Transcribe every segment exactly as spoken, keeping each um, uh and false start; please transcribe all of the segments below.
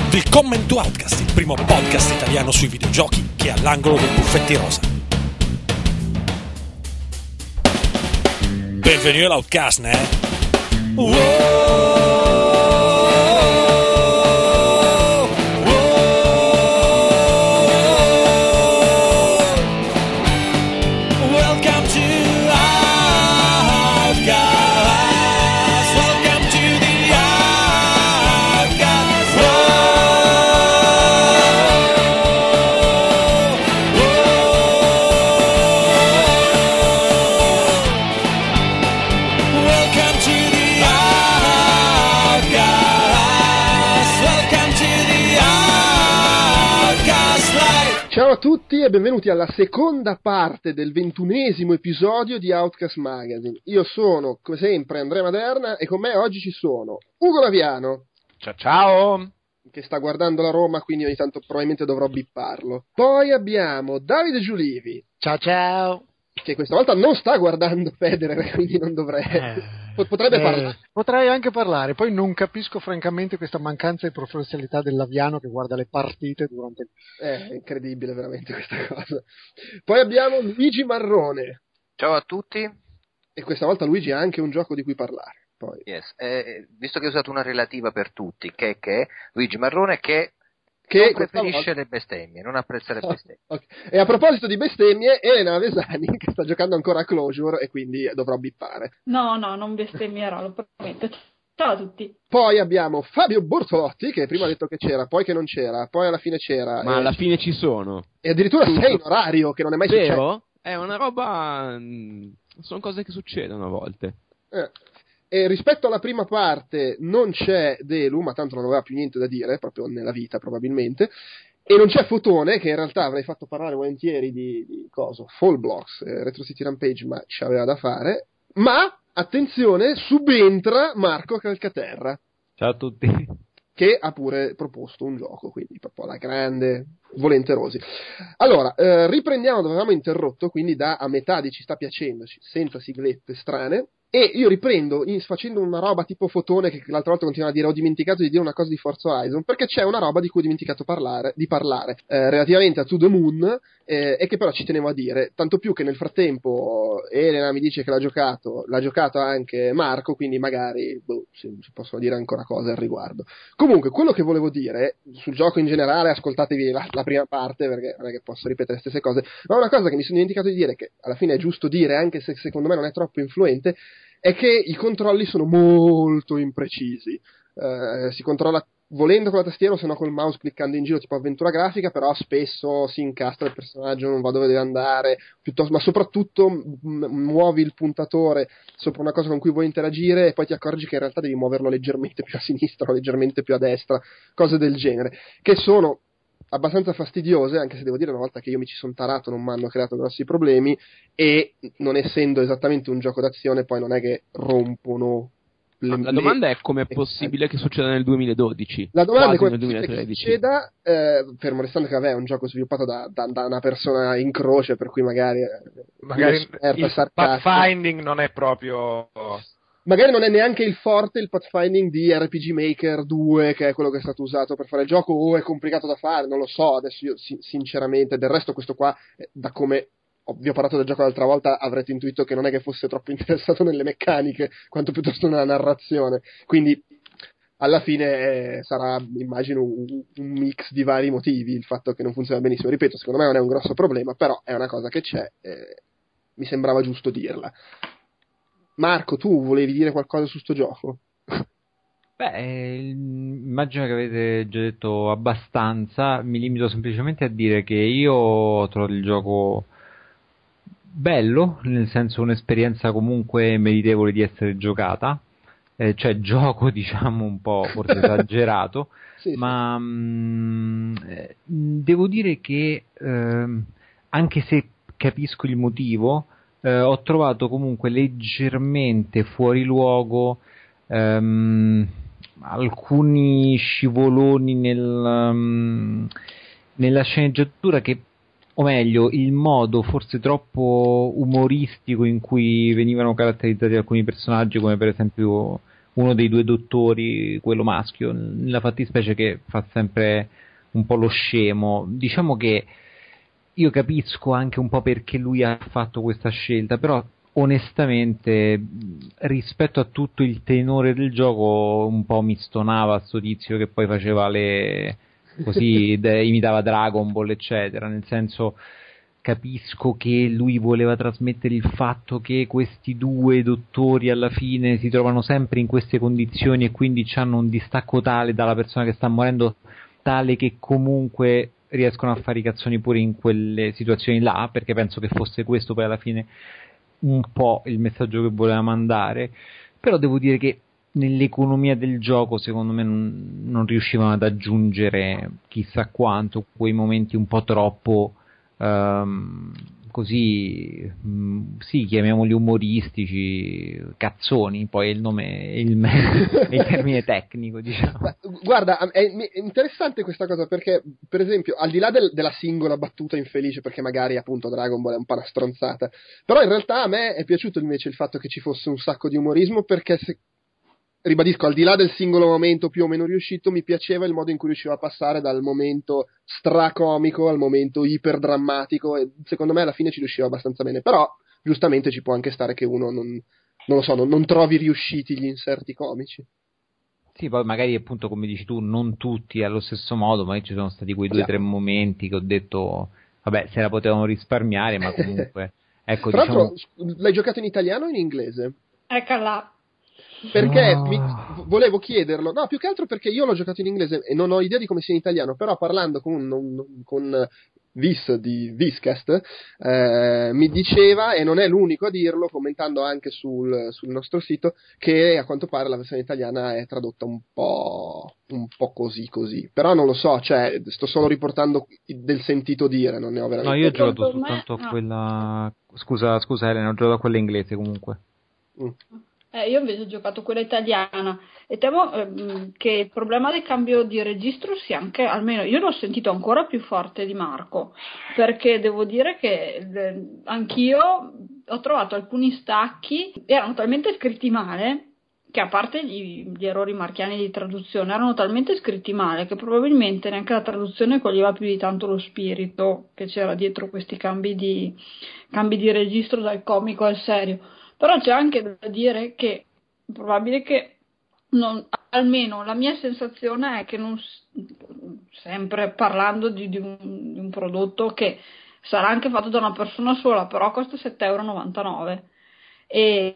The Comment to Outcast, il primo podcast italiano sui videogiochi che è all'angolo dei buffetti rosa. Benvenuti all'Outcast, né? Wow! Ciao a tutti e benvenuti alla seconda parte del ventunesimo episodio di Outcast Magazine. Io sono, come sempre, Andrea Maderna e con me oggi ci sono Ugo Laviano. Ciao ciao! Che sta guardando la Roma, quindi ogni tanto probabilmente dovrò bipparlo. Poi abbiamo Davide Giulivi. Ciao ciao! Che questa volta non sta guardando Federer, quindi non dovrebbe... Eh, potrebbe eh, parlare. Potrei anche parlare, poi non capisco francamente questa mancanza di professionalità del Laviano che guarda le partite durante... Eh, è incredibile veramente questa cosa. Poi abbiamo Luigi Marrone. Ciao a tutti. E questa volta Luigi ha anche un gioco di cui parlare. Poi. Yes. Eh, visto che hai usato una relativa per tutti, che è Luigi Marrone che... che non preferisce le bestemmie, non apprezza le bestemmie. Okay. E a proposito di bestemmie, Elena Avesani che sta giocando ancora a Closure e quindi dovrò bippare. No, no, non bestemmierò, lo prometto. Ciao a tutti. Poi abbiamo Fabio Bortolotti che prima ha detto che c'era, poi che non c'era, poi alla fine c'era. Ma e... alla fine ci sono. E addirittura sei in orario, che non è mai Vero? successo. È una roba... sono cose che succedono a volte. Eh. E rispetto alla prima parte non c'è Delu, ma tanto non aveva più niente da dire, proprio nella vita probabilmente, e non c'è Fotone, che in realtà avrei fatto parlare volentieri di, di cosa, Fall Blocks, eh, Retro City Rampage, ma ci aveva da fare, ma, attenzione, subentra Marco Calcaterra. Ciao a tutti. Che ha pure proposto un gioco, quindi proprio alla grande, volenterosi. Allora, eh, riprendiamo dove avevamo interrotto, quindi da a metà di Ci sta piacendoci, senza siglette strane, e io riprendo in, facendo una roba tipo Fotone che l'altra volta continuava a dire ho dimenticato di dire una cosa di Forza Horizon, perché c'è una roba di cui ho dimenticato parlare, di parlare eh, relativamente a To The Moon eh, e che però ci tenevo a dire, tanto più che nel frattempo Elena mi dice che l'ha giocato, l'ha giocato anche Marco, quindi magari boh, si, si possono dire ancora cose al riguardo. Comunque quello che volevo dire sul gioco in generale, ascoltatevi la, la prima parte perché non è che posso ripetere le stesse cose, ma una cosa che mi sono dimenticato di dire, che alla fine è giusto dire anche se secondo me non è troppo influente, è che i controlli sono molto imprecisi. Eh, si controlla volendo con la tastiera o se no col mouse cliccando in giro tipo avventura grafica, però spesso si incastra il personaggio, non va dove deve andare, piuttosto, ma soprattutto m- muovi il puntatore sopra una cosa con cui vuoi interagire e poi ti accorgi che in realtà devi muoverlo leggermente più a sinistra o leggermente più a destra, cose del genere, che sono abbastanza fastidiose, anche se devo dire una volta che io mi ci sono tarato non mi hanno creato grossi problemi, e non essendo esattamente un gioco d'azione poi non è che rompono le, la domanda le... è come è possibile che succeda nel duemiladodici, la domanda è come nel è possibile che duemilatredici succeda, eh, fermo restando che vabbè, è un gioco sviluppato da, da, da una persona in croce, per cui magari magari il pathfinding non è proprio... magari non è neanche il forte, il pathfinding di R P G Maker due, che è quello che è stato usato per fare il gioco, o è complicato da fare, non lo so, adesso io sinceramente, del resto questo qua, da come vi ho parlato del gioco l'altra volta, avrete intuito che non è che fosse troppo interessato nelle meccaniche, quanto piuttosto nella narrazione, quindi alla fine eh, sarà, immagino, un, un mix di vari motivi, il fatto che non funziona benissimo, ripeto, secondo me non è un grosso problema, però è una cosa che c'è, eh, mi sembrava giusto dirla. Marco, tu volevi dire qualcosa su sto gioco? Beh, immagino che avete già detto abbastanza, mi limito semplicemente a dire che io ho trovato il gioco bello, nel senso un'esperienza comunque meritevole di essere giocata, eh, cioè gioco diciamo un po' forse esagerato, sì, ma sì. Mh, eh, devo dire che eh, anche se capisco il motivo, Eh, ho trovato comunque leggermente fuori luogo ehm, alcuni scivoloni nel, um, nella sceneggiatura che, o meglio, il modo forse troppo umoristico in cui venivano caratterizzati alcuni personaggi, come per esempio uno dei due dottori, quello maschio, nella fattispecie, che fa sempre un po' lo scemo. Diciamo che io capisco anche un po' perché lui ha fatto questa scelta, però onestamente rispetto a tutto il tenore del gioco un po' mi stonava sto tizio che poi faceva le così de, imitava Dragon Ball eccetera, nel senso, capisco che lui voleva trasmettere il fatto che questi due dottori alla fine si trovano sempre in queste condizioni e quindi hanno un distacco tale dalla persona che sta morendo, tale che comunque riescono a fare i cazzoni pure in quelle situazioni là, perché penso che fosse questo poi alla fine un po' il messaggio che voleva mandare. Però devo dire che nell'economia del gioco secondo me non, non riuscivano ad aggiungere chissà quanto, quei momenti un po' troppo Um, così um, sì, chiamiamoli umoristici, cazzoni, poi è il nome, è il, è il termine tecnico, diciamo. Ma, guarda, è, è interessante questa cosa perché, per esempio, al di là del, della singola battuta infelice, perché magari appunto Dragon Ball è un po' una stronzata, però in realtà a me è piaciuto invece il fatto che ci fosse un sacco di umorismo, perché se, ribadisco, al di là del singolo momento più o meno riuscito, mi piaceva il modo in cui riusciva a passare dal momento stracomico al momento iperdrammatico, e secondo me alla fine ci riusciva abbastanza bene. Però giustamente ci può anche stare che uno non, non lo so, non, non trovi riusciti gli inserti comici. Sì, poi magari appunto come dici tu, non tutti allo stesso modo, ma ci sono stati quei due o Esatto. tre momenti che ho detto vabbè, se la potevano risparmiare, ma comunque ecco, Tra diciamo... l'altro, l'hai giocato in italiano o in inglese? Eccola. Perché No. mi, volevo chiederlo, no, più che altro perché io l'ho giocato in inglese e non ho idea di come sia in italiano, però parlando con, un, con Vis di Viscast eh, mi diceva, e non è l'unico a dirlo, commentando anche sul, sul nostro sito, che a quanto pare la versione italiana è tradotta un po', un po' così così, però non lo so, cioè sto solo riportando del sentito dire, non ne ho veramente. No, io ho giocato Secondo me- soltanto a no. quella, scusa, scusa Elena, ho giocato a quella inglese comunque. Mm. Eh, io invece ho giocato quella italiana e temo ehm, che il problema del cambio di registro sia anche, almeno io l'ho sentito ancora più forte di Marco, perché devo dire che eh, anch'io ho trovato alcuni stacchi, erano talmente scritti male, che a parte gli, gli errori marchiani di traduzione, erano talmente scritti male che probabilmente neanche la traduzione coglieva più di tanto lo spirito che c'era dietro questi cambi di, cambi di registro dal comico al serio. Però c'è anche da dire che è probabile che, non, almeno la mia sensazione è che non, sempre parlando di, di, un, di un prodotto che sarà anche fatto da una persona sola, però costa sette virgola novantanove euro. E,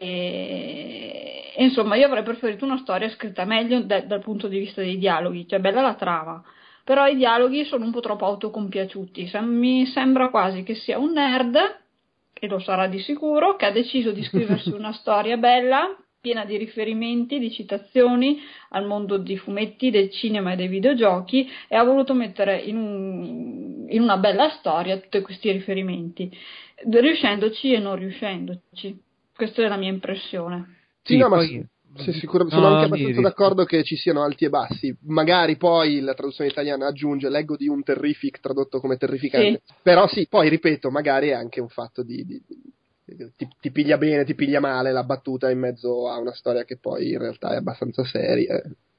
e insomma io avrei preferito una storia scritta meglio de, dal punto di vista dei dialoghi, cioè bella la trama, però i dialoghi sono un po' troppo autocompiaciuti. Sem- mi sembra quasi che sia un nerd, e lo sarà di sicuro, che ha deciso di scriversi una storia bella, piena di riferimenti, di citazioni al mondo dei fumetti, del cinema e dei videogiochi, e ha voluto mettere in, un, in una bella storia tutti questi riferimenti, riuscendoci e non riuscendoci. Questa è la mia impressione. Sì, Sì, no, ma poi- sì, sicuro- No, sono anche no, abbastanza di- d'accordo che ci siano alti e bassi. Magari poi la traduzione italiana aggiunge, leggo di un terrific tradotto come terrificante. Però sì, poi ripeto, magari è anche un fatto di, di- di- ti, ti piglia bene, ti piglia male la battuta in mezzo a una storia che poi in realtà è abbastanza seria.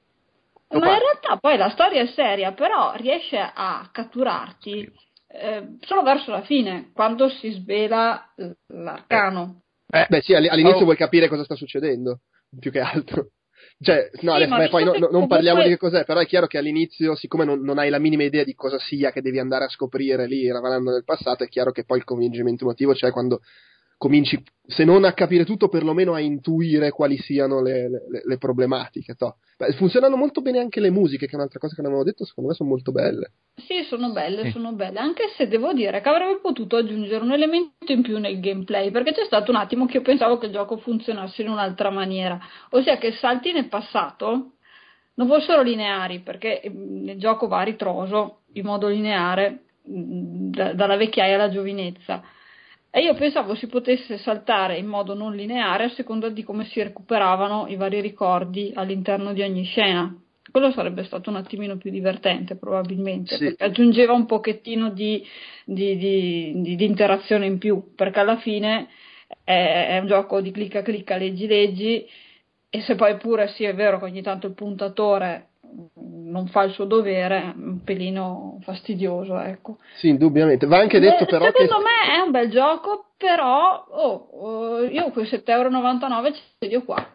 Ma in realtà poi la storia è seria, però riesce a catturarti eh, solo verso la fine, quando si svela l- l'arcano. Eh, beh sì, all- all'inizio oh. vuoi capire cosa sta succedendo, più che altro. Cioè, no, Sì, adesso, ma beh, poi visto no- che no- non comunque- parliamo di che cos'è, però è chiaro che all'inizio, siccome non, non hai la minima idea di cosa sia che devi andare a scoprire lì, ravanando nel passato, è chiaro che poi il coinvolgimento emotivo c'è quando cominci, se non a capire tutto, perlomeno a intuire quali siano le, le, le problematiche. Toh. Beh, funzionano molto bene anche le musiche, che è un'altra cosa che non avevo detto, secondo me sono molto belle. Sì, sono belle, Sì. sono belle, anche se devo dire che avrebbe potuto aggiungere un elemento in più nel gameplay, perché c'è stato un attimo che io pensavo che il gioco funzionasse in un'altra maniera, ossia che salti nel passato non fossero lineari, perché mm, il gioco va a ritroso in modo lineare mm, da- dalla vecchiaia alla giovinezza. E io pensavo si potesse saltare in modo non lineare a seconda di come si recuperavano i vari ricordi all'interno di ogni scena. Quello sarebbe stato un attimino più divertente probabilmente, Sì. perché aggiungeva un pochettino di, di, di, di- di interazione in più, perché alla fine è, è un gioco di clicca clicca, leggi leggi, e se poi pure sì è vero che ogni tanto il puntatore non fa il suo dovere, un pelino fastidioso, ecco. Sì, indubbiamente. Va anche detto Beh, però secondo che... me è un bel gioco, però oh, oh, io quei sette e novantanove euro ce li ho qua.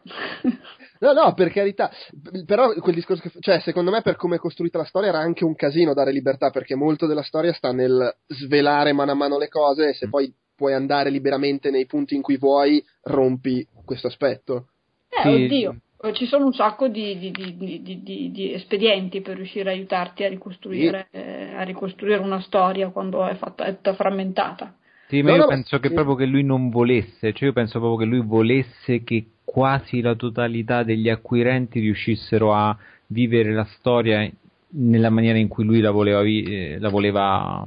No, no, per carità, però quel discorso che... Cioè, secondo me per come è costruita la storia era anche un casino dare libertà, perché molto della storia sta nel svelare mano a mano le cose, e se poi puoi andare liberamente nei punti in cui vuoi, rompi questo aspetto. Eh, Sì. oddio, ci sono un sacco di, di, di, di, di, di espedienti per riuscire a aiutarti a ricostruire, sì. eh, a ricostruire una storia quando è fatta è frammentata. Sì, ma no, io no, penso che sì. proprio che lui non volesse, cioè io penso proprio che lui volesse che quasi la totalità degli acquirenti riuscissero a vivere la storia nella maniera in cui lui la voleva, vi- la voleva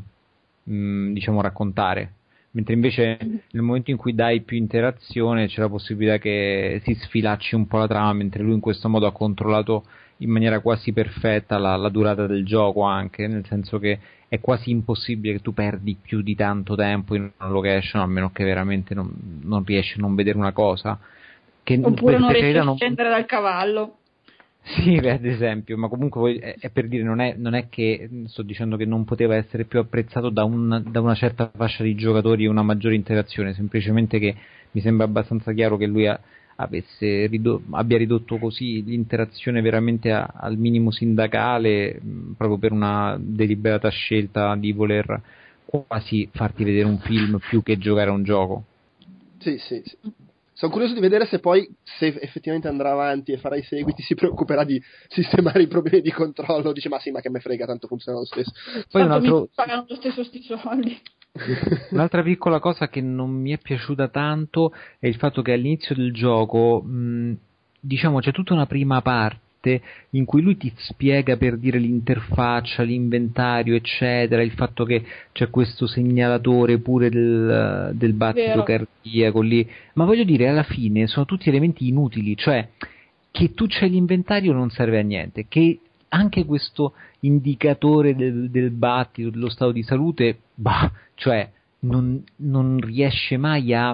mh, diciamo raccontare. Mentre invece nel momento in cui dai più interazione c'è la possibilità che si sfilacci un po' la trama, mentre lui in questo modo ha controllato in maniera quasi perfetta la, la durata del gioco, anche nel senso che è quasi impossibile che tu perdi più di tanto tempo in una location, a meno che veramente non, non riesci a non vedere una cosa che oppure non riesci a non... scendere dal cavallo. Sì, beh, ad esempio, ma comunque è, è per dire, non è, non è che sto dicendo che non poteva essere più apprezzato da, un, da una certa fascia di giocatori e una maggiore interazione, semplicemente che mi sembra abbastanza chiaro che lui ha, avesse ridotto, abbia ridotto così l'interazione veramente a, al minimo sindacale, mh, proprio per una deliberata scelta di voler quasi farti vedere un film più che giocare a un gioco. Sì, sì, sì. Sono curioso di vedere se poi, se effettivamente andrà avanti e farà i seguiti, si preoccuperà di sistemare i problemi di controllo. Dice, ma sì, ma che me frega, tanto funziona lo stesso. Poi un Tanto altro... mi pagano lo stesso sti soldi. Un'altra piccola cosa che non mi è piaciuta tanto è il fatto che all'inizio del gioco, mh, diciamo, c'è tutta una prima parte in cui lui ti spiega, per dire, l'interfaccia, l'inventario, eccetera, il fatto che c'è questo segnalatore pure del, del battito Vero. cardiaco lì, ma voglio dire, alla fine sono tutti elementi inutili, cioè che tu c'hai l'inventario non serve a niente, che anche questo indicatore del, del battito, dello stato di salute, bah, cioè non, non riesce mai a,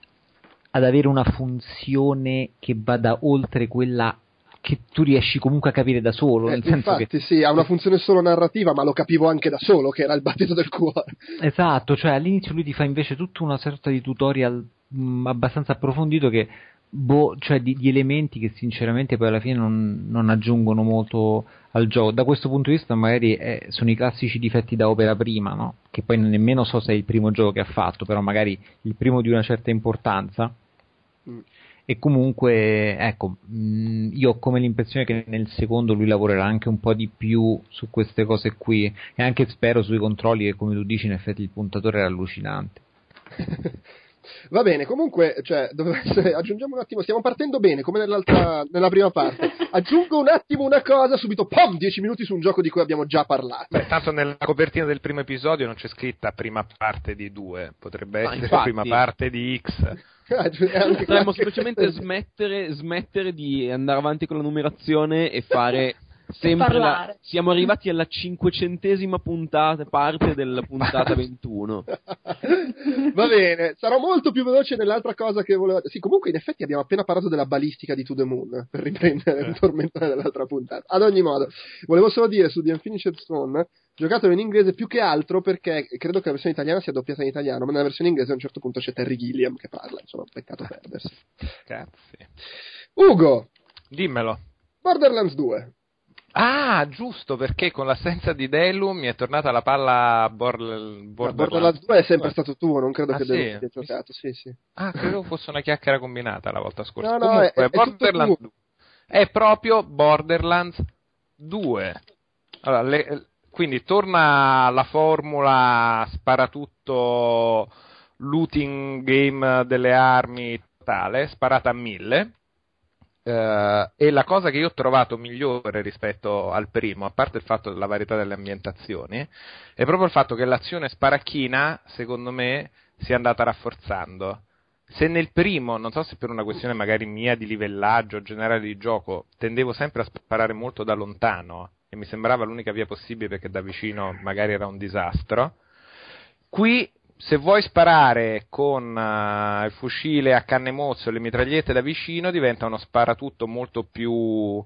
ad avere una funzione che vada oltre quella che tu riesci comunque a capire da solo, Eh, nel senso infatti che... sì, ha una funzione solo narrativa, ma lo capivo anche da solo, che era il battito del cuore. Esatto, cioè all'inizio lui ti fa invece tutta una sorta di tutorial mh, abbastanza approfondito che, boh, cioè di, di elementi che sinceramente poi alla fine non, non aggiungono molto al gioco. Da questo punto di vista magari eh, sono i classici difetti da opera prima, no? Che poi nemmeno so se è il primo gioco che ha fatto, però magari il primo di una certa importanza. Mm. E comunque, ecco, mh, io ho come l'impressione che nel secondo lui lavorerà anche un po' di più su queste cose qui, e anche spero sui controlli, che come tu dici in effetti il puntatore era allucinante. Va bene, comunque, cioè, doveva essere, aggiungiamo un attimo, stiamo partendo bene, come nell'altra, nella prima parte. Aggiungo un attimo una cosa, subito, pom, dieci minuti su un gioco di cui abbiamo già parlato. Beh, tanto nella copertina del primo episodio non c'è scritta prima parte di due, potrebbe Ma essere infatti. prima parte di X. Potremmo semplicemente smettere, smettere di andare avanti con la numerazione e fare sempre la... parlare. Siamo arrivati alla cinquecentesima puntata, parte della puntata ventuno. Va bene, sarò molto più veloce nell'altra cosa che volevo... Sì, comunque in effetti abbiamo appena parlato della balistica di To The Moon, per riprendere il tormentone dell'altra puntata. Ad ogni modo, volevo solo dire su The Unfinished Swan, giocatelo in inglese più che altro perché credo che la versione italiana sia doppiata in italiano, ma nella versione inglese a un certo punto c'è Terry Gilliam che parla, insomma, peccato perdersi. Cazzi. Ugo, Dimmelo. Borderlands due. Ah, giusto, perché con l'assenza di Delu mi è tornata la palla Borl- Borderlands, Borderlands due è sempre stato tuo, non credo Ah, che sì? Delu abbia giocato, sì, sì. Ah, credevo fosse una chiacchiera combinata la volta scorsa. No, no, Comunque, è- è tutto Borderlands tuo. due è proprio Borderlands due. Allora, le- quindi torna la formula sparatutto looting game delle armi totale, sparata a mille. Uh, e la cosa che io ho trovato migliore rispetto al primo, a parte il fatto della varietà delle ambientazioni, è proprio il fatto che l'azione sparacchina, secondo me, si è andata rafforzando. Se nel primo, non so se per una questione magari mia di livellaggio generale di gioco, tendevo sempre a sparare molto da lontano e mi sembrava l'unica via possibile perché da vicino magari era un disastro, qui se vuoi sparare con uh, il fucile a canne mozzo e le mitragliette da vicino, diventa uno sparatutto molto più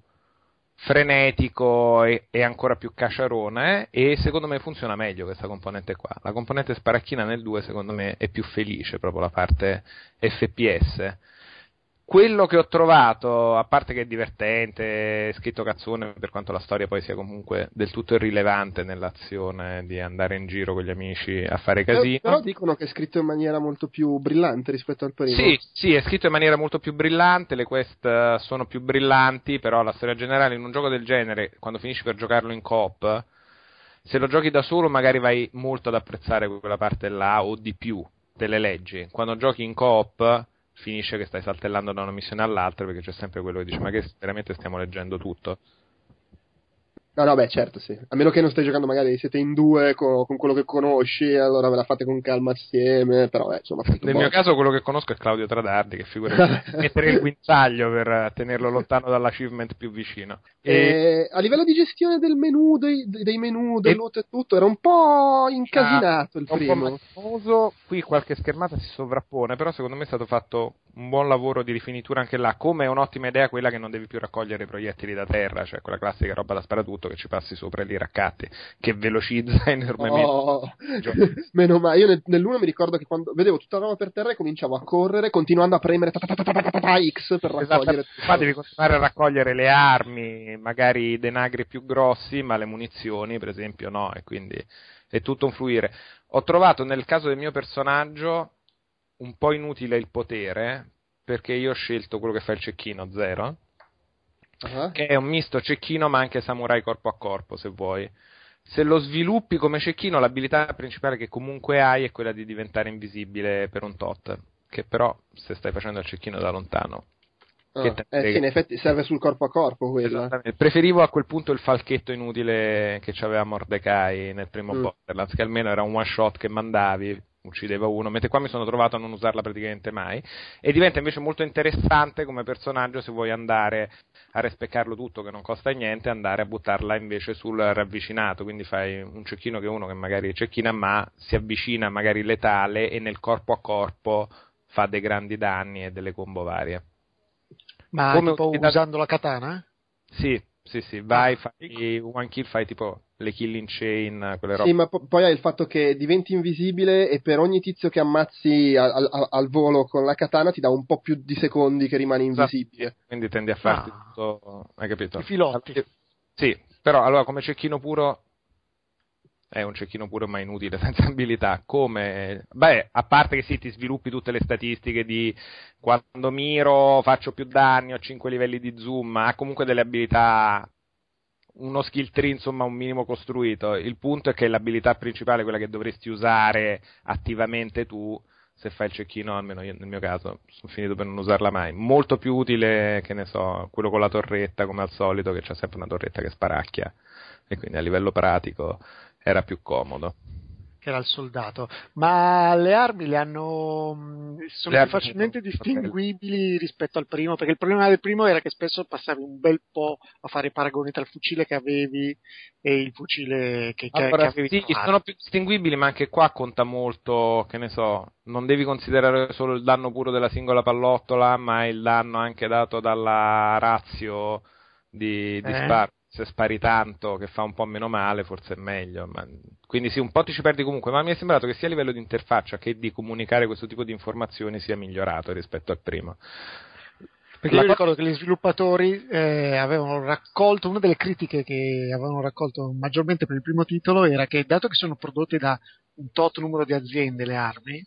frenetico e, e ancora più cacciarone, e secondo me funziona meglio questa componente qua. La componente sparacchina nel due secondo me è più felice, proprio la parte F P S. Quello che ho trovato, a parte che è divertente, è scritto cazzone, per quanto la storia poi sia comunque del tutto irrilevante nell'azione di andare in giro con gli amici a fare casino. Però, però dicono che è scritto in maniera molto più brillante rispetto al primo. Sì, sì, è scritto in maniera molto più brillante, le quest sono più brillanti, però la storia generale in un gioco del genere, quando finisci per giocarlo in coop, se lo giochi da solo magari vai molto ad apprezzare quella parte là o di più, te le leggi. Quando giochi in coop finisce che stai saltellando da una missione all'altra, perché c'è sempre quello che dice: ma che veramente stiamo leggendo tutto? No, no, beh, certo, sì. A meno che non stai giocando, magari siete in due con, con quello che conosci, allora ve la fate con calma assieme, però, eh, insomma... Nel buono. mio caso quello che conosco è Claudio Tradardi, che figurati mettere il guinzaglio per tenerlo lontano dall'achievement più vicino. E... E a livello di gestione del menu, dei, dei menu, del loot e tutto, era un po' incasinato il un primo. po' macchinoso. Qui qualche schermata si sovrappone, però secondo me è stato fatto un buon lavoro di rifinitura anche là, come è un'ottima idea quella che non devi più raccogliere i proiettili da terra, cioè quella classica roba da sparatutto che ci passi sopra e li raccatti, che velocizza enormemente. Oh, meno male. Io nel, nell'uno mi ricordo che quando vedevo tutta la roba per terra e cominciavo a correre continuando a premere ta ta ta ta ta ta ta X per raccogliere. Qua devi continuare a raccogliere le armi, magari i denagri più grossi, ma le munizioni per esempio no, e quindi è tutto un fluire. Ho trovato nel caso del mio personaggio un po' inutile il potere, perché io ho scelto quello che fa il cecchino zero, uh-huh. che è un misto cecchino ma anche samurai corpo a corpo, se vuoi. Se lo sviluppi come cecchino, l'abilità principale che comunque hai è quella di diventare invisibile per un tot, che però se stai facendo il cecchino da lontano ah, che eh, sì, in effetti serve sul corpo a corpo quella. Preferivo a quel punto il falchetto inutile che c'aveva Mordecai nel primo mm. Borderlands, che almeno era un one shot che mandavi, uccideva uno, mentre qua mi sono trovato a non usarla praticamente mai, e diventa invece molto interessante come personaggio se vuoi andare a respeccarlo tutto, che non costa niente, andare a buttarla invece sul ravvicinato, quindi fai un cecchino che è uno che magari cecchina ma si avvicina magari letale e nel corpo a corpo fa dei grandi danni e delle combo varie. Ma come tipo utilità... usando la katana? Sì, sì, sì, vai, fai one kill, fai tipo le killing chain, quelle robe. Sì, ma po- poi hai il fatto che diventi invisibile e per ogni tizio che ammazzi al, al, al volo con la katana ti dà un po' più di secondi che rimani invisibile. Esatto. Quindi tendi a farti ah. tutto, hai capito? I filotti. Sì, però allora come cecchino puro è un cecchino puro ma inutile, senza abilità. Come? Beh, a parte che sì, ti sviluppi tutte le statistiche di quando miro faccio più danni, ho cinque livelli di zoom, ha comunque delle abilità, uno skill tree insomma un minimo costruito. Il punto è che l'abilità principale, quella che dovresti usare attivamente tu, se fai il cecchino, almeno io nel mio caso sono finito per non usarla mai. Molto più utile, che ne so, quello con la torretta come al solito, che c'ha sempre una torretta che sparacchia, e quindi a livello pratico era più comodo. Che era il soldato. Ma le armi le hanno sono le più facilmente sono distinguibili rispetto al primo, perché il problema del primo era che spesso passavi un bel po' a fare paragoni tra il fucile che avevi e il fucile che, che, allora, che avevi sì, trovato. Sono più distinguibili, ma anche qua conta molto, che ne so, non devi considerare solo il danno puro della singola pallottola, ma il danno anche dato dalla ratio di, di eh? sparo. Se spari tanto, che fa un po' meno male, forse è meglio. Ma... Quindi sì, un po' ti ci perdi comunque, ma mi è sembrato che sia a livello di interfaccia che di comunicare questo tipo di informazioni sia migliorato rispetto al primo. Perché io ricordo che gli sviluppatori eh, avevano raccolto, una delle critiche che avevano raccolto maggiormente per il primo titolo era che, dato che sono prodotte da un tot numero di aziende le armi,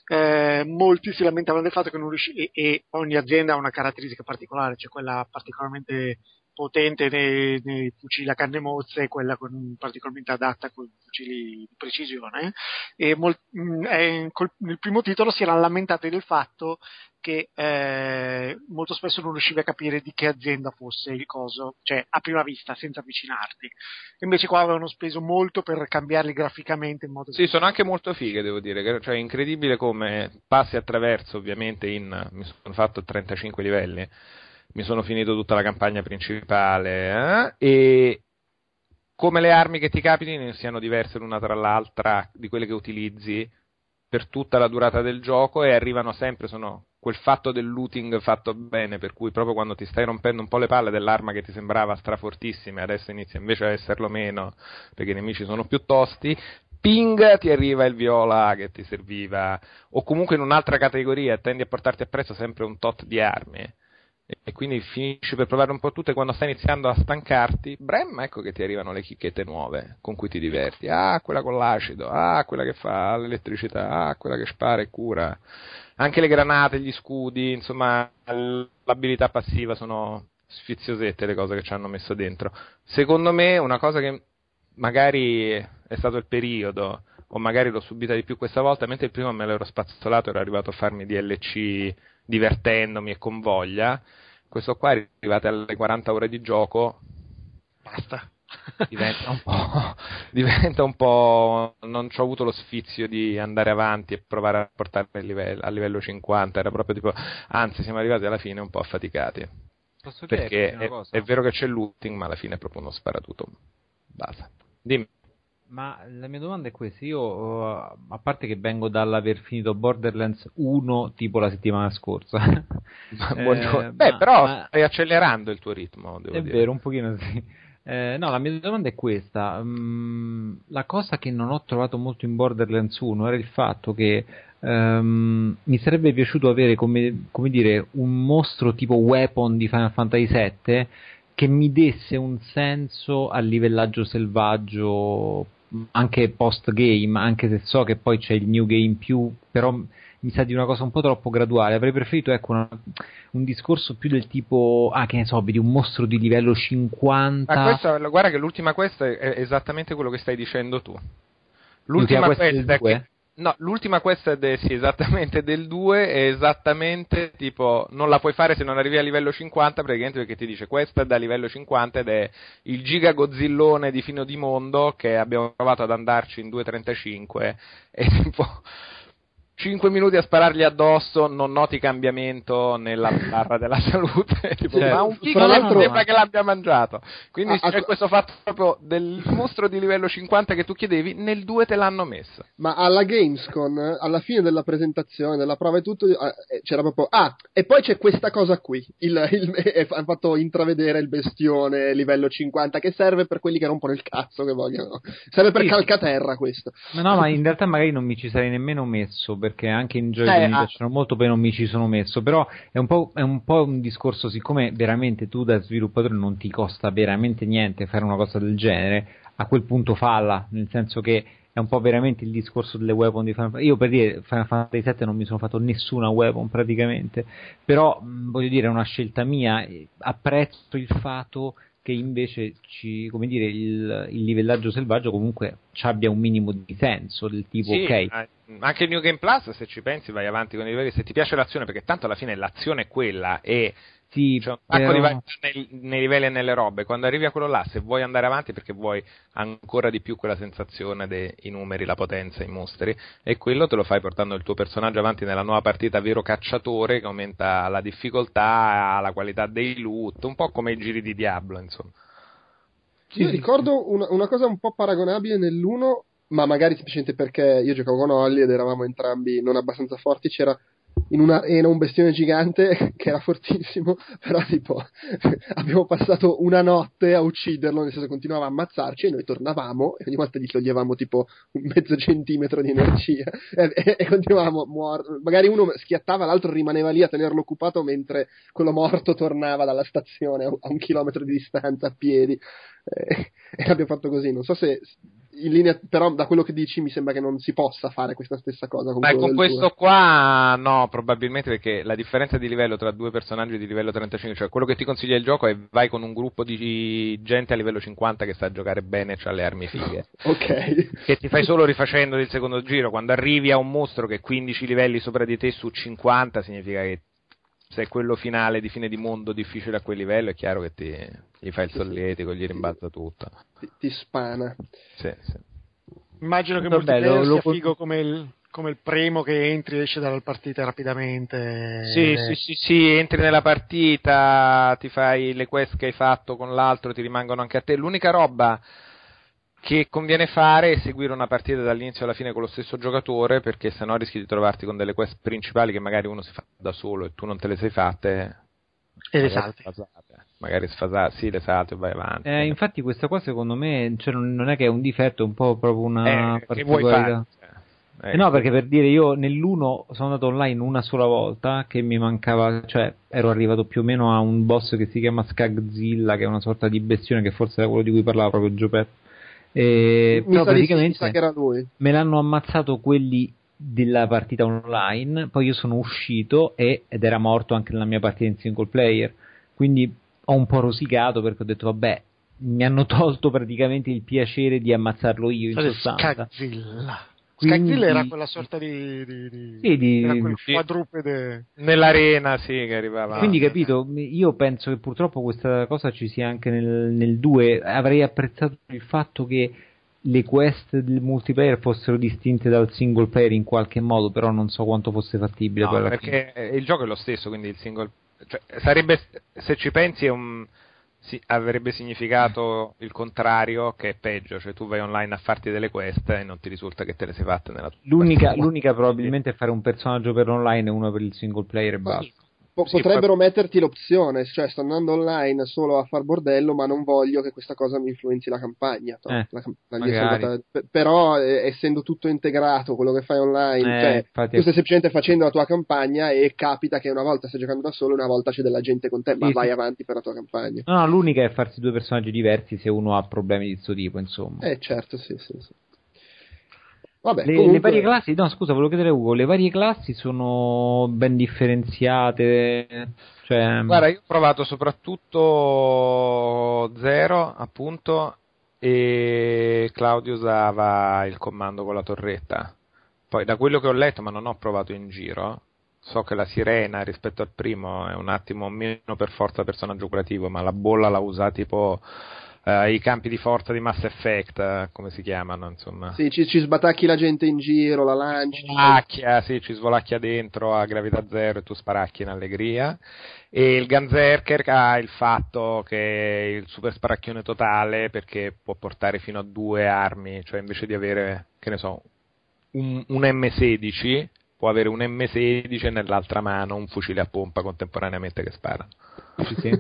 eh, molti si lamentavano del fatto che non riusci- e, e ogni azienda ha una caratteristica particolare, cioè quella particolarmente potente nei, nei fucili a canne mozze e quella con, particolarmente adatta con i fucili di precisione, e mol, mh, eh, col, nel primo titolo si erano lamentati del fatto che eh, molto spesso non riuscivi a capire di che azienda fosse il coso, cioè a prima vista, senza avvicinarti. Invece qua avevano speso molto per cambiarli graficamente in modo sì, sono anche molto fighe, devo dire, cioè è incredibile come passi attraverso, ovviamente in mi sono fatto trentacinque livelli, mi sono finito tutta la campagna principale, eh? E come le armi che ti capitino siano diverse l'una tra l'altra di quelle che utilizzi, per tutta la durata del gioco e arrivano sempre, sono quel fatto del looting fatto bene, per cui proprio quando ti stai rompendo un po' le palle dell'arma che ti sembrava strafortissima e adesso inizia invece a esserlo meno perché i nemici sono più tosti, ping, ti arriva il viola che ti serviva, o comunque in un'altra categoria tendi a portarti appresso sempre un tot di armi e quindi finisci per provare un po' tutte. Quando stai iniziando a stancarti, brem, ecco che ti arrivano le chicchette nuove con cui ti diverti. Ah, quella con l'acido, ah, quella che fa l'elettricità, ah, quella che spara e cura. Anche le granate, gli scudi, insomma, l'abilità passiva sono sfiziosette le cose che ci hanno messo dentro. Secondo me una cosa che magari è stato il periodo, o magari l'ho subita di più questa volta, mentre il primo me l'ero spazzolato, ero arrivato a farmi D L C divertendomi e con voglia, questo qua arrivate alle quaranta ore di gioco, basta, diventa un po', diventa un po', non ci ho avuto lo sfizio di andare avanti e provare a portare a livello, a livello cinquanta, era proprio tipo, anzi siamo arrivati alla fine un po' affaticati, Posso perché una è, cosa? è vero che c'è looting, ma alla fine è proprio uno sparatutto base. Dimmi. Ma la mia domanda è questa, io uh, a parte che vengo dall'aver finito Borderlands uno tipo la settimana scorsa, eh, beh ma, però ma... stai accelerando il tuo ritmo, devo è dire. vero, un pochino sì. Eh, no, la mia domanda è questa, um, la cosa che non ho trovato molto in Borderlands uno era il fatto che um, mi sarebbe piaciuto avere come, come dire un mostro tipo weapon di Final Fantasy sette che mi desse un senso al livellaggio selvaggio anche post game, anche se so che poi c'è il new game più, però mi sa di una cosa un po' troppo graduale. Avrei preferito ecco una, un discorso più del tipo ah che ne so, vedi un mostro di livello cinquanta. Ma questo, guarda che l'ultima quest è esattamente quello che stai dicendo tu. L'ultima, l'ultima quest, quest è che, no, l'ultima quest è de, sì, esattamente del due, è esattamente tipo non la puoi fare se non arrivi a livello cinquanta, praticamente perché ti dice questa è da livello cinquanta ed è il giga gozzillone di fino di mondo che abbiamo provato ad andarci in due trentacinque e tipo cinque minuti a sparargli addosso, non noti cambiamento nella barra della salute, tipo, certo. Ma un piccolo l'altro... sembra che l'abbia mangiato. Quindi ah, c'è ah, questo fatto proprio del mostro di livello cinquanta che tu chiedevi, nel due te l'hanno messo. Ma alla Gamescom, alla fine della presentazione, della prova e tutto, c'era proprio, ah, e poi c'è questa cosa qui, il, il, hanno fatto intravedere il bestione livello cinquanta, che serve per quelli che rompono il cazzo, che vogliono, serve per sì. calcaterra questo. Ma no, ma in realtà magari non mi ci sarei nemmeno messo, perché anche in giochi eh, che mi ah. piacciono molto poi non mi ci sono messo, però è un po', è un po' un discorso, siccome veramente tu da sviluppatore non ti costa veramente niente fare una cosa del genere, a quel punto falla, nel senso che è un po' veramente il discorso delle weapon di Final Fantasy. Io per dire Final Fantasy sette non mi sono fatto nessuna weapon praticamente, però mh, voglio dire è una scelta mia, apprezzo il fatto che invece ci, come dire, il, il livellaggio selvaggio comunque ci abbia un minimo di senso, del tipo sì, ok. Anche il New Game Plus, se ci pensi, vai avanti con i livelli, se ti piace l'azione, perché tanto alla fine l'azione è quella e sì, c'è un però... sacco di varietà nei, nei livelli e nelle robe. Quando arrivi a quello là, se vuoi andare avanti perché vuoi ancora di più quella sensazione dei numeri, la potenza, i mostri, e quello te lo fai portando il tuo personaggio avanti nella nuova partita vero cacciatore che aumenta la difficoltà, la qualità dei loot, un po' come i giri di Diablo, insomma. Io ricordo una, una cosa un po' paragonabile nell'uno, ma magari semplicemente perché io giocavo con Olli ed eravamo entrambi non abbastanza forti, c'era in un'arena un bestione gigante che era fortissimo, però tipo abbiamo passato una notte a ucciderlo, nel senso che continuava a ammazzarci e noi tornavamo e ogni volta gli toglievamo tipo un mezzo centimetro di energia e, e, e continuavamo muor- magari uno schiattava, l'altro rimaneva lì a tenerlo occupato mentre quello morto tornava dalla stazione a un chilometro di distanza a piedi e, e l'abbiamo fatto così. Non so se in linea, però da quello che dici mi sembra che non si possa fare questa stessa cosa con, Beh, con questo tuo. qua no, probabilmente, perché la differenza di livello tra due personaggi di livello trentacinque, cioè quello che ti consiglia il gioco è vai con un gruppo di gente a livello cinquanta che sa giocare bene e c'ha le armi fighe. Ok. Che ti fai solo rifacendo il secondo giro. Quando arrivi a un mostro che è quindici livelli sopra di te su cinquanta, significa che se è quello finale di fine di mondo difficile a quel livello, è chiaro che ti gli fai il solletico, gli rimbalza tutto. Ti, ti spana. Sì, sì. Immagino che il Vabbè, multiplayer lo, sia lo... figo come il, come il primo che entri e esci dalla partita rapidamente. Sì, sì, sì, sì, entri nella partita, ti fai le quest che hai fatto con l'altro, ti rimangono anche a te. L'unica roba che conviene fare è seguire una partita dall'inizio alla fine con lo stesso giocatore, perché sennò rischi di trovarti con delle quest principali che magari uno si fa da solo e tu non te le sei fatte e le salti, magari sfasate, sì, le salti e vai avanti. Eh, infatti questa qua secondo me, cioè, non è che è un difetto, è un po' proprio una eh, che vuoi particolarità. fare? Eh, no, perché per dire, io nell'uno sono andato online una sola volta, che mi mancava, cioè ero arrivato più o meno a un boss che si chiama Skagzilla, che è una sorta di bestione, che forse era quello di cui parlava proprio Giopetto. E, mi però sa praticamente di sì, mi sa che era lui. Me l'hanno ammazzato quelli della partita online, poi io sono uscito e, ed era morto anche nella mia partita in single player, quindi ho un po' rosicato perché ho detto vabbè, mi hanno tolto praticamente il piacere di ammazzarlo io in sostanza. Skagzilla. Quindi... Skagzilla era quella sorta di, di, di... Sì, di... era quel sì. quadrupede Nell'arena, sì, che arrivava. Quindi capito, io penso che purtroppo questa cosa ci sia anche nel, nel due. Avrei apprezzato il fatto che le quest del multiplayer fossero distinte dal single player in qualche modo, però non so quanto fosse fattibile. No, perché fine. Il gioco è lo stesso, quindi il single, cioè, sarebbe, se ci pensi, è un, sì, avrebbe significato il contrario, che è peggio, cioè tu vai online a farti delle quest e non ti risulta che te le sei fatte nella tua l'unica, l'unica probabilmente è fare un personaggio per online e uno per il single player e basta. Po- Sì, potrebbero poi... metterti l'opzione, cioè sto andando online solo a far bordello, ma non voglio che questa cosa mi influenzi la campagna. Eh, la, la mia magari. P- però eh, essendo tutto integrato, quello che fai online, Eh, cioè infatti... tu stai semplicemente facendo la tua campagna e capita che una volta stai giocando da solo e una volta c'è della gente con te, sì, ma sì. vai avanti per la tua campagna. No, no, l'unica è farsi due personaggi diversi se uno ha problemi di questo tipo, insomma. Eh certo, sì, sì, sì. Vabbè, le, comunque... le varie classi, no scusa, volevo chiedere a Ugo, le varie classi sono ben differenziate? Cioè... Guarda, io ho provato soprattutto Zero, appunto, e Claudio usava il comando con la torretta. Poi da quello che ho letto, ma non ho provato in giro, so che la sirena rispetto al primo è un attimo meno per forza personaggio curativo, ma la bolla la usa tipo... Uh, i campi di forza di Mass Effect, uh, come si chiamano, insomma. Sì, ci, ci sbatacchi la gente in giro, la lanci. Svolacchia, sì, ci svolacchia dentro a gravità zero e tu sparacchi in allegria. E il Gunzerker ha il fatto che è il super sparacchione totale, perché può portare fino a due armi, cioè invece di avere, che ne so, un, un emme sedici, può avere un emme sedici e nell'altra mano un fucile a pompa contemporaneamente che spara. Sì, sì.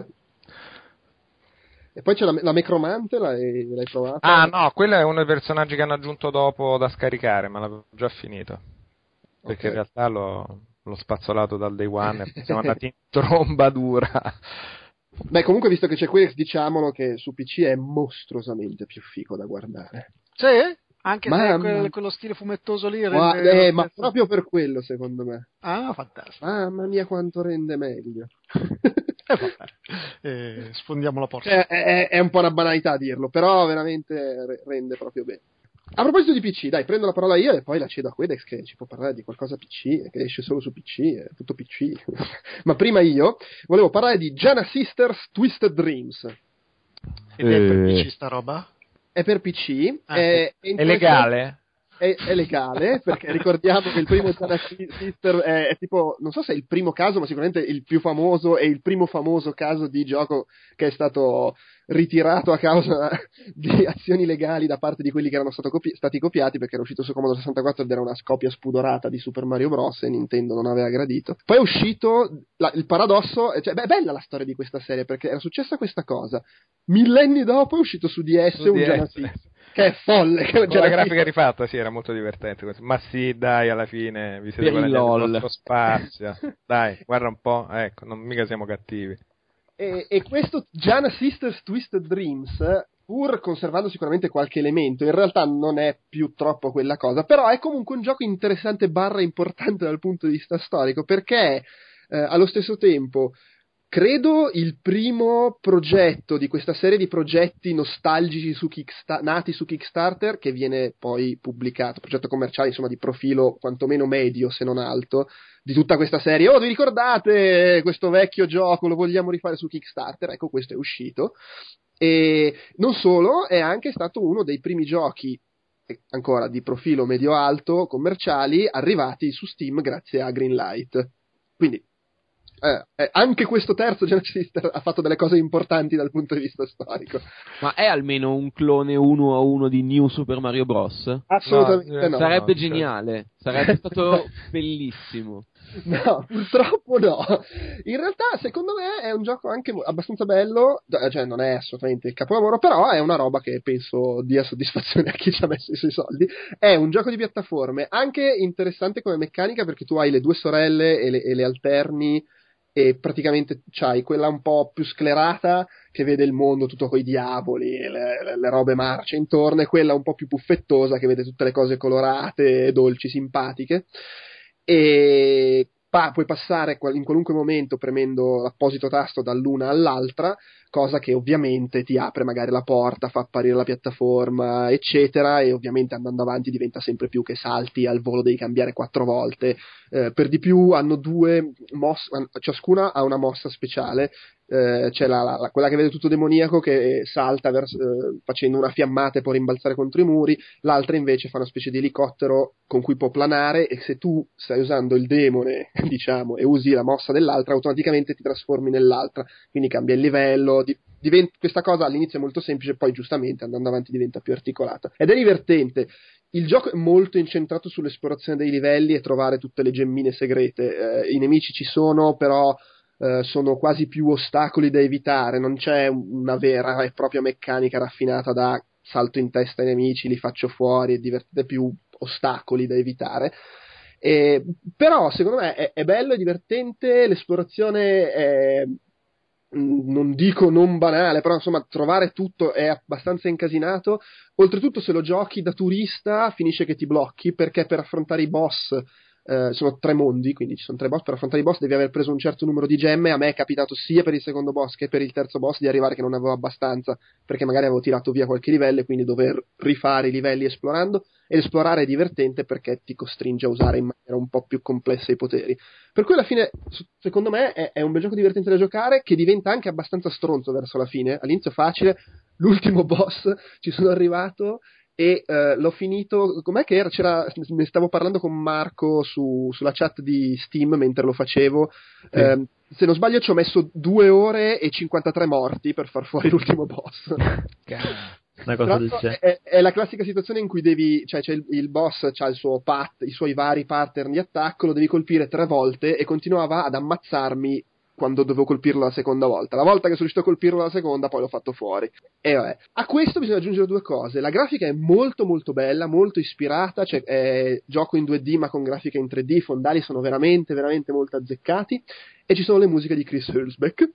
E poi c'è la, la Mecromante, l'hai, l'hai provata? Ah no, quello è uno dei personaggi che hanno aggiunto dopo da scaricare, ma l'avevo già finito. Perché Okay. in realtà l'ho, l'ho spazzolato dal day one e siamo andati in tromba dura. Beh, comunque visto che c'è Querex, diciamolo che su P C è mostruosamente più figo da guardare. sì? Anche Mamma. se quel, quello stile fumettoso lì Ma, rende... eh, ma proprio per quello, secondo me. Ah, fantastico. Mamma mia, quanto rende meglio. Eh, vabbè. Eh, sfondiamo la porta. Cioè, è, è un po' una banalità dirlo, però veramente re- rende proprio bene. A proposito di P C, dai, prendo la parola io e poi la cedo a Quedex che ci può parlare di qualcosa P C, che esce solo su P C, è tutto P C. Ma prima io volevo parlare di Giana Sisters Twisted Dreams. Ed è per Eh. P C sta roba? È per P C, Ah, è, È legale? È, è legale, perché ricordiamo che il primo Giana Sister è, è tipo, non so se è il primo caso, ma sicuramente il più famoso e il primo famoso caso di gioco che è stato ritirato a causa di azioni legali da parte di quelli che erano stato copi- stati copiati, perché era uscito su Commodore sessantaquattro ed era una copia spudorata di Super Mario Bros. E Nintendo non aveva gradito. Poi è uscito la, il paradosso, cioè beh, è bella la storia di questa serie, perché era successa questa cosa millenni dopo è uscito su D S Su un D S. Giana Sister, che è folle, che è un Con la Giana grafica Sister. rifatta, sì, era molto divertente questo. Ma sì, dai, alla fine vi siete Per il guadagnati il LOL. vostro spazio. Dai, guarda un po', ecco, non mica siamo cattivi. E, e questo Giana Sisters Twisted Dreams, pur conservando sicuramente qualche elemento, in realtà non è più troppo quella cosa, però è comunque un gioco interessante barra importante dal punto di vista storico, perché eh, allo stesso tempo credo il primo progetto di questa serie di progetti nostalgici su Kicksta- nati su Kickstarter, che viene poi pubblicato, progetto commerciale insomma di profilo quantomeno medio se non alto, di tutta questa serie. Oh, vi ricordate questo vecchio gioco, lo vogliamo rifare su Kickstarter? Ecco, questo è uscito. E non solo, è anche stato uno dei primi giochi eh, ancora di profilo medio-alto commerciali arrivati su Steam grazie a Greenlight. Quindi Eh, eh, anche questo terzo Genesis Sister ha fatto delle cose importanti dal punto di vista storico. Ma è almeno un clone uno a uno di New Super Mario Bros? Assolutamente no. no Sarebbe no, geniale, cioè... sarebbe stato bellissimo. No, purtroppo no. In realtà, secondo me, è un gioco anche abbastanza bello. Cioè, non è assolutamente il capolavoro, però è una roba che penso dia soddisfazione a chi ci ha messo i suoi soldi. È un gioco di piattaforme, anche interessante come meccanica, perché tu hai le due sorelle e le, e le alterni, e praticamente c'hai quella un po' più sclerata che vede il mondo tutto coi diavoli e le, le, le robe marce intorno, e quella un po' più puffettosa che vede tutte le cose colorate, dolci, simpatiche. E pa- puoi passare in qualunque momento premendo l'apposito tasto dall'una all'altra, cosa che ovviamente ti apre magari la porta, fa apparire la piattaforma, eccetera, e ovviamente andando avanti diventa sempre più che salti al volo, devi cambiare quattro volte. Eh, per di più hanno due mosse, ciascuna ha una mossa speciale. Eh, c'è la, la, quella che vede tutto demoniaco, che salta verso, eh, facendo una fiammata e può rimbalzare contro i muri. L'altra invece fa una specie di elicottero con cui può planare, e se tu stai usando il demone, diciamo, e usi la mossa dell'altra, automaticamente ti trasformi nell'altra, quindi cambia il livello. Di, diventa, questa cosa all'inizio è molto semplice, poi giustamente andando avanti diventa più articolata ed è divertente. Il gioco è molto incentrato sull'esplorazione dei livelli e trovare tutte le gemmine segrete. Eh, i nemici ci sono, però Uh, sono quasi più ostacoli da evitare, non c'è una vera e propria meccanica raffinata da salto in testa ai nemici, li faccio fuori, è divertente, più ostacoli da evitare. E, però secondo me è, è bello, è divertente, l'esplorazione è, non dico non banale, però insomma trovare tutto è abbastanza incasinato. Oltretutto, se lo giochi da turista finisce che ti blocchi, perché per affrontare i boss Uh, sono tre mondi, quindi ci sono tre boss. Per affrontare i boss devi aver preso un certo numero di gemme. A me è capitato sia per il secondo boss che per il terzo boss di arrivare che non avevo abbastanza, perché magari avevo tirato via qualche livello, e quindi dover rifare i livelli esplorando. Ed esplorare è divertente perché ti costringe a usare in maniera un po' più complessa i poteri, per cui alla fine secondo me è, è un bel gioco divertente da giocare, che diventa anche abbastanza stronzo verso la fine. All'inizio facile, l'ultimo boss ci sono arrivato e uh, l'ho finito. Com'è che era? C'era, ne stavo parlando con Marco su, sulla chat di Steam mentre lo facevo. Sì. Um, se non sbaglio ci ho messo due ore e cinquantatré morti per far fuori l'ultimo boss. Una cosa del genere. È, è la classica situazione in cui devi, cioè c'è il, il boss c'ha il suo pat, i suoi vari pattern di attacco, lo devi colpire tre volte, e continuava ad ammazzarmi quando dovevo colpirlo la seconda volta. La volta che sono riuscito a colpirlo la seconda, poi l'ho fatto fuori. E vabbè. A questo bisogna aggiungere due cose. La grafica è molto molto bella, molto ispirata, cioè è gioco in due D ma con grafica in tre D, i fondali sono veramente veramente molto azzeccati, e ci sono le musiche di Chris Hülsbeck.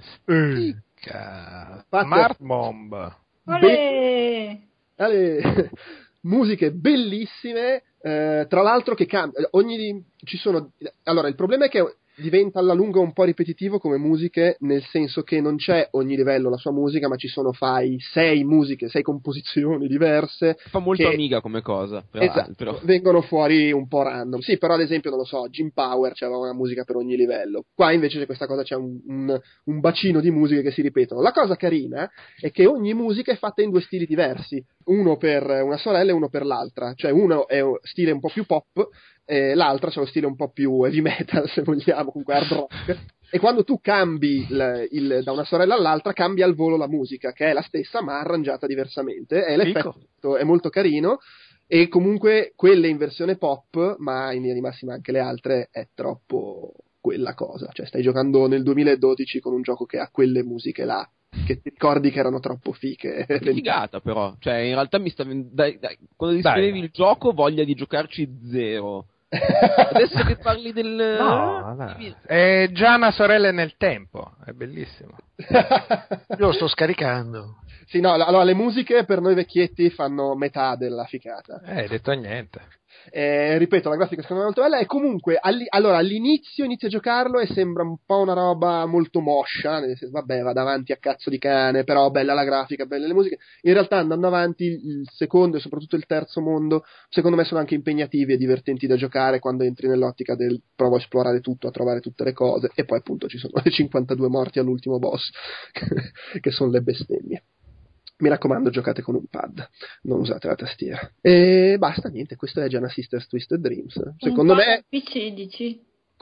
Icca. Smart Bomb. Be- Ale. Musiche bellissime, eh, tra l'altro che cambiano ogni ci sono. Allora, il problema è che diventa alla lunga un po' ripetitivo come musiche, nel senso che non c'è ogni livello la sua musica, ma ci sono fai sei musiche, sei composizioni diverse. Fa molto che... amiga come cosa, esatto, vengono fuori un po' random. Sì, però ad esempio, non lo so, Jim Power c'aveva una musica per ogni livello. Qua invece c'è questa cosa, c'è un, un, un bacino di musiche che si ripetono. La cosa carina è che ogni musica è fatta in due stili diversi, uno per una sorella e uno per l'altra. Cioè uno è un stile un po' più pop, e l'altra c'è lo stile un po' più heavy metal, se vogliamo, comunque hard rock, e quando tu cambi il, il, da una sorella all'altra cambia al volo la musica, che è la stessa ma arrangiata diversamente, e l'effetto è molto carino. E comunque quelle in versione pop, ma in linea di massima anche le altre, è troppo quella cosa, cioè stai giocando nel duemiladodici con un gioco che ha quelle musiche là, che ti ricordi che erano troppo fiche. È figata, però, cioè in realtà mi sta dai, dai, quando descrivevi il gioco voglia di giocarci zero. Adesso che parli del no, no. È già una sorella nel tempo, è bellissimo. Io lo sto scaricando. Sì, no, allora le musiche per noi vecchietti fanno metà della ficata. Eh, hai detto niente. Eh, ripeto, la grafica secondo me è molto bella, e comunque alli- allora all'inizio inizi a giocarlo e sembra un po' una roba molto moscia, nel senso, vabbè, va davanti a cazzo di cane, però bella la grafica, belle le musiche. In realtà andando avanti il secondo e soprattutto il terzo mondo secondo me sono anche impegnativi e divertenti da giocare, quando entri nell'ottica del provo a esplorare tutto, a trovare tutte le cose, e poi appunto ci sono le cinquantadue morti all'ultimo boss che sono le bestemmie. Mi raccomando, giocate con un pad, non usate la tastiera. E basta, niente, questo è Giana Sisters Twisted Dreams. Secondo un me P C, dici? Come?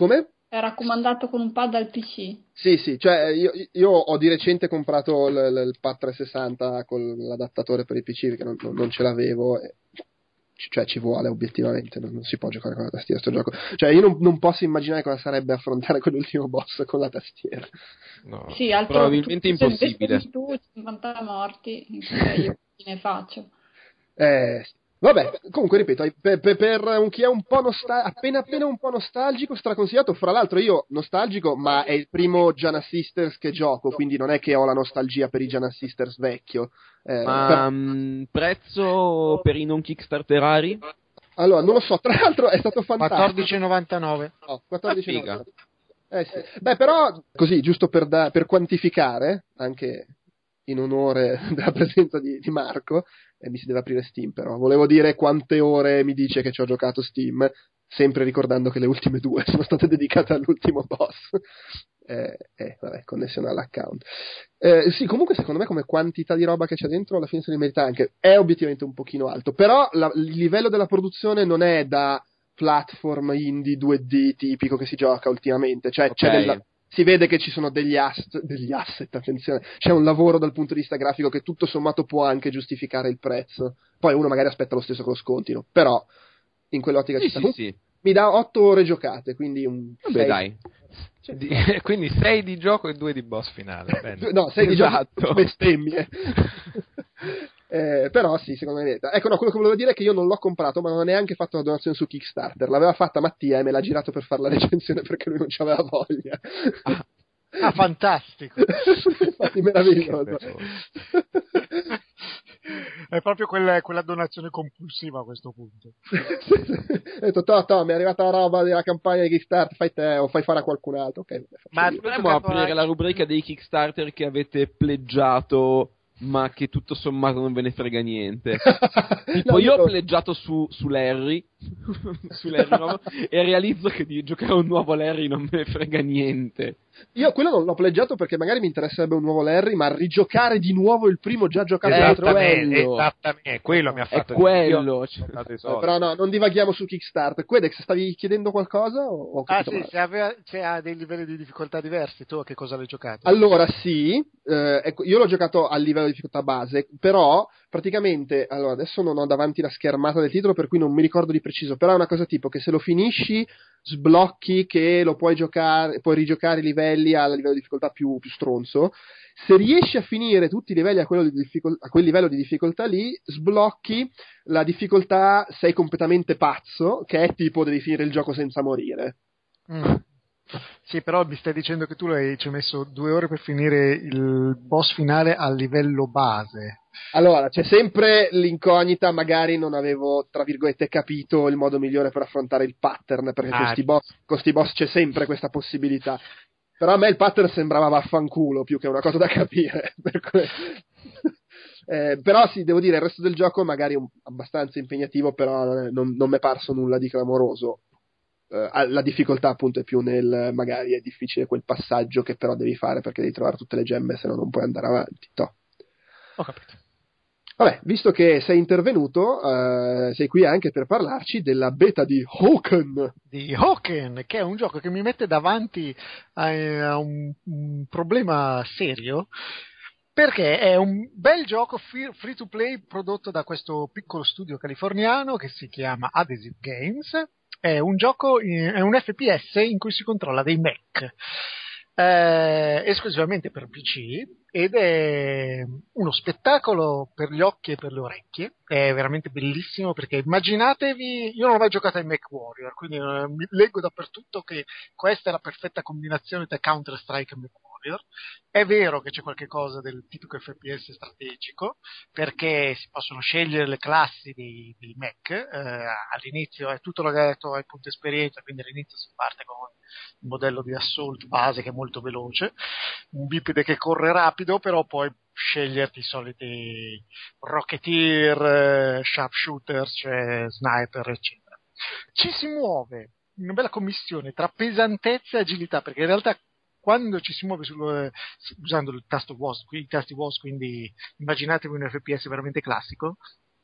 Era comandato con un pad al P C. Sì, sì, cioè io, io ho di recente comprato il, il pad trecentosessanta con l'adattatore per il P C perché non, non ce l'avevo, e, cioè ci vuole obiettivamente, non, non si può giocare con la tastiera sto gioco. Cioè io non, non posso immaginare cosa sarebbe affrontare quell'ultimo boss con la tastiera. No, sì, altro, probabilmente tu, impossibile. Se tu cinquanta morti, io ne faccio. Eh, vabbè, comunque ripeto, per, per, per un chi è un po' nostal- appena appena un po' nostalgico, straconsigliato. Fra l'altro io nostalgico, ma è il primo Giana Sisters che gioco, quindi non è che ho la nostalgia per i Giana Sisters vecchio. Eh, Ma per... mh, prezzo per i non Kickstarterari? Allora, non lo so, tra l'altro è stato fantastico. quattordici e novantanove. No, quattordici e novantanove. Eh sì. Beh, però, così, giusto per, da- per quantificare, anche in onore della presenza di, di Marco, e mi si deve aprire Steam però, volevo dire quante ore mi dice che ci ho giocato Steam, sempre ricordando che le ultime due sono state dedicate all'ultimo boss. Eh, eh, vabbè, connessione all'account. Eh, sì, comunque secondo me come quantità di roba che c'è dentro alla fine se ne merita anche, è obiettivamente un pochino alto, però la, il livello della produzione non è da platform indie due D tipico che si gioca ultimamente, cioè Okay. c'è della, si vede che ci sono degli asset, degli asset, attenzione, c'è un lavoro dal punto di vista grafico che tutto sommato può anche giustificare il prezzo, poi uno magari aspetta lo stesso che lo scontino, però in quell'ottica Sì, ci sta. sì, sì. Mi dà otto ore giocate, quindi un Vabbè, sei. dai. Cioè, Di- quindi sei di gioco e due di boss finale. Bene. no, sei Esatto. di gioco bestemmie. Eh, però sì, secondo me merita. Ecco, no, quello che volevo dire è che io non l'ho comprato, ma non ho neanche fatto la donazione su Kickstarter. L'aveva fatta Mattia e me l'ha girato per fare la recensione perché lui non c'aveva voglia. Ah, ah, fantastico. Infatti meraviglioso. È proprio quella, quella donazione compulsiva a questo punto. Ho detto, to, to, mi è arrivata la roba della campagna di Kickstarter, fai te o fai fare a qualcun altro. Ok, vabbè, Ma io. Potremmo aprire la rubrica dei Kickstarter che avete pleggiato ma che tutto sommato non ve ne frega niente. Tipo No, io io- ho pleggiato su, su Larry, su Larry nuovo, e realizzo che di giocare un nuovo Larry non me ne frega niente. Io quello non l'ho pleggiato perché magari mi interesserebbe un nuovo Larry, ma rigiocare di nuovo il primo già giocato l'altro Esattamente, quello. esattamente, quello mi ha È fatto quello, io- cioè. ho dato i Eh, soldi. però no, non divaghiamo su Kickstarter. Quedex, stavi chiedendo qualcosa? O ho Ah capito sì, male? se, aveva, se ha dei livelli di difficoltà diversi, tu a che cosa l'hai giocato? Allora sì, eh, ecco, io l'ho giocato a livello di difficoltà base, però praticamente, allora adesso non ho davanti la schermata del titolo per cui non mi ricordo di preciso, però è una cosa tipo che se lo finisci sblocchi che lo puoi giocare, puoi rigiocare i livelli a livello di difficoltà più, più stronzo. Se riesci a finire tutti i livelli a, quello di difficol- a quel livello di difficoltà lì, sblocchi la difficoltà sei completamente pazzo, che è tipo devi finire il gioco senza morire. Mm. Sì, però mi stai dicendo che tu hai, ci hai messo due ore per finire il boss finale a livello base. Allora, c'è sempre l'incognita, magari non avevo, tra virgolette, capito il modo migliore per affrontare il pattern, perché Ah, con sti boss, con sti boss c'è sempre questa possibilità. Però a me il pattern sembrava vaffanculo, più che una cosa da capire. Per cui... eh, però sì, devo dire, il resto del gioco magari un, abbastanza impegnativo, però non, è- non, non mi è parso nulla di clamoroso. Eh, la difficoltà appunto è più nel, magari è difficile quel passaggio che però devi fare perché devi trovare tutte le gemme, se no non puoi andare avanti. Toh. Ho capito. Vabbè, visto che sei intervenuto, eh, sei qui anche per parlarci della beta di Hoken. Di Hoken, che è un gioco che mi mette davanti a, a un, un problema serio, perché è un bel gioco free, free to play prodotto da questo piccolo studio californiano che si chiama Adhesive Games. È un gioco, in- è un F P S in cui si controlla dei mech, eh, esclusivamente per P C, ed è uno spettacolo per gli occhi e per le orecchie. È veramente bellissimo, perché immaginatevi, io non ho mai giocato ai Mech Warrior, quindi eh, mi leggo dappertutto che questa è la perfetta combinazione tra Counter Strike e Mech Warrior. È vero che c'è qualche cosa del tipico F P S strategico, perché si possono scegliere le classi dei, dei mech. Eh, all'inizio è tutto legato ai punti esperienza, quindi all'inizio si parte con il modello di assault base che è molto veloce, un bipede che corre rapido, però puoi sceglierti i soliti rocketeer, eh, sharpshooters, cioè sniper, eccetera. Ci si muove in una bella commissione tra pesantezza e agilità, perché in realtà quando ci si muove sul, eh, usando il tasto W A S D, i tasti W A S D, quindi immaginatevi un F P S veramente classico,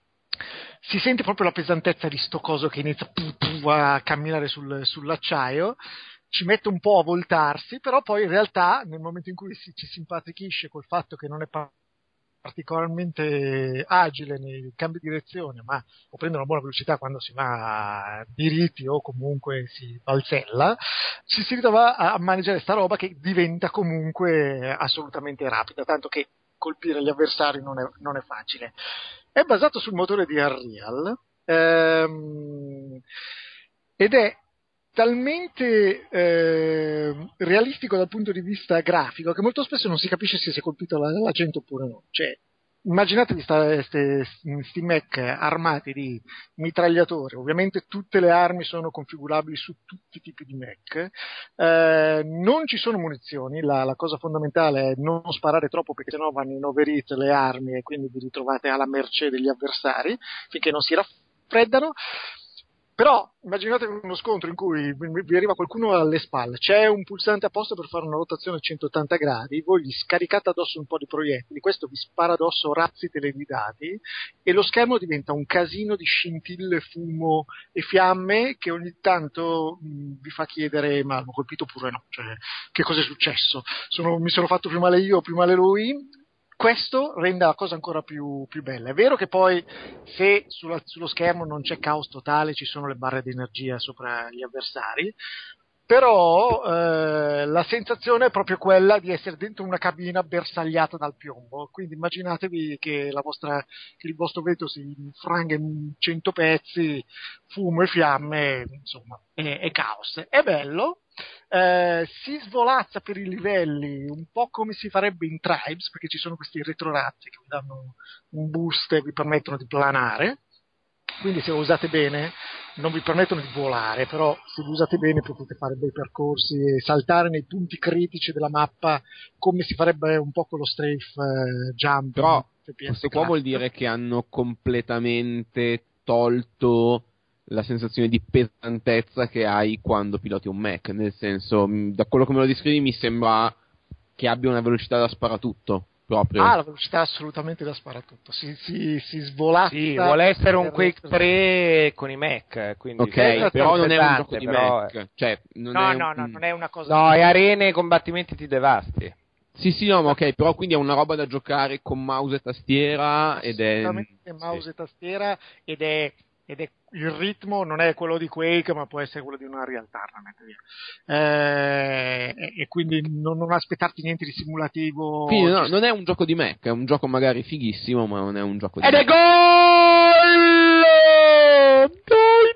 si sente proprio la pesantezza di sto coso che inizia pu, pu, a camminare sul, sull'acciaio, ci mette un po' a voltarsi, però poi in realtà nel momento in cui si, ci simpatichisce col fatto che non è pa- particolarmente agile nei cambi di direzione, ma può prendere una buona velocità quando si va diritti o comunque si balzella, ci si ritrova a maneggiare sta roba che diventa comunque assolutamente rapida, tanto che colpire gli avversari non è, non è facile. È basato sul motore di Unreal ehm, ed è talmente eh, realistico dal punto di vista grafico che molto spesso non si capisce se si è colpito la, la gente oppure no. Cioè, immaginatevi questi mech armati di mitragliatori, ovviamente tutte le armi sono configurabili su tutti i tipi di mech, eh, non ci sono munizioni, la, la cosa fondamentale è non sparare troppo perché sennò vanno in overheat le armi e quindi vi ritrovate alla mercé degli avversari finché non si raffreddano. Però immaginatevi uno scontro in cui vi arriva qualcuno alle spalle, c'è un pulsante apposta per fare una rotazione a centottanta gradi, voi gli scaricate addosso un po' di proiettili, questo vi spara addosso razzi teleguidati e lo schermo diventa un casino di scintille, fumo e fiamme che ogni tanto mh, vi fa chiedere ma l'ho colpito oppure no, cioè che cosa è successo, sono, mi sono fatto più male io o più male lui. Questo rende la cosa ancora più, più bella. È vero che poi se sulla, sullo schermo non c'è caos totale, ci sono le barre di energia sopra gli avversari, però eh, la sensazione è proprio quella di essere dentro una cabina bersagliata dal piombo. Quindi immaginatevi che, la vostra, che il vostro vetro si infranga in cento pezzi, fumo e fiamme, insomma, è, è caos. È bello. Eh, si svolazza per i livelli un po' come si farebbe in Tribes, perché ci sono questi retrorazzi che vi danno un boost e vi permettono di planare, quindi se lo usate bene non vi permettono di volare, però se li usate bene potete fare bei percorsi e saltare nei punti critici della mappa come si farebbe un po' con lo strafe eh, jump. Però questo qua vuol dire che hanno completamente tolto la sensazione di pesantezza che hai quando piloti un mech, nel senso, da quello che me lo descrivi mi sembra che abbia una velocità da sparatutto proprio. Ah, la velocità assolutamente da sparatutto, si, si, si svolazza. Sì, vuole essere un Quake tre con i mech, quindi ok, però non è un gioco di però... mech, cioè, non no, è no, un... no, non è una cosa. No, e arene e combattimenti ti devasti. Sì, sì, no, ma ok, però quindi è una roba da giocare con mouse e tastiera ed è... Assolutamente mouse sì. e tastiera ed è ed è il ritmo non è quello di Quake ma può essere quello di una Real Tournament eh, e, e quindi non, non aspettarti niente di simulativo. Quindi no, non è un gioco di mech, è un gioco magari fighissimo ma non è un gioco di ed mech. Ed è gol!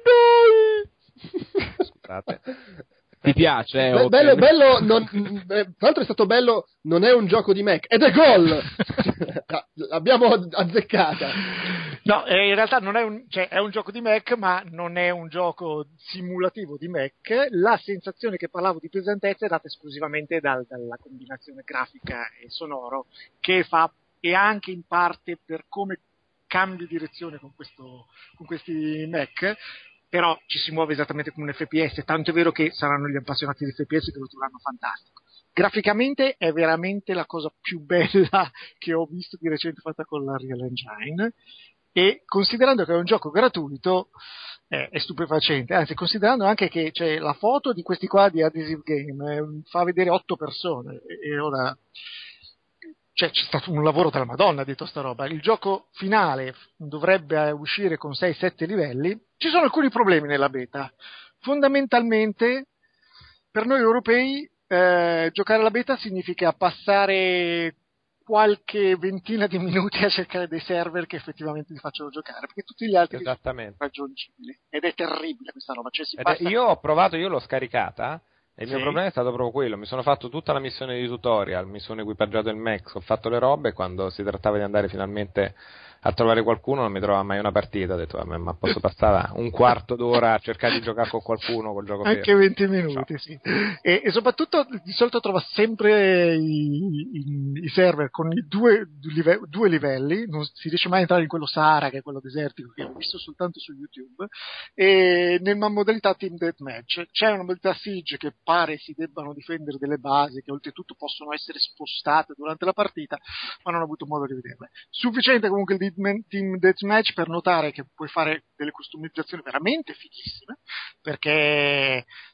Dai dai! Scusate. Ti piace? Eh, Be- bello, bello, non, eh, tra l'altro è stato bello, non è un gioco di mech, ed è gol! L'abbiamo azzeccata. No, eh, in realtà non è un, cioè, è un gioco di mech, ma non è un gioco simulativo di mech. La sensazione che parlavo di pesantezza è data esclusivamente dal, dalla combinazione grafica e sonoro, che fa, e anche in parte per come cambi direzione con, questo, con questi mech. Però ci si muove esattamente come un F P S, tanto è vero che saranno gli appassionati di F P S che lo troveranno fantastico. Graficamente è veramente la cosa più bella che ho visto di recente fatta con la Real Engine, e considerando che è un gioco gratuito eh, è stupefacente, anzi considerando anche che c'è la foto di questi qua di Adhesive Game eh, fa vedere otto persone e, e ora... Cioè, c'è stato un lavoro della Madonna dietro sta roba. Il gioco finale dovrebbe uscire con sei sette livelli. Ci sono alcuni problemi nella beta. Fondamentalmente, per noi europei, eh, giocare alla beta significa passare qualche ventina di minuti a cercare dei server che effettivamente ti facciano giocare, perché tutti gli altri sono raggiungibili. Ed è terribile questa roba. Cioè, si Ed passa... è, io ho provato, io l'ho scaricata. E il sì. mio problema è stato proprio quello, mi sono fatto tutta la missione di tutorial, mi sono equipaggiato il mech, ho fatto le robe e quando si trattava di andare finalmente a trovare qualcuno non mi trovava mai una partita, ho detto vabbè, ma posso passare un quarto d'ora a cercare di giocare con qualcuno col gioco anche fermo. venti minuti, no. Sì. E, e soprattutto di solito trova sempre i, i, i server con i due, due livelli, non si riesce mai a entrare in quello Sahara che è quello desertico che ho visto soltanto su YouTube, e nella modalità Team Deathmatch c'è una modalità Siege che pare si debbano difendere delle basi che oltretutto possono essere spostate durante la partita, ma non ho avuto modo di vederle. Sufficiente comunque il Team Deathmatch per notare che puoi fare delle customizzazioni veramente fighissime, perché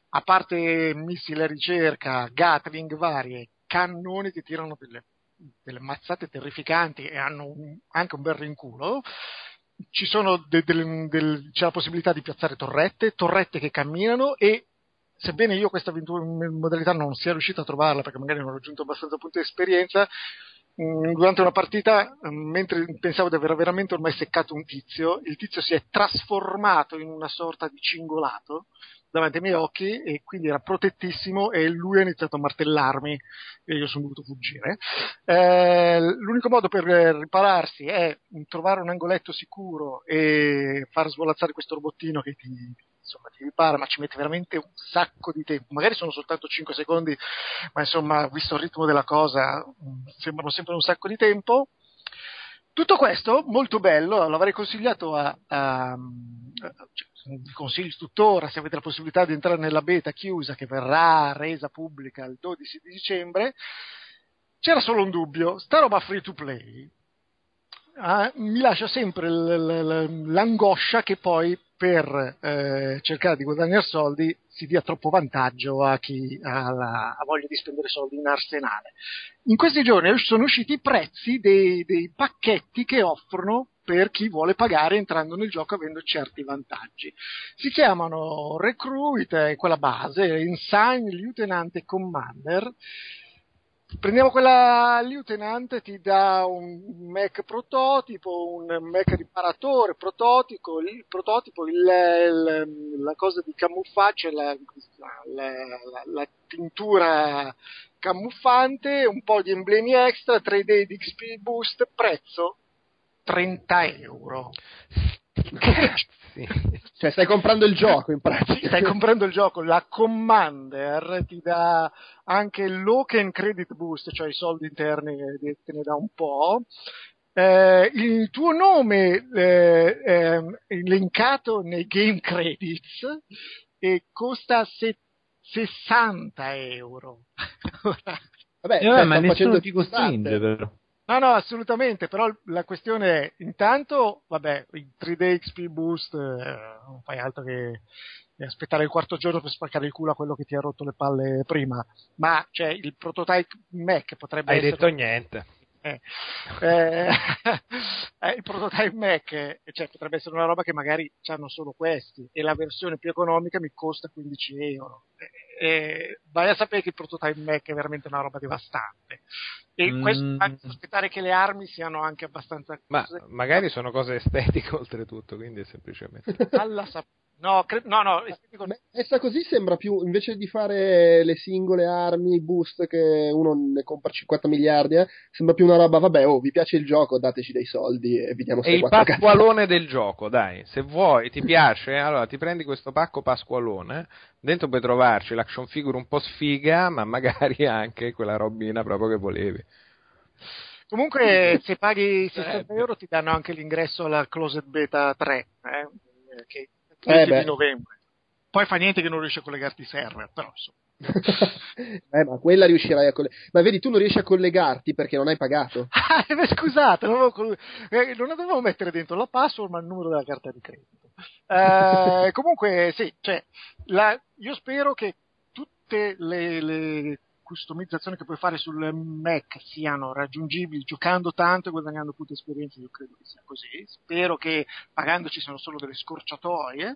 a parte missili a ricerca, Gatling varie, cannoni che tirano delle, delle mazzate terrificanti e hanno un, anche un bel rinculo. Ci sono de, de, de, c'è la possibilità di piazzare torrette, torrette che camminano, e sebbene io questa modalità non sia riuscito a trovarla perché magari non ho raggiunto abbastanza punti di esperienza, durante una partita, mentre pensavo di aver veramente ormai seccato un tizio, il tizio si è trasformato in una sorta di cingolato davanti ai miei occhi, e quindi era protettissimo, e lui ha iniziato a martellarmi e io sono dovuto fuggire. Eh, l'unico modo per ripararsi è trovare un angoletto sicuro e far svolazzare questo robottino che ti, insomma, ti ripara, ma ci mette veramente un sacco di tempo. Magari sono soltanto cinque secondi, ma insomma, visto il ritmo della cosa, sembrano sempre un sacco di tempo. Tutto questo molto bello, l'avrei consigliato a, a, a vi consiglio tuttora, se avete la possibilità di entrare nella beta chiusa che verrà resa pubblica il dodici di dicembre. C'era solo un dubbio: sta roba free to play ah, mi lascia sempre l- l- l'angoscia che poi per eh, cercare di guadagnare soldi si dia troppo vantaggio a chi ha, la, ha voglia di spendere soldi in arsenale. In questi giorni sono usciti i prezzi dei, dei pacchetti che offrono per chi vuole pagare entrando nel gioco avendo certi vantaggi. Si chiamano Recruit, quella base, Ensign, Lieutenant e Commander. Prendiamo quella Lieutenant, ti dà un mech prototipo, un mech riparatore prototipo, il prototipo, il, il, la cosa di camuffaggio, la, la, la, la tintura camuffante, un po' di emblemi extra, tre D di X P boost, prezzo trenta euro. Cioè stai comprando il gioco in pratica. Stai comprando il gioco. La Commander ti dà anche il Loken Credit Boost, cioè i soldi interni te ne dà un po'. Eh, il tuo nome eh, è elencato nei game credits e costa se- sessanta euro. Vabbè, eh, cioè, ma nessuno facendo ti costringe però. No, no, assolutamente, però la questione è, intanto, vabbè, il tre D X P Boost, eh, non fai altro che aspettare il quarto giorno per spaccare il culo a quello che ti ha rotto le palle prima, ma cioè il prototype Mac potrebbe Hai essere... detto niente. Eh, eh, eh, il prototype Mac, cioè, potrebbe essere una roba che magari hanno solo questi, e la versione più economica mi costa quindici euro. Eh, eh, vai a sapere che il prototype Mac è veramente una roba devastante. E mm. questo anche aspettare che le armi siano anche abbastanza... Ma magari sono cose estetiche oltretutto, quindi è semplicemente... Alla sap- no, cre- no, no, estetico... Messa così sembra più, invece di fare le singole armi, boost, che uno ne compra cinquanta miliardi, eh, sembra più una roba, vabbè, oh, vi piace il gioco, dateci dei soldi e vi diamo È il quattro pasqualone del gioco, dai, se vuoi, ti piace, allora ti prendi questo pacco pasqualone, dentro puoi trovarci l'action figure un po' sfiga, ma magari anche quella robina proprio che volevi. Comunque, se paghi sessanta euro ti danno anche l'ingresso alla Closed Beta tre, eh, che è il eh di novembre. Poi fa niente che non riesci a collegarti ai server, però insomma. eh, ma quella riuscirai a collegarti. Ma vedi, tu non riesci a collegarti perché non hai pagato. Ah, scusate, non avevo, coll- eh, non dovevo mettere dentro la password, ma il numero della carta di credito. Eh, comunque, sì, cioè, la, io spero che tutte le, le customizzazioni che puoi fare sul Mac siano raggiungibili giocando tanto e guadagnando punti esperienza. Io credo che sia così. Spero che pagandoci siano solo delle scorciatoie,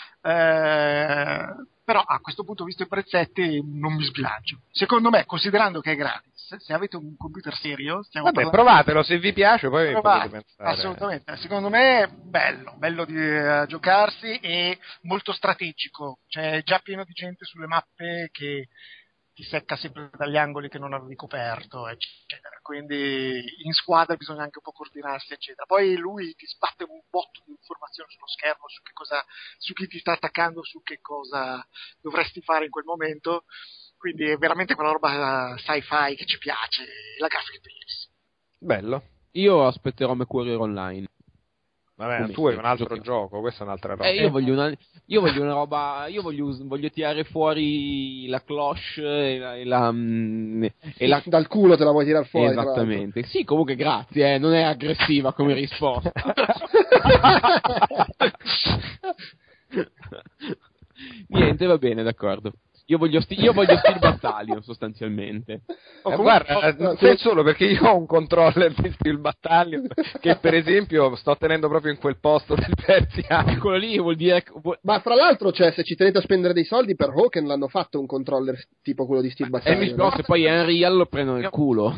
eh, però a questo punto, visto i prezzetti, non mi sbilancio. Secondo me, considerando che è gratis, se avete un computer serio, stiamo Vabbè, parlando... provatelo, se vi piace poi Provate, potete pensare. assolutamente, secondo me è bello, bello di uh, giocarsi e molto strategico, c'è già pieno di gente sulle mappe che ti secca sempre dagli angoli che non avevi coperto, eccetera. Quindi in squadra bisogna anche un po' coordinarsi, eccetera. Poi lui ti sbatte un botto di informazioni sullo schermo su che cosa, su chi ti sta attaccando, su che cosa dovresti fare in quel momento. Quindi è veramente quella roba sci-fi che ci piace, la grafica è bellissima. Bello. Io aspetterò MechWarrior Online. Vabbè, Come tu hai un altro giochi. gioco, questa è un'altra roba. Eh, io voglio una, io voglio una roba, io voglio, voglio tirare fuori la cloche e la, e la, mm, e la... Dal culo te la vuoi tirare fuori. Esattamente. Sì, comunque grazie, eh, non è aggressiva come risposta. Niente, va bene, d'accordo. Io voglio, sti- io voglio Steel Battalion sostanzialmente. Oh, eh, guarda, non sei solo perché io ho un controller di Steel Battalion che per esempio sto tenendo proprio in quel posto del Persia. Quello lì vuol dire che... Ma fra l'altro, cioè, se ci tenete a spendere dei soldi, per Hawken l'hanno fatto un controller tipo quello di Steel E Battalion. mi spiace, se poi è Unreal lo prendono nel culo.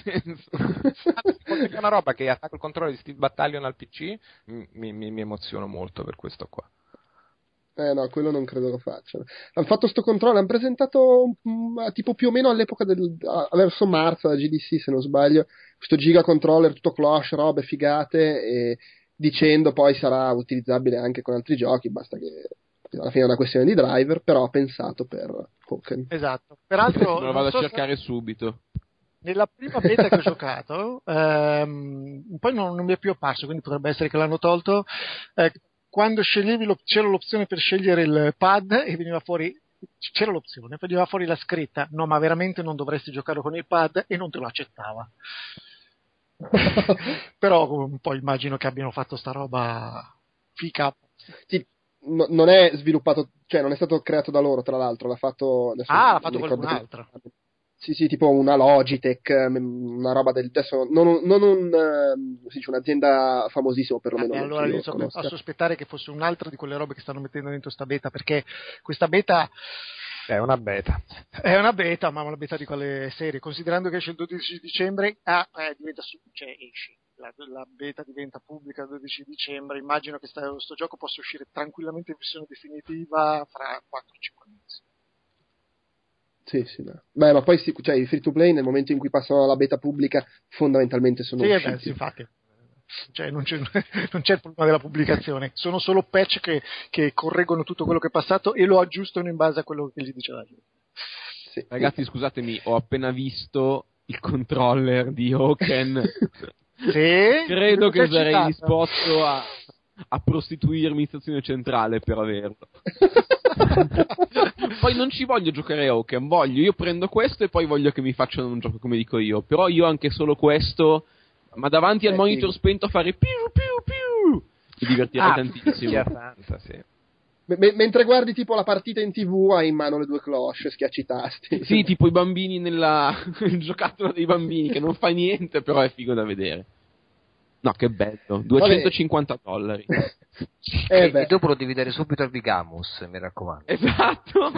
C'è una roba che attacca il controller di Steel Battalion al P C, mi, mi, mi emoziono molto per questo qua. Eh no, quello non credo lo facciano. Hanno fatto sto controllo, hanno presentato mh, tipo più o meno all'epoca del a, verso marzo alla G D C, se non sbaglio, questo giga controller tutto cloche, robe figate, e dicendo poi sarà utilizzabile anche con altri giochi, basta che alla fine è una questione di driver, però pensato per Hawken. Esatto. Peraltro lo vado so a cercare se... subito. Nella prima beta che ho giocato, ehm, poi non, non mi è più apparso, quindi potrebbe essere che l'hanno tolto. Eh, quando sceglievi l'op- c'era l'opzione per scegliere il pad e veniva fuori, c'era l'opzione, veniva fuori la scritta: no, ma veramente non dovresti giocare con il pad, e non te lo accettava. Però poi immagino che abbiano fatto sta roba fica. Sì, no, non è sviluppato, cioè non è stato creato da loro, tra l'altro, l'ha fatto adesso Ah, l'ha non fatto mi ricordo qualcun che- altro. Sì, sì, tipo una Logitech, una roba del adesso non, un- non un ehm, si dice, un'azienda famosissima, perlomeno E non allora che io inizio a conosca. sospettare che fosse un'altra di quelle robe che stanno mettendo dentro sta beta, perché questa beta È una beta. è una beta, ma una beta di quelle serie, considerando che esce il dodici dicembre, ah, eh, diventa su- cioè esce. La, la beta diventa pubblica il dodici dicembre, immagino che sta, sto gioco possa uscire tranquillamente in versione definitiva fra quattro cinque mesi. Sì, sì, no. Beh, ma poi sì, cioè, i free to play nel momento in cui passano alla beta pubblica fondamentalmente sono Sì, eh usciti. beh, sì, infatti. Cioè, non, c'è, non c'è il problema della pubblicazione, sono solo patch che, che correggono tutto quello che è passato e lo aggiustano in base a quello che gli dice la gente. Sì. Ragazzi, scusatemi, ho appena visto il controller di Hawken. Sì, Credo che l'ho sarei citato. disposto a, a prostituirmi in stazione centrale per averlo. Poi non ci voglio giocare a Hawken, voglio, io prendo questo e poi voglio che mi facciano un gioco come dico io. Però io anche solo questo, ma davanti al Eh, monitor sì. spento a fare piu piu piu, mi divertirei Ah, tantissimo. abbastanza, sì. M- mentre guardi tipo la partita in tv hai in mano le due cloche, schiacci i tasti. Sì, tipo i bambini nella il giocattolo dei bambini che non fa niente, però è figo da vedere. No, che bello, duecentocinquanta dollari. Eh e, beh. e dopo lo devi dare subito al Vigamus, mi raccomando. Esatto.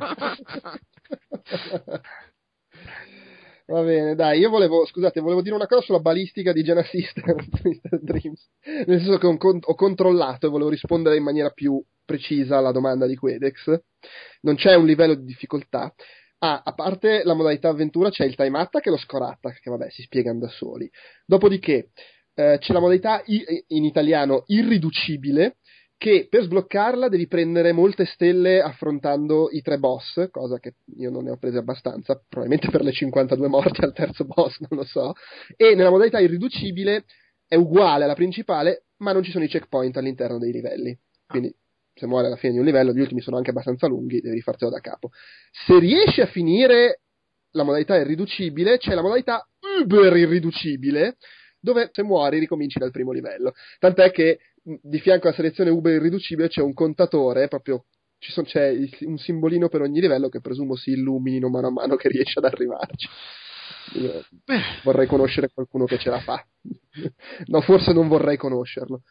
Va bene, dai, io volevo, scusate, volevo dire una cosa sulla balistica di Genesis Twisted Dreams, nel senso che ho, con- ho controllato e volevo rispondere in maniera più precisa alla domanda di Quedex. Non c'è un livello di difficoltà. Ah, a parte la modalità avventura c'è il time attack e lo score attack, che vabbè si spiegano da soli. Dopodiché eh, c'è la modalità i- in italiano irriducibile, che per sbloccarla devi prendere molte stelle affrontando i tre boss, cosa che io non ne ho prese abbastanza, probabilmente per le cinquantadue morti al terzo boss, non lo so, e nella modalità irriducibile è uguale alla principale, ma non ci sono i checkpoint all'interno dei livelli, quindi se muori alla fine di un livello, gli ultimi sono anche abbastanza lunghi, devi rifartelo da capo. Se riesci a finire la modalità irriducibile, c'è la modalità uber irriducibile, dove se muori ricominci dal primo livello, tant'è che di fianco alla selezione Uber irriducibile c'è un contatore, proprio ci son, c'è il, un simbolino per ogni livello che presumo si illuminino mano a mano che riesce ad arrivarci. Io vorrei conoscere qualcuno che ce la fa. No, forse non vorrei conoscerlo.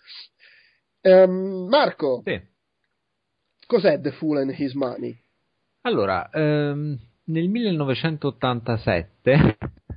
Um, Marco, Sì. cos'è The Fool and His Money? Allora, ehm, nel millenovecentottantasette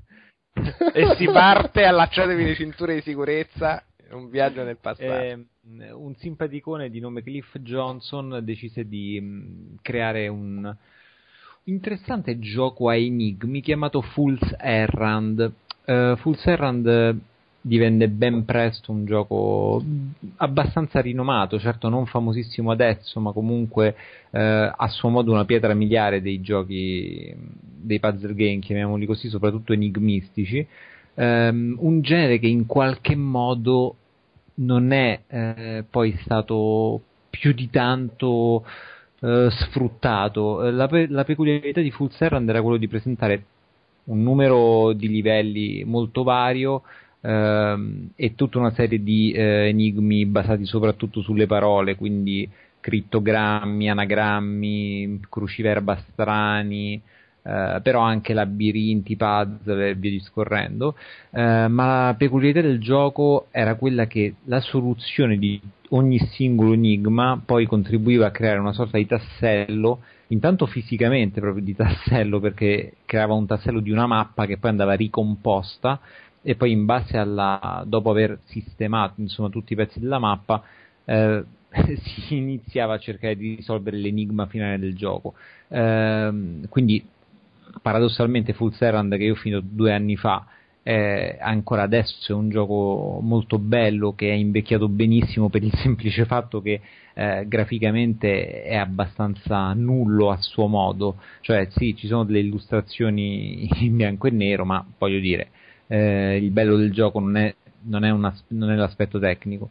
E si parte allacciatevi le cinture di sicurezza, un viaggio nel passato. Eh, un simpaticone di nome Cliff Johnson decise di mh, creare un interessante gioco a enigmi chiamato Fool's Errand. Uh, Fool's Errand divenne ben presto un gioco abbastanza rinomato, certo non famosissimo adesso, ma comunque eh, a suo modo una pietra miliare dei giochi, dei puzzle game, chiamiamoli così, soprattutto enigmistici. Um, un genere che in qualche modo non è eh, poi stato più di tanto eh, sfruttato. La, pe- la peculiarità di Fool's Errand era quello di presentare un numero di livelli molto vario ehm, e tutta una serie di eh, enigmi basati soprattutto sulle parole, quindi crittogrammi, anagrammi, cruciverba strani, eh, però anche labirinti, puzzle e via discorrendo, eh, ma la peculiarità del gioco era quella che la soluzione di ogni singolo enigma poi contribuiva a creare una sorta di tassello, intanto fisicamente proprio di tassello, perché creava un tassello di una mappa che poi andava ricomposta, e poi in base alla, dopo aver sistemato insomma tutti i pezzi della mappa, eh, si iniziava a cercare di risolvere l'enigma finale del gioco. Eh, quindi paradossalmente Fool's Errand, che io ho finito due anni fa, eh, ancora adesso è un gioco molto bello, che è invecchiato benissimo per il semplice fatto che eh, graficamente è abbastanza nullo a suo modo, cioè sì, ci sono delle illustrazioni in bianco e nero, ma voglio dire, eh, il bello del gioco non è, non è, una, non è l'aspetto tecnico.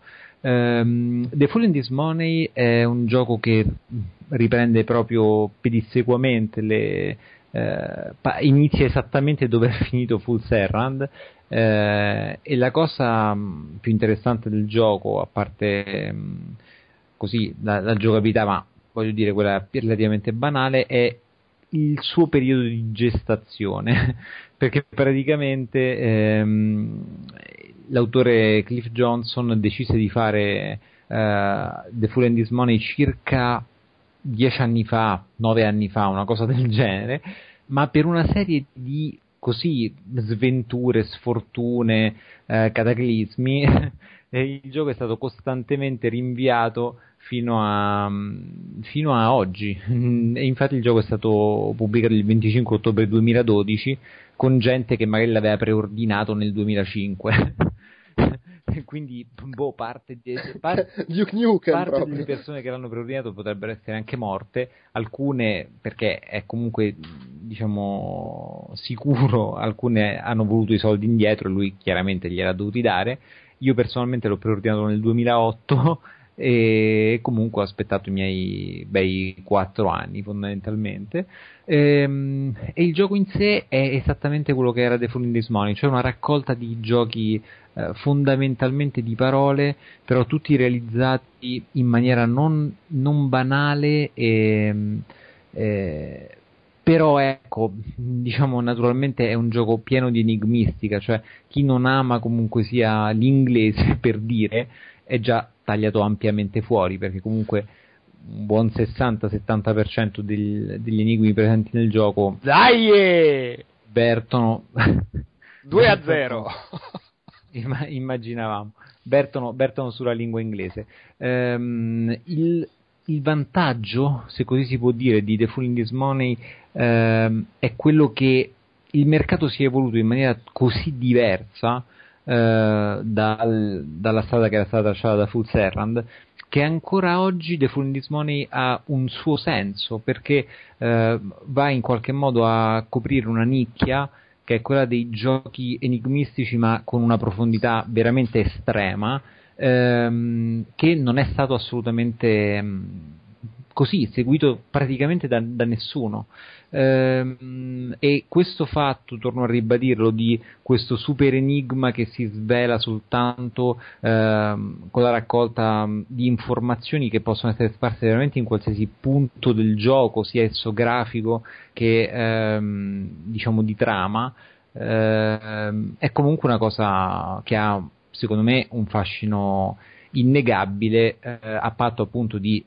Um, The Fool and His Money è un gioco che riprende proprio pedissequamente le Uh, pa- inizia esattamente dove è finito Fool's Errand, uh, e la cosa um, più interessante del gioco, a parte um, così la, la giocabilità, ma voglio dire quella relativamente banale, è il suo periodo di gestazione perché praticamente um, l'autore Cliff Johnson decise di fare uh, The Fool and His Money circa dieci anni fa, nove anni fa, una cosa del genere, ma per una serie di così sventure, sfortune, eh, cataclismi, il gioco è stato costantemente rinviato fino a, fino a oggi. E infatti il gioco è stato pubblicato il venticinque ottobre duemiladodici, con gente che magari l'aveva preordinato nel duemilacinque. Quindi boh, parte, di, parte, Duke Nukem parte proprio. delle persone che l'hanno preordinato potrebbero essere anche morte, alcune perché è comunque diciamo sicuro, alcune hanno voluto i soldi indietro e lui chiaramente gliel'ha dovuti dare. Io personalmente l'ho preordinato nel duemilaotto e comunque ho aspettato i miei bei quattro anni fondamentalmente, ehm, e il gioco in sé è esattamente quello che era The Fool and His Money, cioè una raccolta di giochi eh, fondamentalmente di parole, però tutti realizzati in maniera non, non banale e, eh, però ecco, diciamo naturalmente è un gioco pieno di enigmistica, cioè chi non ama comunque sia l'inglese, per dire, è già tagliato ampiamente fuori, perché comunque un buon sessanta settanta per cento del, degli enigmi presenti nel gioco dai vertono due a zero immaginavamo vertono, vertono sulla lingua inglese. Um, il, il vantaggio, se così si può dire, di The Fool and His Money um, è quello che il mercato si è evoluto in maniera così diversa Uh, dal, dalla strada che era stata tracciata da Fool's Errand, che ancora oggi The Fool and His Money ha un suo senso, perché uh, va in qualche modo a coprire una nicchia che è quella dei giochi enigmistici ma con una profondità veramente estrema, um, che non è stato assolutamente um, così seguito praticamente da, da nessuno. Ehm, e questo fatto, torno a ribadirlo, di questo super enigma che si svela soltanto ehm, con la raccolta di informazioni che possono essere sparse veramente in qualsiasi punto del gioco, sia esso grafico che ehm, diciamo di trama, ehm, è comunque una cosa che ha secondo me un fascino innegabile, eh, a patto appunto di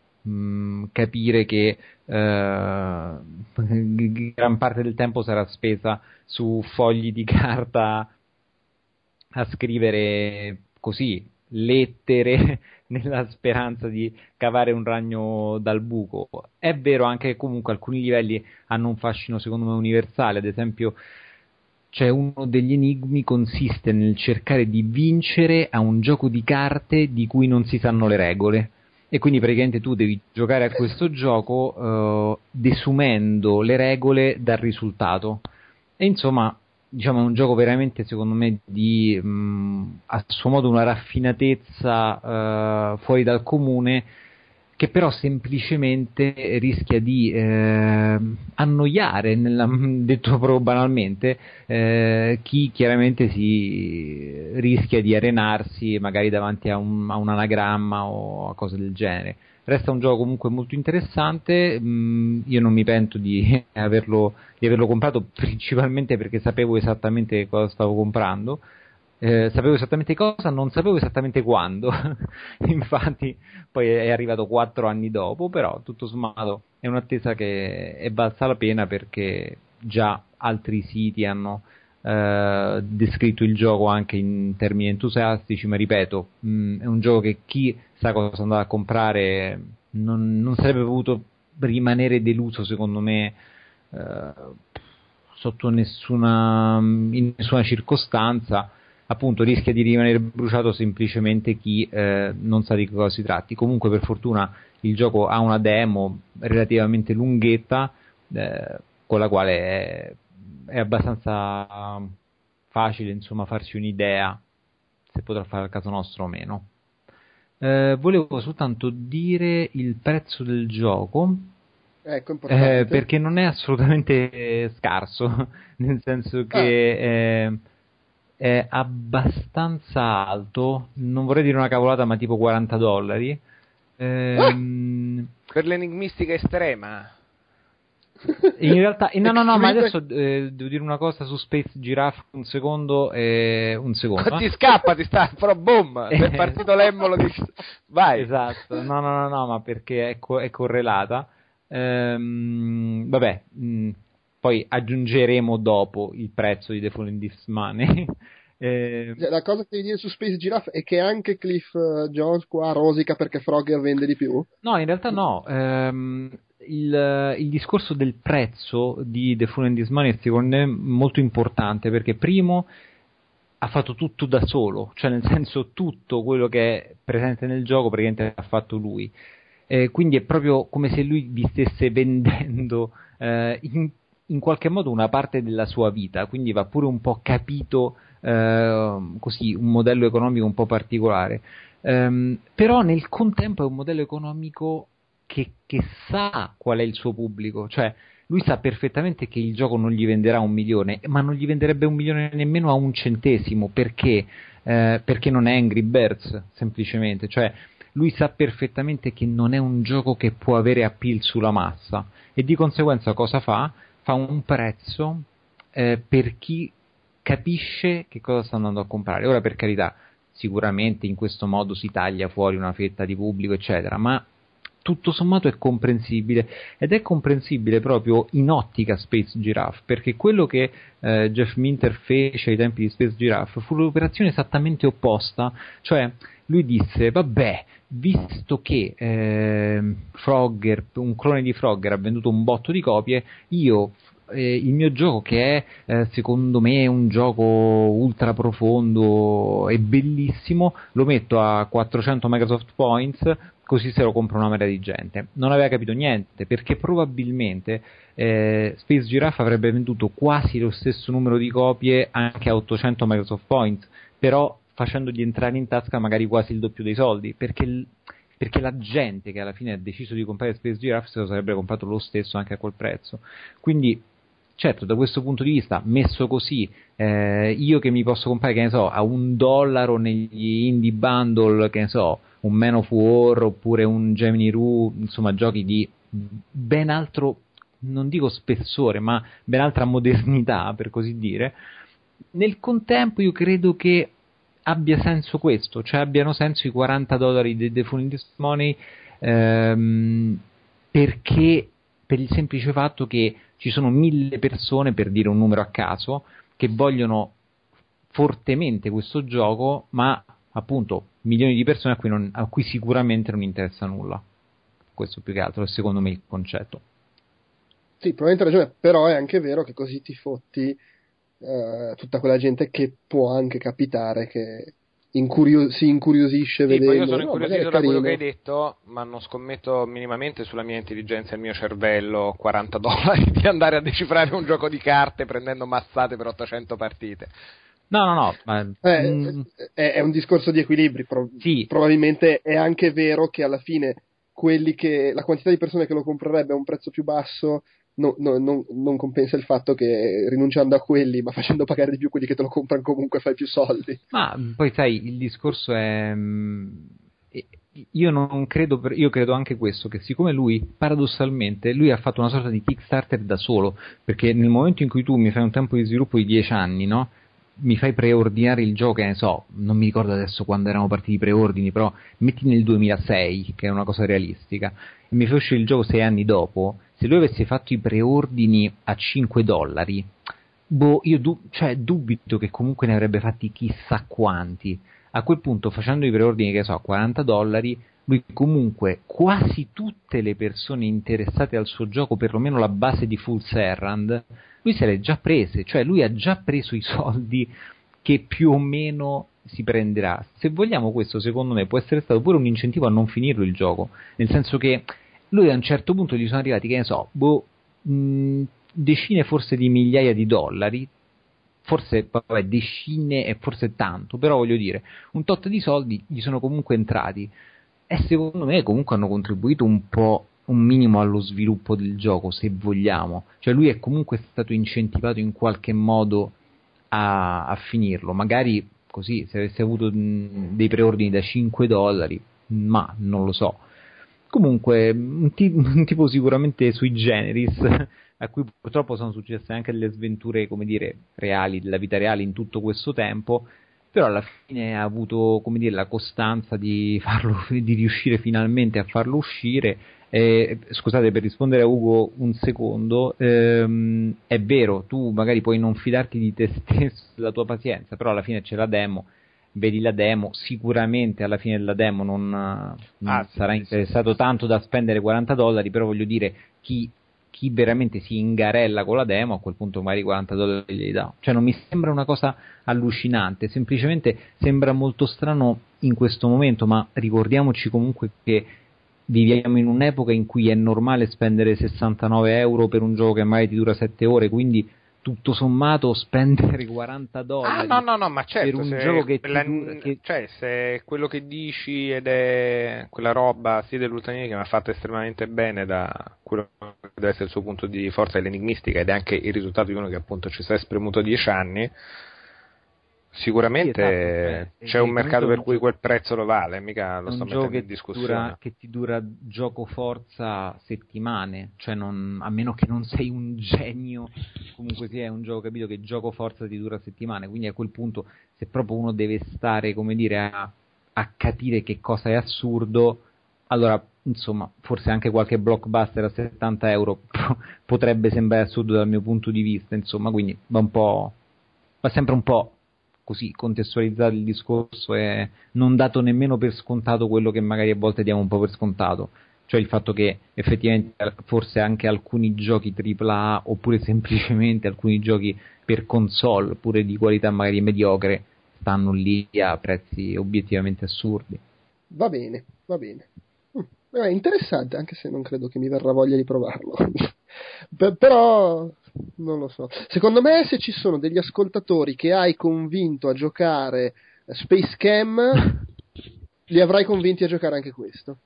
capire che eh, gran parte del tempo sarà spesa su fogli di carta a scrivere così lettere nella speranza di cavare un ragno dal buco. È vero anche che comunque alcuni livelli hanno un fascino secondo me universale, ad esempio c'è uno degli enigmi consiste nel cercare di vincere a un gioco di carte di cui non si sanno le regole. E quindi praticamente tu devi giocare a questo gioco uh, desumendo le regole dal risultato. E insomma, diciamo, è un gioco veramente, secondo me, di mh, a suo modo una raffinatezza uh, fuori dal comune, che però semplicemente rischia di eh, annoiare, nella, detto proprio banalmente, eh, chi chiaramente si rischia di arenarsi magari davanti a un, a un anagramma o a cose del genere. Resta un gioco comunque molto interessante, mh, io non mi pento di averlo, di averlo comprato principalmente perché sapevo esattamente cosa stavo comprando. Eh, sapevo esattamente cosa, non sapevo esattamente quando, infatti poi è arrivato quattro anni dopo, però tutto sommato è un'attesa che è valsa la pena perché già altri siti hanno eh, descritto il gioco anche in termini entusiastici, ma ripeto, mh, è un gioco che chi sa cosa andare a comprare non, non sarebbe potuto rimanere deluso secondo me eh, sotto nessuna, in nessuna circostanza. Appunto rischia di rimanere bruciato semplicemente chi eh, non sa di cosa si tratti. Comunque per fortuna il gioco ha una demo relativamente lunghetta eh, con la quale è, è abbastanza facile insomma farsi un'idea se potrà fare al caso nostro o meno. Eh, volevo soltanto dire il prezzo del gioco. Ecco, importante. Eh, perché non è assolutamente scarso, nel senso che ah. eh, è abbastanza alto, non vorrei dire una cavolata ma tipo quaranta dollari ehm... ah, per l'enigmistica estrema in realtà no no no ma adesso eh, devo dire una cosa su Space Giraffe un secondo eh, un secondo ti scappa ti sta però boom è partito l'emmolo di... vai esatto no no no no ma perché è, co- è correlata ehm, vabbè mh. Poi aggiungeremo dopo il prezzo di The Fallen Leaves Money. eh... La cosa che devi dire su Space Giraffe è che anche Cliff Jones qua rosica perché Frogger vende di più? No, in realtà no. Ehm, il, il discorso del prezzo di The Fallen Leaves Money è secondo me molto importante perché primo ha fatto tutto da solo, cioè nel senso tutto quello che è presente nel gioco praticamente ha fatto lui. Eh, quindi è proprio come se lui vi stesse vendendo eh, in in qualche modo una parte della sua vita, quindi va pure un po' capito eh, così un modello economico un po' particolare, um, però nel contempo è un modello economico che, che sa qual è il suo pubblico, cioè lui sa perfettamente che il gioco non gli venderà un milione, ma non gli venderebbe un milione nemmeno a un centesimo, perché? Eh, perché non è Angry Birds, semplicemente, cioè lui sa perfettamente che non è un gioco che può avere appeal sulla massa, e di conseguenza cosa fa? Fa un prezzo eh, per chi capisce che cosa sta andando a comprare. Ora, per carità, sicuramente in questo modo si taglia fuori una fetta di pubblico, eccetera, ma tutto sommato è comprensibile, ed è comprensibile proprio in ottica Space Giraffe, perché quello che eh, Jeff Minter fece ai tempi di Space Giraffe fu l'operazione esattamente opposta, cioè lui disse, vabbè, visto che eh, Frogger, un clone di Frogger ha venduto un botto di copie, io eh, il mio gioco, che è eh, secondo me un gioco ultra profondo e bellissimo, lo metto a quattrocento Microsoft Points, così se lo compra una marea di gente. Non aveva capito niente, perché probabilmente eh, Space Giraffe avrebbe venduto quasi lo stesso numero di copie anche a ottocento Microsoft Points, però facendogli entrare in tasca magari quasi il doppio dei soldi, perché, perché la gente che alla fine ha deciso di comprare Space Giraffe se lo sarebbe comprato lo stesso anche a quel prezzo. Quindi certo, da questo punto di vista, messo così, eh, io che mi posso comprare, che ne so, a un dollaro negli indie bundle, che ne so, un Man of War oppure un Gemini Rue, insomma giochi di ben altro, non dico spessore, ma ben altra modernità, per così dire, nel contempo io credo che abbia senso questo, cioè abbiano senso i quaranta dollari di The Fallen Leaves Money, ehm, perché per il semplice fatto che ci sono mille persone, per dire un numero a caso, che vogliono fortemente questo gioco, ma appunto milioni di persone a cui, non, a cui sicuramente non interessa nulla. Questo più che altro è secondo me il concetto. Sì, probabilmente hai ragione, però è anche vero che così ti fotti Uh, tutta quella gente che può anche capitare che incurio- si incuriosisce sì, vedendo. Io sono no, incuriosito da quello che hai detto, ma non scommetto minimamente sulla mia intelligenza e il mio cervello quaranta dollari di andare a decifrare un gioco di carte prendendo mazzate per ottocento partite. No, no, no. Ma... Eh, mm... è, è un discorso di equilibri. Pro- sì. Probabilmente è anche vero che alla fine quelli che la quantità di persone che lo comprerebbe a un prezzo più basso no, no, non, non compensa il fatto che rinunciando a quelli ma facendo pagare di più quelli che te lo comprano comunque fai più soldi. Ma poi sai, il discorso è io non credo per, io credo anche questo, che siccome lui paradossalmente lui ha fatto una sorta di Kickstarter da solo, perché nel momento in cui tu mi fai un tempo di sviluppo di dieci anni, no? Mi fai preordinare il gioco, che ne so, non mi ricordo adesso quando erano partiti i preordini, però metti nel duemilasei, che è una cosa realistica, e mi fai uscire il gioco sei anni dopo, se lui avesse fatto i preordini a cinque dollari, boh, io du- cioè, dubito che comunque ne avrebbe fatti chissà quanti. A quel punto, facendo i preordini, che so, a quaranta dollari, lui comunque quasi tutte le persone interessate al suo gioco, perlomeno la base di Fool's Errand, lui se le è già prese, cioè lui ha già preso i soldi che più o meno si prenderà. Se vogliamo, questo secondo me può essere stato pure un incentivo a non finirlo il gioco, nel senso che lui a un certo punto gli sono arrivati, che ne so, boh, mh, decine forse di migliaia di dollari, forse vabbè, decine e forse tanto, però voglio dire, un tot di soldi gli sono comunque entrati e secondo me comunque hanno contribuito un po', un minimo allo sviluppo del gioco, se vogliamo. Cioè lui è comunque stato incentivato in qualche modo a, a finirlo, magari così, se avesse avuto mh, dei preordini da cinque dollari, ma non lo so. Comunque un, t- un tipo sicuramente sui generis, a cui purtroppo sono successe anche delle sventure, come dire, reali, della vita reale in tutto questo tempo, però alla fine ha avuto, come dire, la costanza di farlo, di riuscire finalmente a farlo uscire. Eh, scusate, per rispondere a Ugo un secondo, ehm, è vero, tu magari puoi non fidarti di te stesso, della tua pazienza, però alla fine c'è la demo, vedi la demo, sicuramente alla fine della demo non, non ah, sarà sì, interessato sì, sì. tanto da spendere quaranta dollari, però voglio dire, chi chi veramente si ingarella con la demo a quel punto magari quaranta dollari li dà. Cioè non mi sembra una cosa allucinante, semplicemente sembra molto strano in questo momento, ma ricordiamoci comunque che viviamo in un'epoca in cui è normale spendere sessantanove euro per un gioco che magari ti dura sette ore, quindi tutto sommato spendere quaranta dollari ah, no, no, no, ma certo, per un se gioco che, la, ti dura, che... cioè se quello che dici ed è quella roba sì dell'Ultimate che mi ha fatto estremamente bene da quello che deve essere il suo punto di forza e l'enigmistica ed è anche il risultato di uno che appunto ci si è spremuto dieci anni, sicuramente sì, esatto, c'è un mercato per un cui gioco, quel prezzo lo vale, mica lo sto mettendo in discussione. Dura, che ti dura gioco forza settimane, cioè non, a meno che non sei un genio, comunque sia è un gioco, capito, che gioco forza ti dura settimane, quindi a quel punto se proprio uno deve stare, come dire, a, a capire che cosa è assurdo, allora insomma forse anche qualche blockbuster a settanta euro potrebbe sembrare assurdo dal mio punto di vista, insomma, quindi va un po', va sempre un po' così contestualizzato il discorso e non dato nemmeno per scontato quello che magari a volte diamo un po' per scontato, cioè il fatto che effettivamente forse anche alcuni giochi tripla A oppure semplicemente alcuni giochi per console pure di qualità magari mediocre stanno lì a prezzi obiettivamente assurdi. Va bene, va bene. È interessante, anche se non credo che mi verrà voglia di provarlo. P- però non lo so. Secondo me, se ci sono degli ascoltatori che hai convinto a giocare Space Cam, li avrai convinti a giocare anche questo.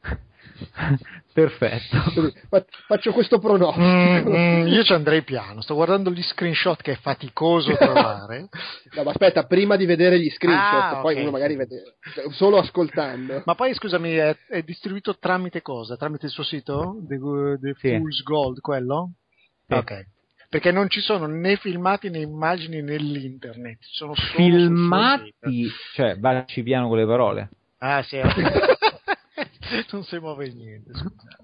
Perfetto. Faccio questo pronostico. Mm, mm, io ci andrei piano. Sto guardando gli screenshot che è faticoso trovare. No, ma aspetta, prima di vedere gli screenshot, ah, poi okay. Uno magari vede solo ascoltando. Ma poi scusami, è, è distribuito tramite cosa? Tramite il suo sito? The, the sì. Fool's Gold, quello? Sì. Ok. Perché non ci sono né filmati né immagini nell'internet, sono solo filmati, cioè vacci piano con le parole. Ah sì. Non si muove niente, scusate.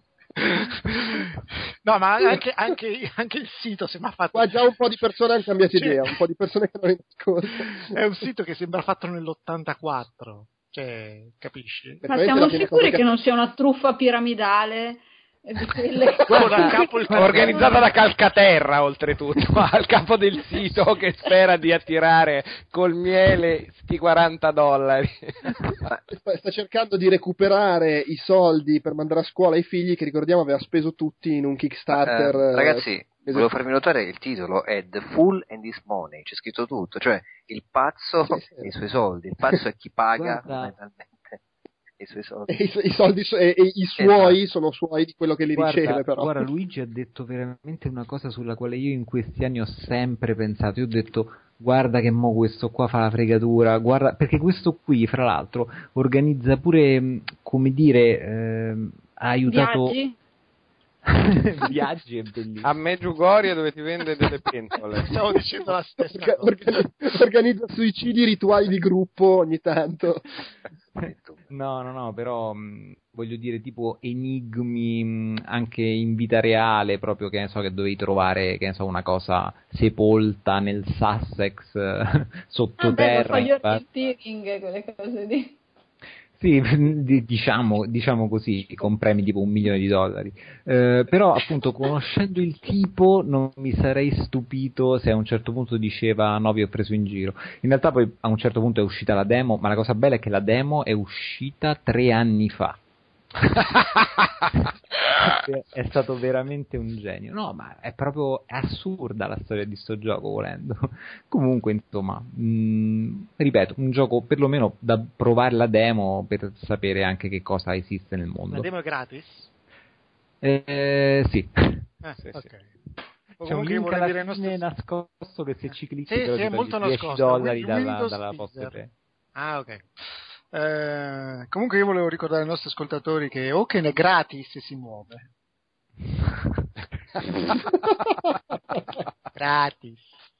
No, ma anche, anche, anche il sito sembra fatto. Qua già un po' di persone hanno cambiato cioè, idea, un po' di persone che non in ascolto. È un sito che sembra fatto nell'ottantaquattro, cioè, capisci? Ma siamo sicuri che non sia una truffa piramidale? Di quelle... Guarda, capo il... organizzata da Calcaterra oltretutto al capo del sito che spera di attirare col miele sti quaranta dollari. Sta cercando di recuperare i soldi per mandare a scuola i figli che ricordiamo aveva speso tutti in un Kickstarter. Eh, ragazzi, volevo farvi notare che il titolo è The Fool and His Money, c'è scritto tutto, cioè il pazzo sì, sì. e i suoi soldi, il pazzo è chi paga Guarda, fondamentalmente. I suoi soldi, e i, i, soldi so- e, e i suoi esatto. sono suoi di quello che li guarda, riceve, però. Guarda, Luigi ha detto veramente una cosa sulla quale io in questi anni ho sempre pensato. Io ho detto, guarda che mo questo qua fa la fregatura, guarda, perché questo qui, fra l'altro, organizza pure, come dire, eh, ha aiutato... Viaggi? Viaggi è bellissimo. A Medjugorje dove ti vende delle pentole. Stavo dicendo la stessa Orga- cosa. organi- organizza suicidi rituali di gruppo ogni tanto. No, no, no, però mh, voglio dire tipo enigmi mh, anche in vita reale, proprio che ne so che dovevi trovare, che ne so, una cosa sepolta nel Sussex eh, sottoterra. Ah, beh, fa... steering, quelle cose lì. Sì, diciamo, diciamo così, con premi tipo un milione di dollari. Eh, però appunto conoscendo il tipo non mi sarei stupito se a un certo punto diceva no, vi ho preso in giro. In realtà poi a un certo punto è uscita la demo, ma la cosa bella è che la demo è uscita tre anni fa. È stato veramente un genio. No, ma è proprio assurda la storia di sto gioco, volendo. Comunque, insomma, mh, ripeto, un gioco perlomeno da provare la demo per sapere anche che cosa esiste nel mondo. La demo è gratis? Eh, sì. Eh, sì, ok. sì. C'è un link alla fine nostro... nascosto che se ci clicchi sì, te lo sì, è molto nascosto. dieci dollari Windows dalla, dalla Teaser. posta. Ah, ok. Eh, comunque io volevo ricordare ai nostri ascoltatori che Oaken è gratis e si muove. Gratis.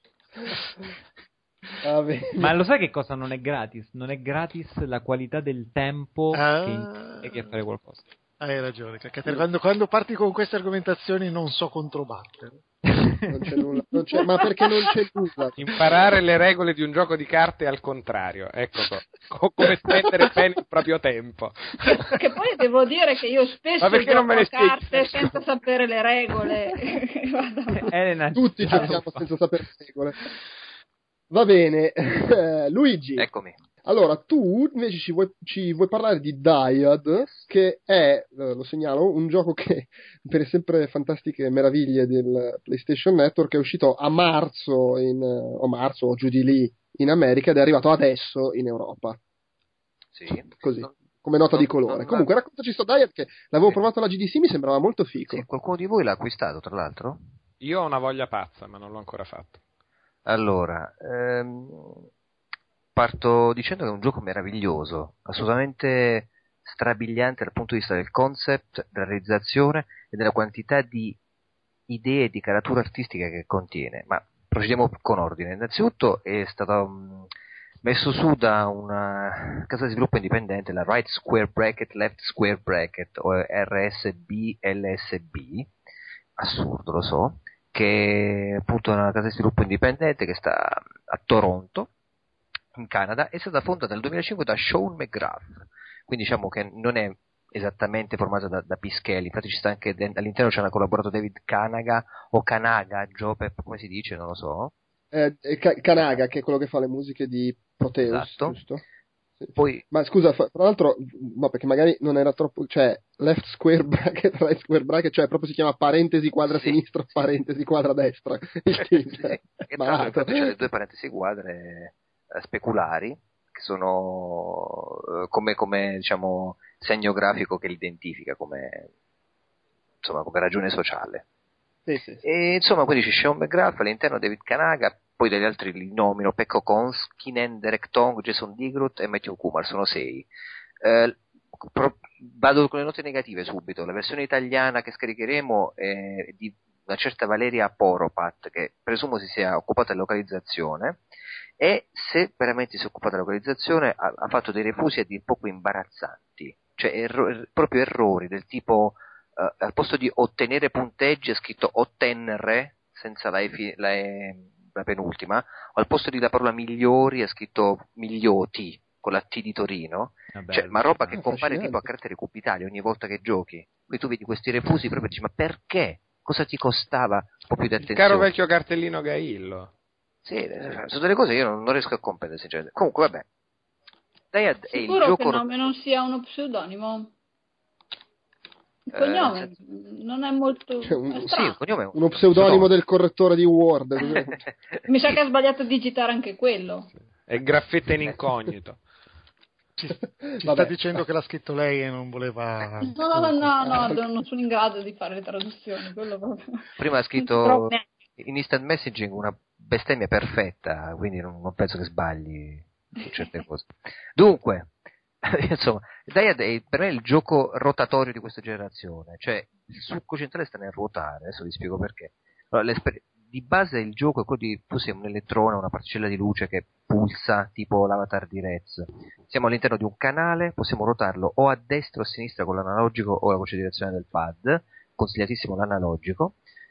Vabbè. Ma lo sai che cosa non è gratis? Non è gratis la qualità del tempo ah, che impieghi a fare qualcosa. Hai ragione, quando, quando parti con queste argomentazioni non so controbattere. Non c'è nulla, non c'è, ma perché non c'è nulla? Imparare le regole di un gioco di carte al contrario, ecco co- come spendere bene il proprio tempo. Che, che poi devo dire che io spesso Ma gioco me a carte senza sapere le regole. Elena, tutti giochiamo senza sapere le regole. Va bene, Luigi. Eccomi. Allora, tu invece ci vuoi, ci vuoi parlare di Dyad, che è, lo segnalo, un gioco che, per le sempre fantastiche meraviglie del PlayStation Network, è uscito a marzo, in, o marzo o giù di lì, in America, ed è arrivato adesso in Europa. Sì. Così, come nota no, di colore. no, Comunque, no. raccontaci sto Dyad, che l'avevo Sì. provato alla G D C, mi sembrava molto fico. Sì, qualcuno di voi l'ha acquistato, tra l'altro? Io ho una voglia pazza, ma non l'ho ancora fatto. Allora, ehm, parto dicendo che è un gioco meraviglioso, assolutamente strabiliante dal punto di vista del concept, della realizzazione e della quantità di idee e di caratura artistica che contiene. Ma procediamo con ordine. Innanzitutto è stato um, messo su da una casa di sviluppo indipendente, la Right Square Bracket, Left Square Bracket, o R S B L S B, assurdo lo so, che è appunto una casa di sviluppo indipendente che sta a Toronto, in Canada. È stata fondata nel duemilacinque da Sean McGrath, quindi diciamo che non è esattamente formata da, da Pischelli, infatti ci sta anche all'interno, c'è una collaborato David Kanaga o Kanaga, Jopep, come si dice, non lo so. Eh, Kanaga, che è quello che fa le musiche di Proteus, esatto. giusto? Sì. Poi, ma scusa, tra l'altro, no, perché magari non era troppo, cioè left square bracket, right square bracket, cioè proprio si chiama parentesi quadra sì, sinistra, sì. parentesi quadra destra. Il sì, team, sì. cioè, E tra l'altro c'è le due parentesi quadre eh, speculari, che sono eh, come, come diciamo segno grafico che li identifica come, insomma, come ragione sociale. Sì, sì, sì. E insomma, quindi c'è Sean McGrath, all'interno David Kanaga, poi dagli altri li nomino Pekko Konskinen, Derek Tong, Jason Digroot e Matthew Kumar, sono sei. Eh, pro, vado con le note negative subito. La versione italiana che scaricheremo è di una certa Valeria Poropat, che presumo si sia occupata della localizzazione, e se veramente si è occupata della localizzazione ha, ha fatto dei refusi a dir poco imbarazzanti, cioè erro, proprio errori del tipo uh, al posto di ottenere punteggi ha scritto ottenere senza la, e, la, e, la penultima, o al posto di la parola migliori ha scritto miglioti con la T di Torino. Vabbè, cioè, ma roba che compare tipo a caratteri cubitali ogni volta che giochi. Poi tu vedi questi refusi proprio e dici, ma perché? Cosa ti costava un po' più di attenzione? Il caro vecchio cartellino Gaillo. Sì, sono delle cose che io non, non riesco a comprendere, sinceramente. Comunque, vabbè. Dyad è il Sicuro gioco... che il nome non sia uno pseudonimo? Il cognome eh, non è molto... Cioè un, è sì, il cognome è un... uno pseudonimo del correttore di Word. Mi sa che ha sbagliato a digitare anche quello. È graffetta in incognito. Ci, ci sta dicendo che l'ha scritto lei e non voleva... No, no, no, non sono in grado di fare le traduzioni. Quello proprio... Prima ha scritto in instant messaging una bestemmia perfetta, quindi non, non penso che sbagli su certe cose. Dunque, insomma, Dyad è per me il gioco rotatorio di questa generazione, cioè il succo centrale sta nel ruotare, adesso vi spiego perché. Allora, di base il gioco è quello di tu sei un elettrone, una particella di luce che pulsa tipo l'avatar di Rez. Siamo all'interno di un canale, possiamo ruotarlo o a destra o a sinistra con l'analogico o la voce di direzione del pad, consigliatissimo l'analogico.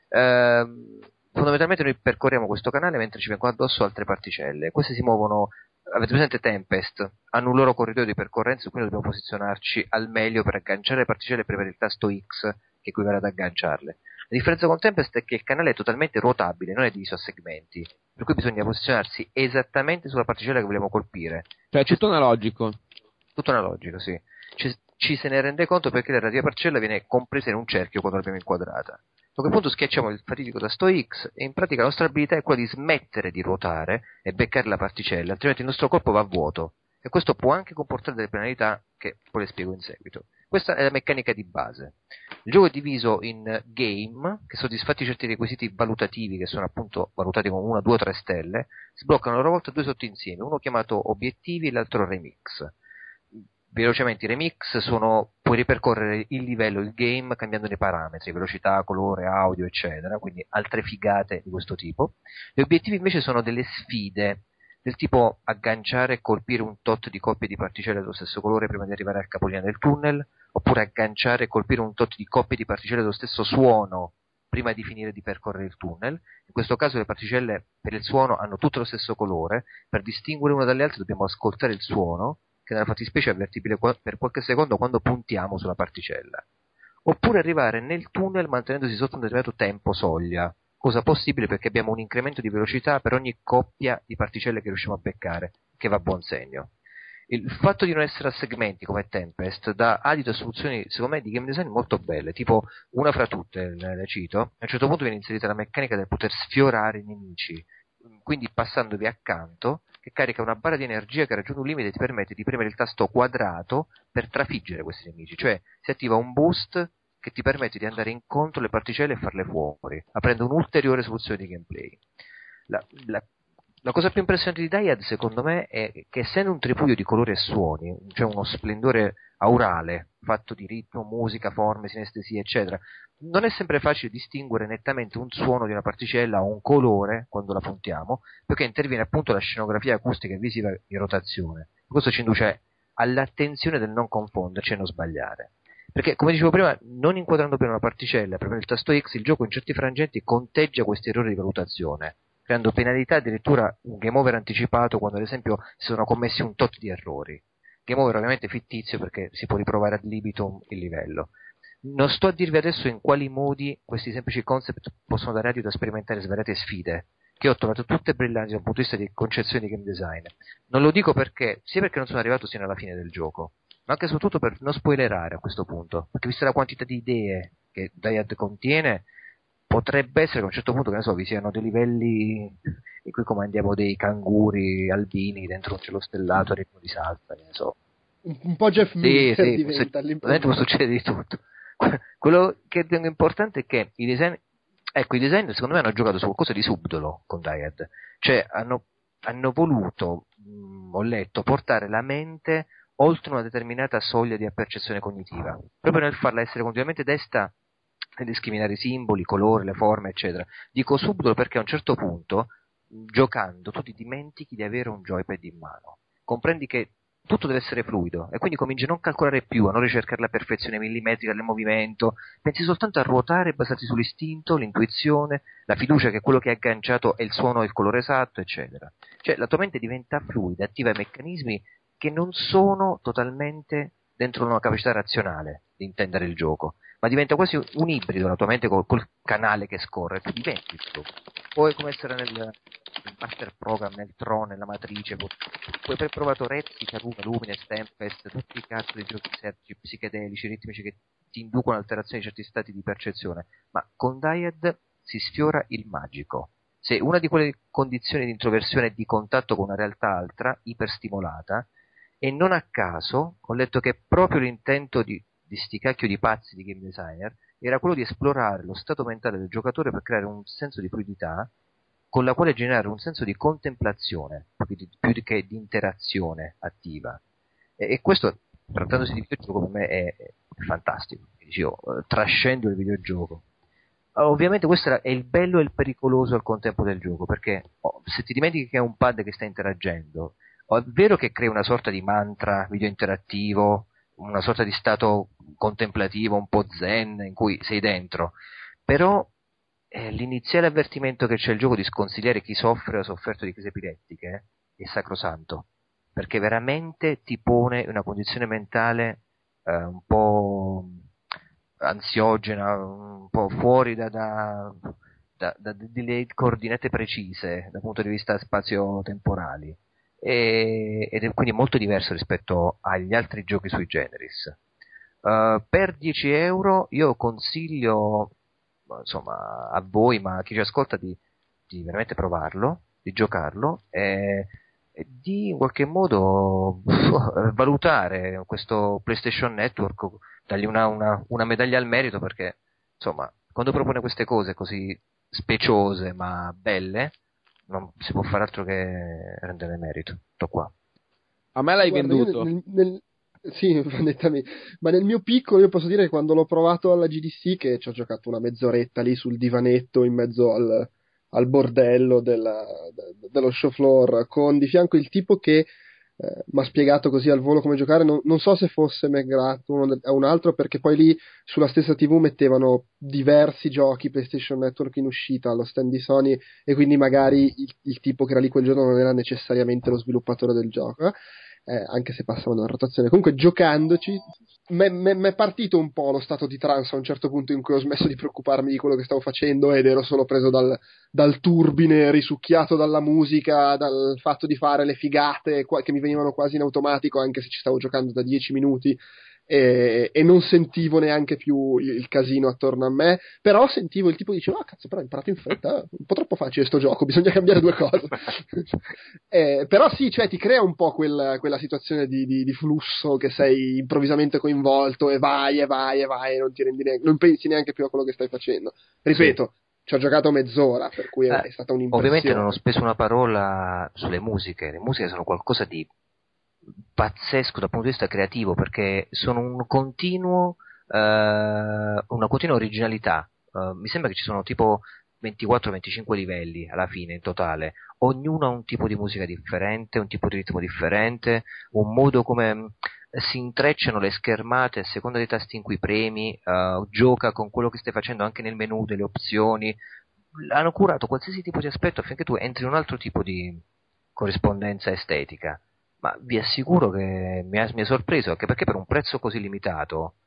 Ehm, fondamentalmente noi percorriamo questo canale mentre ci vengono addosso altre particelle. Queste si muovono, avete presente Tempest? Hanno un loro corridoio di percorrenza, quindi dobbiamo posizionarci al meglio per agganciare le particelle e premere il tasto X che equivale ad agganciarle. La differenza con Tempest è che il canale è totalmente ruotabile, non è diviso a segmenti, per cui bisogna posizionarsi esattamente sulla particella che vogliamo colpire. Cioè è tutto analogico. Tutto analogico, sì. Ci, ci se ne rende conto perché la relativa parcella viene compresa in un cerchio quando l'abbiamo inquadrata. A quel punto schiacciamo il fatidico tasto X e in pratica la nostra abilità è quella di smettere di ruotare e beccare la particella, altrimenti il nostro corpo va a vuoto. E questo può anche comportare delle penalità che poi le spiego in seguito. Questa è la meccanica di base. Il gioco è diviso in game, che soddisfatti certi requisiti valutativi, che sono appunto valutati con una, due o tre stelle, sbloccano a loro volta due sottoinsiemi, uno chiamato obiettivi e l'altro remix. Velocemente i remix sono, puoi ripercorrere il livello, il game, cambiando i parametri, velocità, colore, audio, eccetera, quindi altre figate di questo tipo. Gli obiettivi invece sono delle sfide, del tipo agganciare e colpire un tot di coppie di particelle dello stesso colore prima di arrivare al capolinea del tunnel, oppure agganciare e colpire un tot di coppie di particelle dello stesso suono prima di finire di percorrere il tunnel. In questo caso le particelle per il suono hanno tutto lo stesso colore, per distinguere una dalle altre dobbiamo ascoltare il suono, che nella fattispecie è avvertibile per qualche secondo quando puntiamo sulla particella. Oppure arrivare nel tunnel mantenendosi sotto un determinato tempo soglia, cosa possibile perché abbiamo un incremento di velocità per ogni coppia di particelle che riusciamo a beccare, che va a buon segno. Il fatto di non essere a segmenti come Tempest dà adito a soluzioni, secondo me, di game design molto belle, tipo una fra tutte, le cito, a un certo punto viene inserita la meccanica del poter sfiorare i nemici, quindi passandovi accanto, che carica una barra di energia che raggiunge un limite e ti permette di premere il tasto quadrato per trafiggere questi nemici, cioè si attiva un boost che ti permette di andare incontro alle particelle e farle fuori, aprendo un'ulteriore soluzione di gameplay. La, la, la cosa più impressionante di Dyad, secondo me, è che essendo un tripudio di colori e suoni, cioè uno splendore aurale, fatto di ritmo, musica, forme, sinestesia, eccetera, non è sempre facile distinguere nettamente un suono di una particella o un colore quando la puntiamo, perché interviene appunto la scenografia acustica e visiva di rotazione. Questo ci induce all'attenzione del non confonderci e non sbagliare. Perché, come dicevo prima, non inquadrando bene una particella, premendo il tasto X, il gioco in certi frangenti conteggia questi errori di valutazione, creando penalità, addirittura un game over anticipato quando ad esempio si sono commessi un tot di errori. Game over ovviamente fittizio perché si può riprovare ad libitum il livello. Non sto a dirvi adesso in quali modi questi semplici concept possono dare adito a sperimentare svariate sfide, che ho trovato tutte brillanti da un punto di vista di concezione di game design. Non lo dico perché, sia perché non sono arrivato sino alla fine del gioco, ma anche e soprattutto per non spoilerare a questo punto, perché vista la quantità di idee che Dyad contiene, potrebbe essere che a un certo punto, che ne so, vi siano dei livelli in cui comandiamo dei canguri albini dentro un cielo stellato a ritmo di salsa, che ne so. Un, un po' Jeff Miller sì, sì, diventa all'improvviso. Può succedere di tutto. Quello che è importante è che i design, ecco, i designer secondo me hanno giocato su qualcosa di subdolo con Dyad, cioè hanno, hanno voluto, mh, ho letto, portare la mente oltre una determinata soglia di appercezione cognitiva, proprio nel farla essere continuamente desta nel discriminare i simboli, i colori, le forme, eccetera. Dico subdolo perché a un certo punto, giocando, tu ti dimentichi di avere un joypad in mano, comprendi che tutto deve essere fluido e quindi cominci a non calcolare più, a non ricercare la perfezione millimetrica del movimento, pensi soltanto a ruotare e basarti sull'istinto, l'intuizione, la fiducia che quello che è agganciato è il suono e il colore esatto, eccetera. Cioè la tua mente diventa fluida, attiva i meccanismi che non sono totalmente dentro una capacità razionale di intendere il gioco, ma diventa quasi un ibrido la tua mente col, col canale che scorre, tu diventi il gioco. Poi come essere nel, nel master program, nel Tron, nella matrice, puoi, puoi aver provato Replica, Lume, Lumines, Tempest, tutti i cazzo di giochi sergi, psichedelici, ritmici che ti inducono all'alterazione di certi stati di percezione, ma con Dyad si sfiora il magico. Se una di quelle condizioni di introversione e di contatto con una realtà altra, iperstimolata, e non a caso ho letto che proprio l'intento di, di sti cacchio di pazzi di game designer era quello di esplorare lo stato mentale del giocatore per creare un senso di fluidità con la quale generare un senso di contemplazione più, di, più che di interazione attiva. E, e questo, trattandosi di videogioco, per me è, è fantastico. Dicevo, eh, trascendo il videogioco. Allora, ovviamente questo è il bello e il pericoloso al contempo del gioco, perché oh, se ti dimentichi che è un pad che sta interagendo, oh, è vero che crea una sorta di mantra video interattivo, una sorta di stato contemplativo un po' zen in cui sei dentro, però eh, l'iniziale avvertimento che c'è il gioco di sconsigliare chi soffre o ha sofferto di crisi epilettiche è sacrosanto, perché veramente ti pone in una condizione mentale eh, un po' ansiogena, un po' fuori da, da, da, da delle coordinate precise dal punto di vista spazio-temporali, e, ed è quindi molto diverso rispetto agli altri giochi sui generis. Uh, per dieci euro io consiglio, insomma, a voi, ma a chi ci ascolta, di, di veramente provarlo, di giocarlo e, e di in qualche modo uh, valutare questo PlayStation Network, dargli una, una, una medaglia al merito, perché insomma quando propone queste cose così speciose ma belle non si può fare altro che rendere merito. Tutto qua. A me l'hai Guarda, venduto nel, nel, sì, nettamente, ma nel mio piccolo io posso dire che quando l'ho provato alla G D C, che ci ho giocato una mezz'oretta lì sul divanetto in mezzo al, al bordello della, de, dello show floor, con di fianco il tipo che Eh, mi ha spiegato così al volo come giocare, non, non so se fosse McGrath uno a un altro, perché poi lì sulla stessa tivù mettevano diversi giochi PlayStation Network in uscita allo stand di Sony, e quindi magari il, il tipo che era lì quel giorno non era necessariamente lo sviluppatore del gioco, eh, anche se passavano in rotazione. Comunque giocandoci mi è partito un po' lo stato di trance a un certo punto, in cui ho smesso di preoccuparmi di quello che stavo facendo ed ero solo preso dal, dal turbine, risucchiato dalla musica, dal fatto di fare le figate che mi venivano quasi in automatico, anche se ci stavo giocando da dieci minuti, e, e non sentivo neanche più il casino attorno a me, però sentivo il tipo che diceva: ah, cazzo, però ho imparato in fretta, un po' troppo facile sto gioco, bisogna cambiare due cose. eh, però sì, cioè ti crea un po' quel, quella situazione di, di, di flusso, che sei improvvisamente coinvolto e vai e vai e vai e non ti rendi neanche, non pensi neanche più a quello che stai facendo. Ripeto, sì, ci ho giocato mezz'ora, per cui è, eh, è stata un'impressione. Ovviamente non ho speso una parola sulle musiche. Le musiche sono qualcosa di pazzesco dal punto di vista creativo, perché sono un continuo eh, una continua originalità. Uh, mi sembra che ci sono tipo ventiquattro venticinque livelli alla fine in totale, ognuno ha un tipo di musica differente, un tipo di ritmo differente, un modo come si intrecciano le schermate a seconda dei tasti in cui premi, uh, gioca con quello che stai facendo anche nel menu delle opzioni. Hanno curato qualsiasi tipo di aspetto affinché tu entri in un altro tipo di corrispondenza estetica. Ma vi assicuro che mi ha, mi ha sorpreso, anche perché per un prezzo così limitato,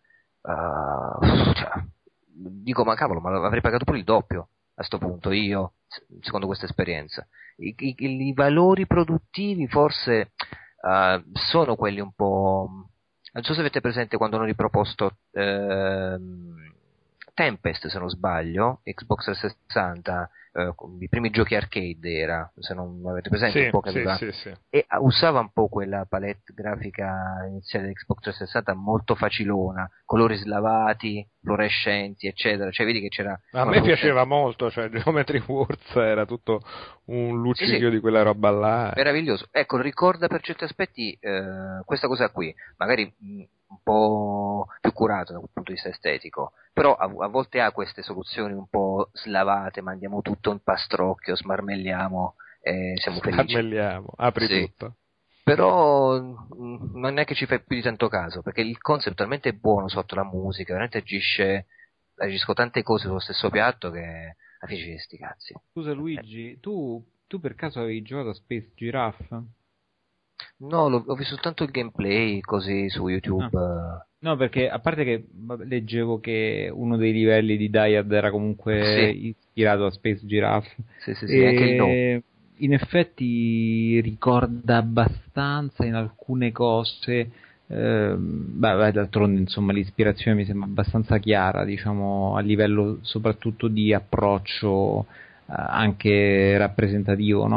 uh, cioè, dico, ma cavolo, ma avrei pagato pure il doppio a sto punto io, secondo questa esperienza. I, i, i valori produttivi forse uh, sono quelli un po'... Non so se avete presente quando hanno riproposto uh, Tempest, se non sbaglio, Xbox trecentosessanta, eh, i primi giochi arcade era, se non avete presente, sì, un po' che sì, aveva, sì, sì. e usava un po' quella palette grafica iniziale di Xbox trecentosessanta molto facilona, colori slavati, fluorescenti, eccetera, cioè vedi che c'era... A me piaceva molto, cioè Geometry Wars era tutto un luccichio sì, sì, di quella roba là. Meraviglioso, ecco, ricorda per certi aspetti eh, questa cosa qui, magari mh, un po' più curato da un punto di vista estetico, però a, a volte ha queste soluzioni un po' slavate, mandiamo tutto in pastrocchio, smarmelliamo e siamo felici. Smarmelliamo, apri sì. tutto. Però mh, non è che ci fai più di tanto caso, perché il concept è talmente buono sotto la musica, veramente agisce, agisco tante cose sullo stesso piatto che alla fine ci sti cazzi. Scusa Luigi, eh. tu, tu per caso avevi giocato a Space Giraffe? No, l'ho, ho visto soltanto il gameplay così su YouTube. Ah. No, perché a parte che leggevo che uno dei livelli di Dyad era comunque sì, ispirato a Space Giraffe. Sì, sì, sì, e anche il nome. In effetti ricorda abbastanza in alcune cose, eh, beh, d'altronde insomma l'ispirazione mi sembra abbastanza chiara, diciamo, a livello soprattutto di approccio eh, anche rappresentativo, no?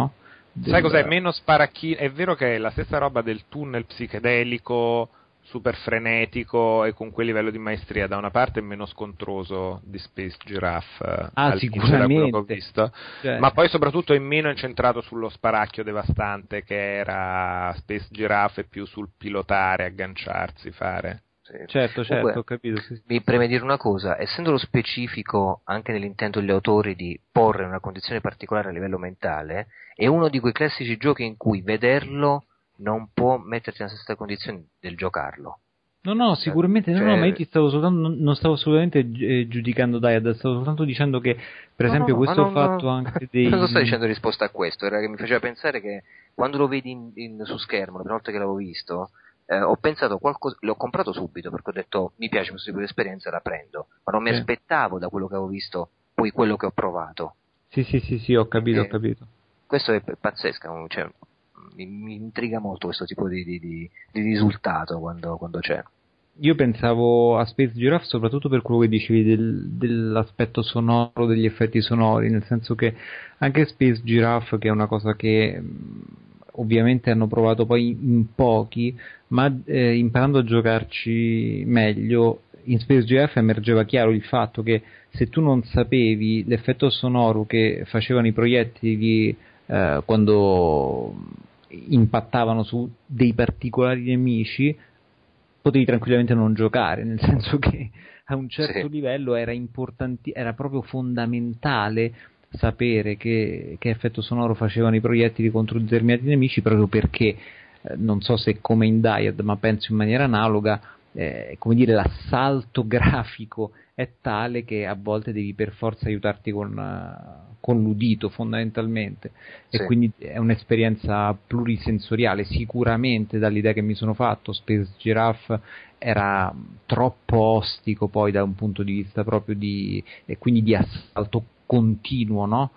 del... Sai cos'è? Meno sparacchino. È vero che è la stessa roba del tunnel psichedelico super frenetico e con quel livello di maestria da una parte è meno scontroso di Space Giraffe, ah, sicuramente, da quello che ho visto, cioè... ma poi soprattutto è meno incentrato sullo sparacchio devastante che era Space Giraffe, più sul pilotare, agganciarsi, fare. Sì. Certo, certo, Comunque, ho capito. Sì. Mi preme dire una cosa, essendo lo specifico anche nell'intento degli autori di porre una condizione particolare a livello mentale, è uno di quei classici giochi in cui vederlo non può metterti nella stessa condizione del giocarlo. No, no, sicuramente, cioè, no, no, ma io ti stavo soltanto, non, non stavo assolutamente eh, giudicando Dyad, stavo soltanto dicendo che, per no, esempio, no, questo no, fatto no, anche dei... Non sto dicendo risposta a questo, era che mi faceva pensare che quando lo vedi in, in, su schermo, la prima volta che l'avevo visto, eh, ho pensato qualcosa, l'ho comprato subito perché ho detto mi piace questo tipo di esperienza, la prendo, ma non mi sì. aspettavo da quello che avevo visto poi quello che ho provato. Sì, sì, sì, sì, ho capito, e ho capito. Questo è pazzesco, cioè... Mi, mi intriga molto questo tipo di, di, di, di risultato quando, quando c'è. Io pensavo a Space Giraffe soprattutto per quello che dicevi del, dell'aspetto sonoro, degli effetti sonori, nel senso che anche Space Giraffe, che è una cosa che ovviamente hanno provato poi in pochi, ma eh, imparando a giocarci meglio, in Space Giraffe emergeva chiaro il fatto che se tu non sapevi l'effetto sonoro che facevano i proiettili eh, quando impattavano su dei particolari nemici, potevi tranquillamente non giocare, nel senso che a un certo sì. livello era importanti, era proprio fondamentale sapere che, che effetto sonoro facevano i proiettili contro determinati nemici, proprio perché eh, non so se come in Dyad, ma penso in maniera analoga, eh, come dire, l'assalto grafico è tale che a volte devi per forza aiutarti con, uh, con l'udito fondamentalmente, sì. e quindi è un'esperienza plurisensoriale. Sicuramente dall'idea che mi sono fatto Space Giraffe era troppo ostico poi da un punto di vista proprio di, e quindi di assalto continuo, no?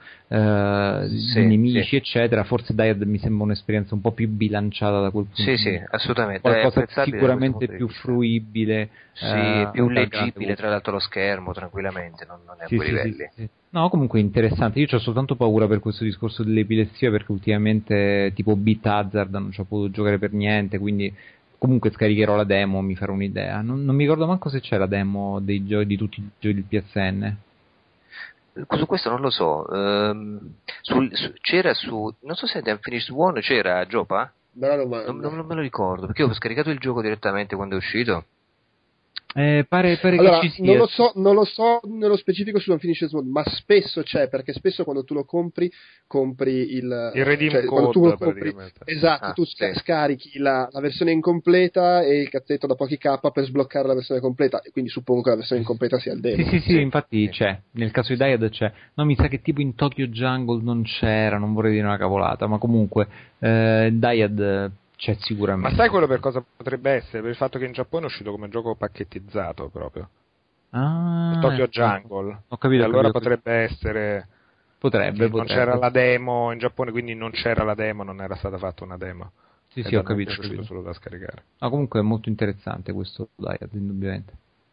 Uh, sì, di nemici sì. eccetera. Forse Dyad mi sembra un'esperienza un po' più bilanciata da quel punto sì, di sì, vista, assolutamente, qualcosa sicuramente più fruibile, sì, uh, più leggibile tra l'altro lo schermo tranquillamente, non, non è sì, a quei sì, livelli. Sì, sì. No, comunque interessante. Io ho soltanto paura per questo discorso dell'epilessia, perché ultimamente tipo Beat Hazard non ci ho potuto giocare per niente, quindi comunque scaricherò la demo, mi farò un'idea. Non, non mi ricordo manco se c'è la demo dei giochi di tutti i giochi del P S N. Su questo non lo so. Um, sul, su, c'era su, non so se da Unfinished One c'era Giopa? Non, non, non me lo ricordo, perché io ho scaricato il gioco direttamente quando è uscito. Eh, pare, pare allora, che ci sia. Non lo so, non lo so nello specifico su Unfinished Swan, ma spesso c'è, perché spesso quando tu lo compri, compri il, il redeem cioè, code, tu lo compri, esatto, ah, tu sì. scarichi la, la versione incompleta e il cazzetto da pochi K per sbloccare la versione completa, e quindi suppongo che la versione incompleta sia il demo. Sì, sì, sì, sì, infatti c'è. Nel caso di Dyad c'è. No, mi sa che tipo in Tokyo Jungle non c'era, non vorrei dire una cavolata, ma comunque eh, Dyad c'è sicuramente. Ma sai quello per cosa potrebbe essere? Per il fatto che in Giappone è uscito come gioco pacchettizzato proprio. Ah, Tokyo ecco. Jungle. Ho capito, e allora capito, potrebbe essere. Potrebbe, potrebbe. Non c'era la demo in Giappone, quindi non c'era la demo, non era stata fatta una demo. Sì, sì, ho capito. È uscito solo da scaricare. Ah, comunque è molto interessante questo Dyad, indubbiamente.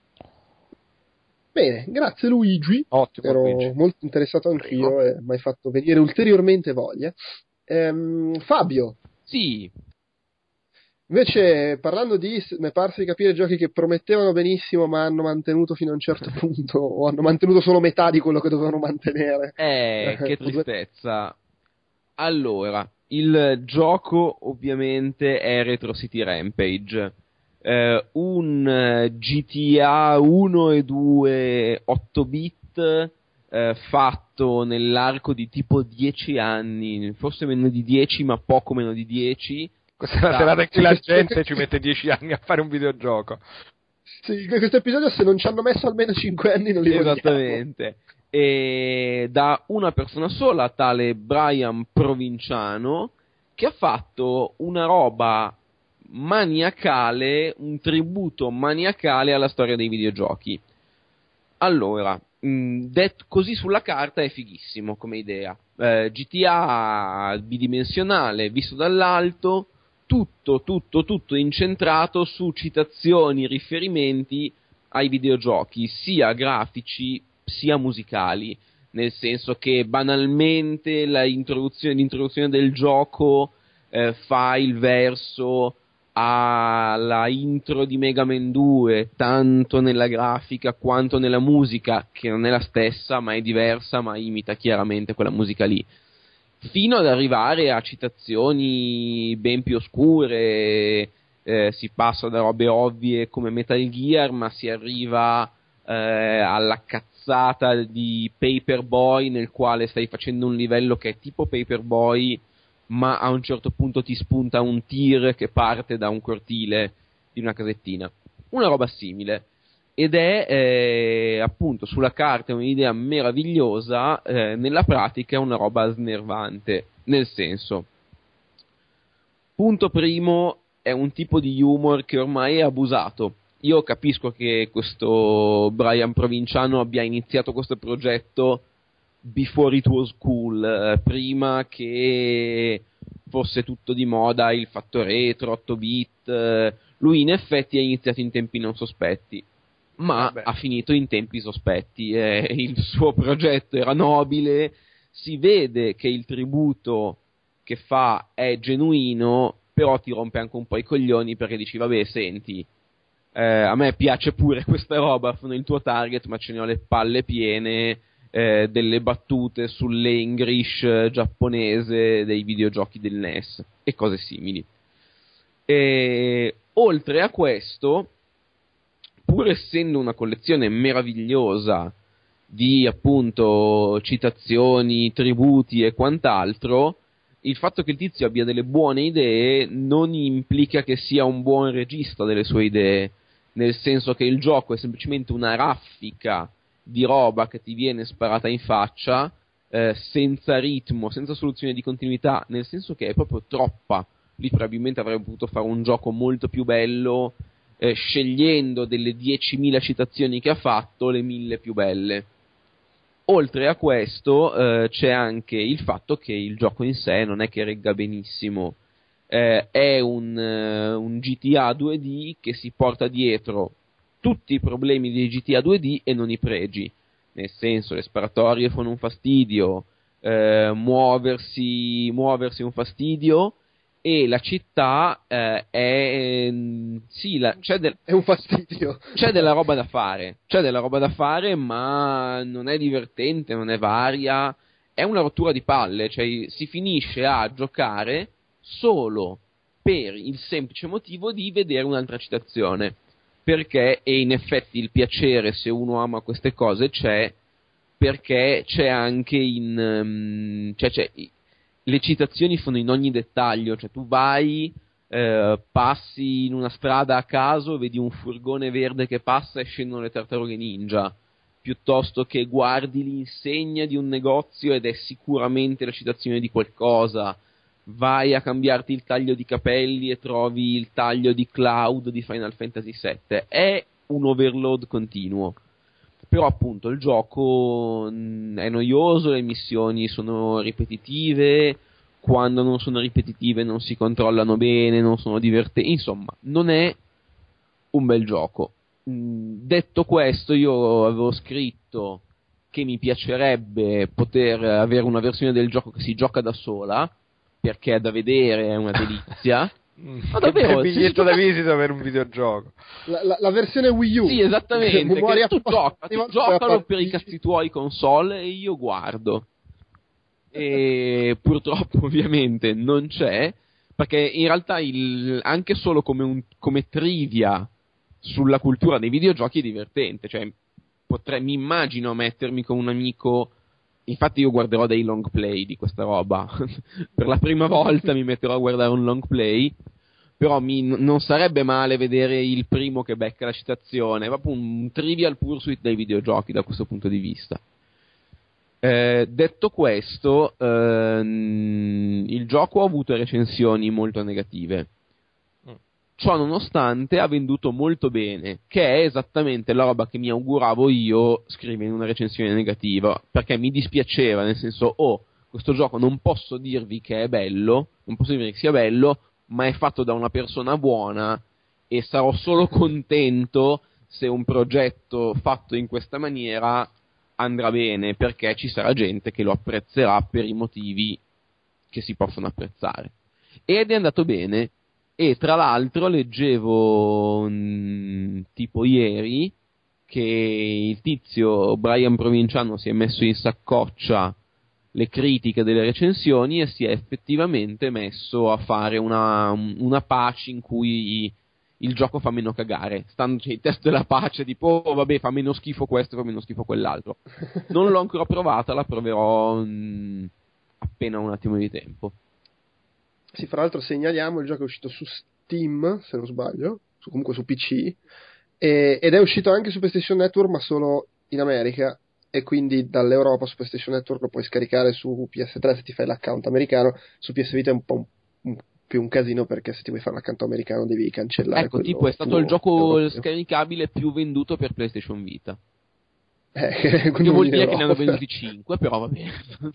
Bene, grazie Luigi. Ottimo. Ero Luigi. molto interessato anch'io e mi hai fatto venire ulteriormente voglia. Ehm, Fabio. Sì. Invece, parlando di, mi è parso di capire giochi che promettevano benissimo ma hanno mantenuto fino a un certo punto, o hanno mantenuto solo metà di quello che dovevano mantenere. Eh, che tristezza. Allora, il gioco ovviamente è Retro City Rampage, eh, un G T A uno e due otto bit eh, fatto nell'arco di tipo dieci anni, forse meno di dieci ma poco meno di dieci. Questa è la serata in cui la gente ci mette dieci anni a fare un videogioco. Sì, questo episodio se non ci hanno messo almeno cinque anni non li vogliamo. Esattamente. E da una persona sola, tale Brian Provinciano, che ha fatto una roba maniacale, un tributo maniacale alla storia dei videogiochi. Allora, mh, det- così sulla carta è fighissimo come idea. Eh, G T A bidimensionale, visto dall'alto, tutto, tutto, tutto incentrato su citazioni, riferimenti ai videogiochi, sia grafici sia musicali. nel senso che banalmente la introduzione, l'introduzione del gioco eh, fa il verso alla intro di Mega Man due, tanto nella grafica quanto nella musica, che non è la stessa ma è diversa, ma imita chiaramente quella musica lì, fino ad arrivare a citazioni ben più oscure. Eh, si passa da robe ovvie come Metal Gear, ma si arriva eh, alla cazzata di Paperboy, nel quale stai facendo un livello che è tipo Paperboy, ma a un certo punto ti spunta un tir che parte da un cortile di una casettina. Una roba simile. Ed è eh, appunto sulla carta un'idea meravigliosa, eh, nella pratica è una roba snervante. Nel senso, punto primo, è un tipo di humor che ormai è abusato. Io capisco che questo Brian Provinciano abbia iniziato questo progetto before it was cool, eh, prima che fosse tutto di moda il fatto retro, otto bit. Eh, lui in effetti ha iniziato in tempi non sospetti, ma Vabbè. ha finito in tempi sospetti. Eh, il suo progetto era nobile, si vede che il tributo che fa è genuino, però ti rompe anche un po' i coglioni, perché dici vabbè, senti, eh, a me piace pure questa roba, sono il tuo target, ma ce ne ho le palle piene eh, delle battute sull'English giapponese dei videogiochi del N E S e cose simili. E oltre a questo, pur essendo una collezione meravigliosa di appunto citazioni, tributi e quant'altro, il fatto che il tizio abbia delle buone idee non implica che sia un buon regista delle sue idee, nel senso che il gioco è semplicemente una raffica di roba che ti viene sparata in faccia, eh, senza ritmo, senza soluzione di continuità, nel senso che è proprio troppa. Lì probabilmente avrebbe potuto fare un gioco molto più bello, eh, scegliendo delle diecimila citazioni che ha fatto le mille più belle. Oltre a questo eh, c'è anche il fatto che il gioco in sé non è che regga benissimo, eh, è un, uh, un G T A due D che si porta dietro tutti i problemi di G T A due D e non i pregi, nel senso le sparatorie fanno un fastidio, eh, muoversi, muoversi un fastidio, e la città eh, è sì, la, c'è, del, è un fastidio, c'è della roba da fare, c'è della roba da fare, ma non è divertente, non è varia, è una rottura di palle, cioè si finisce a giocare solo per il semplice motivo di vedere un'altra citazione, perché, e in effetti il piacere, se uno ama queste cose, c'è, perché c'è anche in um, cioè c'è le citazioni sono in ogni dettaglio, cioè tu vai, eh, passi in una strada a caso, vedi un furgone verde che passa e scendono le tartarughe ninja, piuttosto che guardi l'insegna di un negozio ed è sicuramente la citazione di qualcosa, vai a cambiarti il taglio di capelli e trovi il taglio di Cloud di Final Fantasy sette, è un overload continuo. Però appunto il gioco mh, è noioso, le missioni sono ripetitive, quando non sono ripetitive non si controllano bene, non sono divertenti, insomma non è un bel gioco. Mh, detto questo, io avevo scritto che mi piacerebbe poter avere una versione del gioco che si gioca da sola, perché è da vedere, è una delizia. Ma davvero, il biglietto da visita per un videogioco, la, la, la versione Wii U, sì, esattamente, che tu, gioca, tu giocalo per i dici... cazzi tuoi console e io guardo. E purtroppo ovviamente non c'è, perché in realtà il, anche solo come, un, come trivia sulla cultura dei videogiochi è divertente, cioè potrei, mi immagino mettermi con un amico. Infatti io guarderò dei long play di questa roba per la prima volta mi metterò a guardare un long play, però mi, non sarebbe male vedere il primo che becca la citazione, è proprio un Trivial Pursuit dei videogiochi da questo punto di vista. Eh, detto questo, ehm, il gioco ha avuto recensioni molto negative. Ciò nonostante ha venduto molto bene, che è esattamente la roba che mi auguravo io scrivendo una recensione negativa, perché mi dispiaceva, nel senso, oh, questo gioco non posso dirvi che è bello, non posso dirvi che sia bello, ma è fatto da una persona buona e sarò solo contento se un progetto fatto in questa maniera andrà bene perché ci sarà gente che lo apprezzerà per i motivi che si possono apprezzare. Ed è andato bene, e tra l'altro leggevo mh, tipo ieri che il tizio Brian Provinciano si è messo in saccoccia le critiche delle recensioni e si è effettivamente messo a fare una, una patch in cui il gioco fa meno cagare, stanno cioè, il test della pace tipo oh, vabbè fa meno schifo questo, fa meno schifo quell'altro. Non l'ho ancora provata, la proverò mh, appena un attimo di tempo. Sì, fra l'altro segnaliamo, il gioco è uscito su Steam se non sbaglio, su, comunque su P C, e, ed è uscito anche su PlayStation Network ma solo in America, e quindi dall'Europa su PlayStation Network lo puoi scaricare su P S tre se ti fai l'account americano. Su P S Vita è un po' un, un più un casino, perché se ti vuoi fare l'account americano devi cancellare. Ecco, tipo è stato il gioco europeo scaricabile più venduto per PlayStation Vita. Eh, che vuol dire che ne hanno venduti cinque, però va bene.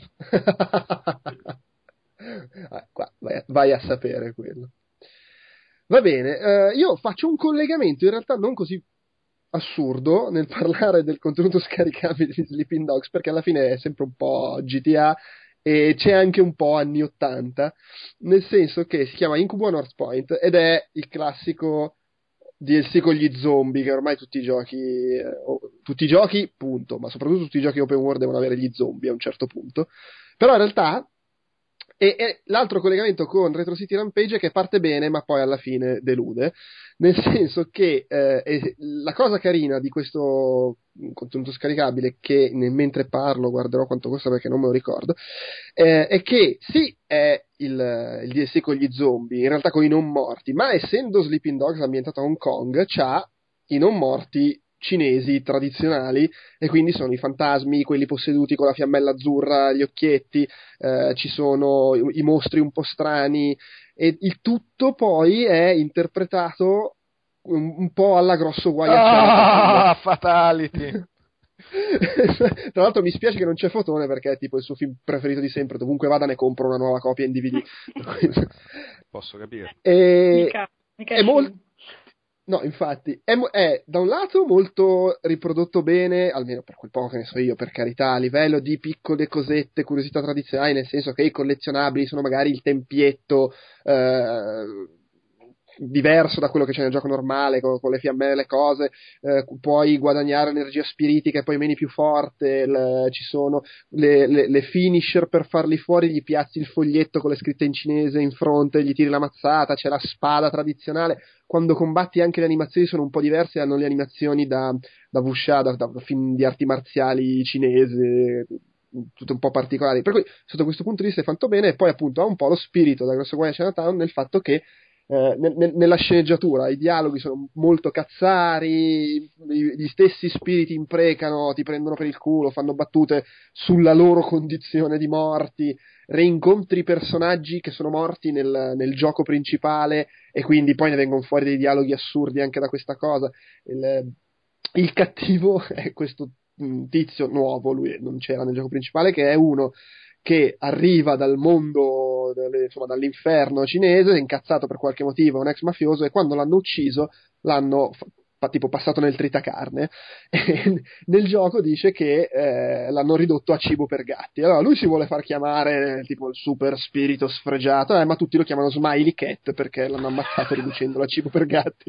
ah, qua, vai, a, vai a sapere quello. Va bene, eh, io faccio un collegamento in realtà non così assurdo nel parlare del contenuto scaricabile di Sleeping Dogs, perché alla fine è sempre un po' G T A e c'è anche un po' anni ottanta, nel senso che si chiama Incubo Northpoint ed è il classico D L C con gli zombie, che ormai tutti i giochi eh, tutti i giochi, punto, ma soprattutto tutti i giochi open world devono avere gli zombie a un certo punto. Però in realtà e, e l'altro collegamento con Retro City Rampage è che parte bene ma poi alla fine delude, nel senso che eh, è, la cosa carina di questo contenuto scaricabile, che nel, mentre parlo guarderò quanto costa perché non me lo ricordo, eh, è che sì è il, il D L C con gli zombie, in realtà con i non morti, ma essendo Sleeping Dogs ambientato a Hong Kong c'ha i non morti cinesi tradizionali, e quindi sono i fantasmi, quelli posseduti con la fiammella azzurra, gli occhietti, eh, ci sono i, i mostri un po' strani, e il tutto poi è interpretato un, un po' alla grosso guaiacciale. Ah, Fatality! Tra l'altro mi spiace che non c'è Fotone, perché è tipo il suo film preferito di sempre, dovunque vada ne compro una nuova copia in D V D. Posso capire. E... Mica, mica è molto No, infatti, è, è da un lato molto riprodotto bene, almeno per quel poco che ne so io, per carità, a livello di piccole cosette, curiosità tradizionali, nel senso che i collezionabili sono magari il tempietto eh, diverso da quello che c'è nel gioco normale, con, con le fiammelle e le cose, eh, puoi guadagnare energia spiritica e poi meni più forte, le, ci sono le, le, le finisher per farli fuori, gli piazzi il foglietto con le scritte in cinese in fronte, gli tiri la mazzata, c'è la spada tradizionale. Quando combatti anche le animazioni sono un po' diverse, hanno le animazioni da, da wuxia, da, da film di arti marziali cinese, tutte un po' particolari, per cui sotto questo punto di vista è fatto bene. E poi appunto ha un po' lo spirito da Grosso Guai Chinatown nel fatto che eh, nel, nella sceneggiatura i dialoghi sono molto cazzari, gli stessi spiriti imprecano, ti prendono per il culo, fanno battute sulla loro condizione di morti, reincontri personaggi che sono morti nel, nel gioco principale e quindi poi ne vengono fuori dei dialoghi assurdi anche da questa cosa. Il, il cattivo è questo tizio nuovo, lui non c'era nel gioco principale, che è uno che arriva dal mondo, delle, insomma dall'inferno cinese, è incazzato per qualche motivo, è un ex mafioso, e quando l'hanno ucciso l'hanno fa, tipo passato nel tritacarne, e nel gioco dice che eh, l'hanno ridotto a cibo per gatti. Allora lui si vuole far chiamare tipo il super spirito sfregiato, eh, ma tutti lo chiamano Smiley Cat perché l'hanno ammazzato riducendolo a cibo per gatti.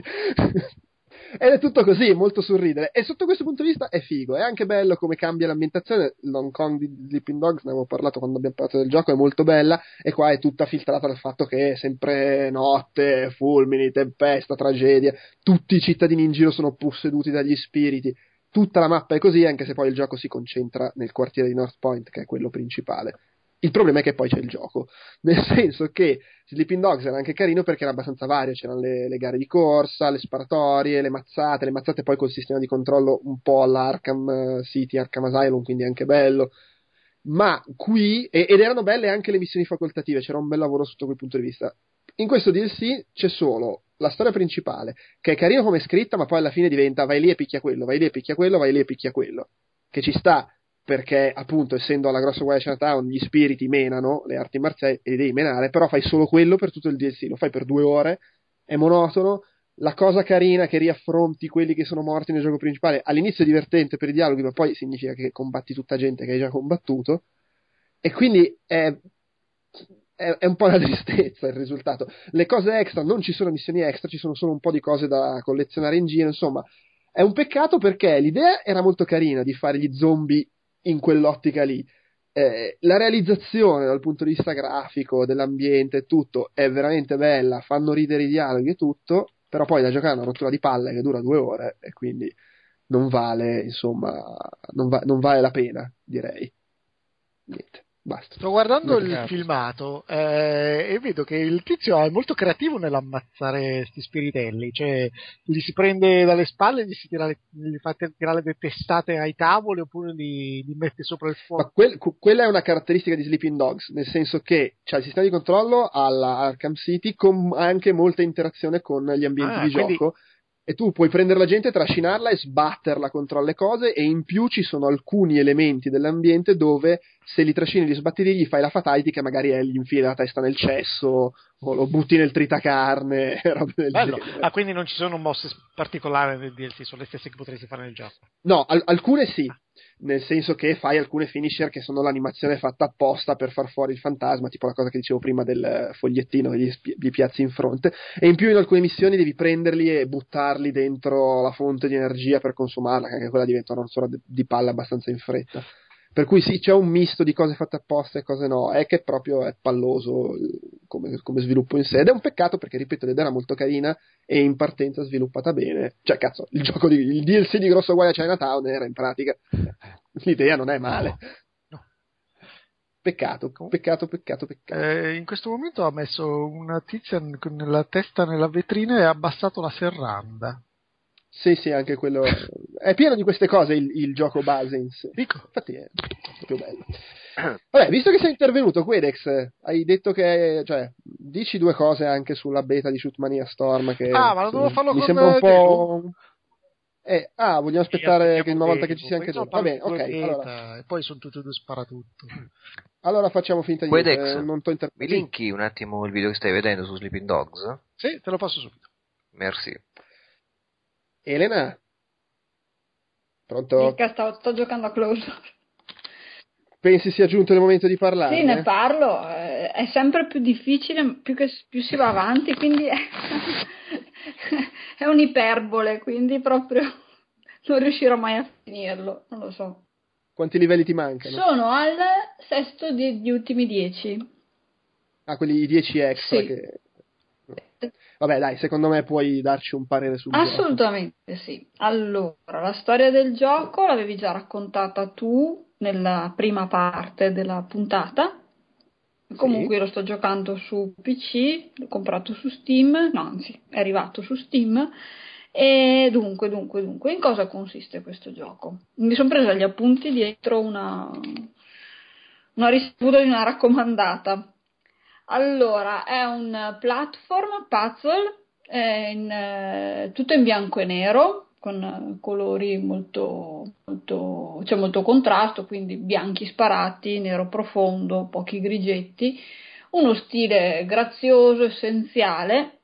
Ed è tutto così, molto sorridere, e sotto questo punto di vista è figo. È anche bello come cambia l'ambientazione. L'Hong Kong di Sleeping Dogs, ne avevo parlato quando abbiamo parlato del gioco, è molto bella, e qua è tutta filtrata dal fatto che è sempre notte, fulmini, tempesta, tragedia, tutti i cittadini in giro sono posseduti dagli spiriti, tutta la mappa è così, anche se poi il gioco si concentra nel quartiere di North Point, che è quello principale. Il problema è che poi c'è il gioco, nel senso che Sleeping Dogs era anche carino perché era abbastanza vario, c'erano le, le gare di corsa, le sparatorie, le mazzate, le mazzate poi col sistema di controllo un po' alla Arkham City, Arkham Asylum, quindi anche bello, ma qui, ed erano belle anche le missioni facoltative, c'era un bel lavoro sotto quel punto di vista. In questo D L C c'è solo la storia principale, che è carino come è scritta, ma poi alla fine diventa vai lì e picchia quello, vai lì e picchia quello, vai lì e picchia quello, che ci sta, perché appunto essendo alla grossa guai Chinatown gli spiriti menano le arti marziali e li devi menare, però fai solo quello per tutto il D L C, lo fai per due ore, è monotono, la cosa carina che riaffronti quelli che sono morti nel gioco principale. All'inizio è divertente per i dialoghi, ma poi significa che combatti tutta gente che hai già combattuto, e quindi è, è, è un po' una tristezza il risultato. Le cose extra, non ci sono missioni extra, ci sono solo un po' di cose da collezionare in giro, insomma è un peccato, perché l'idea era molto carina di fare gli zombie in quell'ottica lì. Eh, la realizzazione dal punto di vista grafico, dell'ambiente e tutto è veramente bella, fanno ridere i dialoghi e tutto, però poi da giocare a una rottura di palle che dura due ore e quindi non vale, insomma, non, va- non vale la pena, direi. Niente, basta. Sto guardando Non il capo. filmato eh, e vedo che il tizio è molto creativo nell'ammazzare sti spiritelli, cioè li si prende dalle spalle, gli, si tira le, gli fa tirare le testate ai tavoli oppure li, li mette sopra il fuoco. Ma quel- que- quella è una caratteristica di Sleeping Dogs, nel senso che c'è il sistema di controllo alla Arkham City con anche molta interazione con gli ambienti Ah, di quindi- gioco, e tu puoi prendere la gente, trascinarla e sbatterla contro le cose, e in più ci sono alcuni elementi dell'ambiente dove se li trascini e li sbatti lì gli fai la fatality, che magari è, gli infili la testa nel cesso o lo butti nel tritacarne, robe del Bello. genere. Ah, quindi non ci sono mosse particolari nel D L C, sono le stesse che potresti fare nel gioco. No, al- alcune sì, nel senso che fai alcune finisher che sono l'animazione fatta apposta per far fuori il fantasma, tipo la cosa che dicevo prima del fogliettino che gli, spi- gli piazzi in fronte, e in più in alcune missioni devi prenderli e buttarli dentro la fonte di energia per consumarla, che anche quella diventa una rottura di di palle abbastanza in fretta. Per cui sì, c'è un misto di cose fatte apposta e cose no, è che proprio è palloso il- come, come sviluppo in sé, ed è un peccato perché, ripeto, l'idea era molto carina e in partenza sviluppata bene. Cioè, cazzo, il gioco di, il D L C di Grosso Guai a Chinatown era in pratica, l'idea non è male. No. Peccato, peccato, peccato, peccato. Eh, in questo momento ha messo una tizia n- con la testa nella vetrina e ha abbassato la serranda. Sì, sì, anche quello è pieno di queste cose, il, il gioco base in sé. Dico. Infatti è proprio bello. Vabbè, visto che sei intervenuto, Quedex, hai detto che, cioè, dici due cose anche sulla beta di Shootmania Storm che Ah, ma lo devo farlo mi con sembra un eh, po'... Eh, ah, vogliamo aspettare Sì, che una volta che Dedu, ci sia anche poi Dedu. Va bene, parlo ok, di due allora, beta, e poi sono tutti e due sparatutto. allora facciamo finta di Quedex, niente, non t'ho mi intervenuto. linki un attimo il video che stai vedendo su Sleeping Dogs? Sì, te lo passo subito. Merci. Elena? Pronto? Mica sto, sto giocando a Close. Pensi sia giunto il momento di parlarne? Sì, ne parlo, eh, è sempre più difficile più che più si va avanti, quindi è, è un'iperbole, quindi proprio non riuscirò mai a finirlo, non lo so. Quanti livelli ti mancano? Sono al sesto degli ultimi dieci. Ah, quelli i dieci extra Sì. che... Vabbè, dai, secondo me puoi darci un parere sul gioco. Assolutamente sì. Allora, la storia del gioco l'avevi già raccontata tu nella prima parte della puntata. Comunque io lo sto giocando su P C, l'ho comprato su Steam, no anzi è arrivato su Steam. E dunque, dunque, dunque, in cosa consiste questo gioco? Mi sono presa gli appunti dietro una, una ricevuta di una raccomandata. Allora, è un platform puzzle, è in, eh, tutto in bianco e nero, con eh, colori molto, molto, c'è molto contrasto, quindi bianchi sparati, nero profondo, pochi grigetti, uno stile grazioso, essenziale,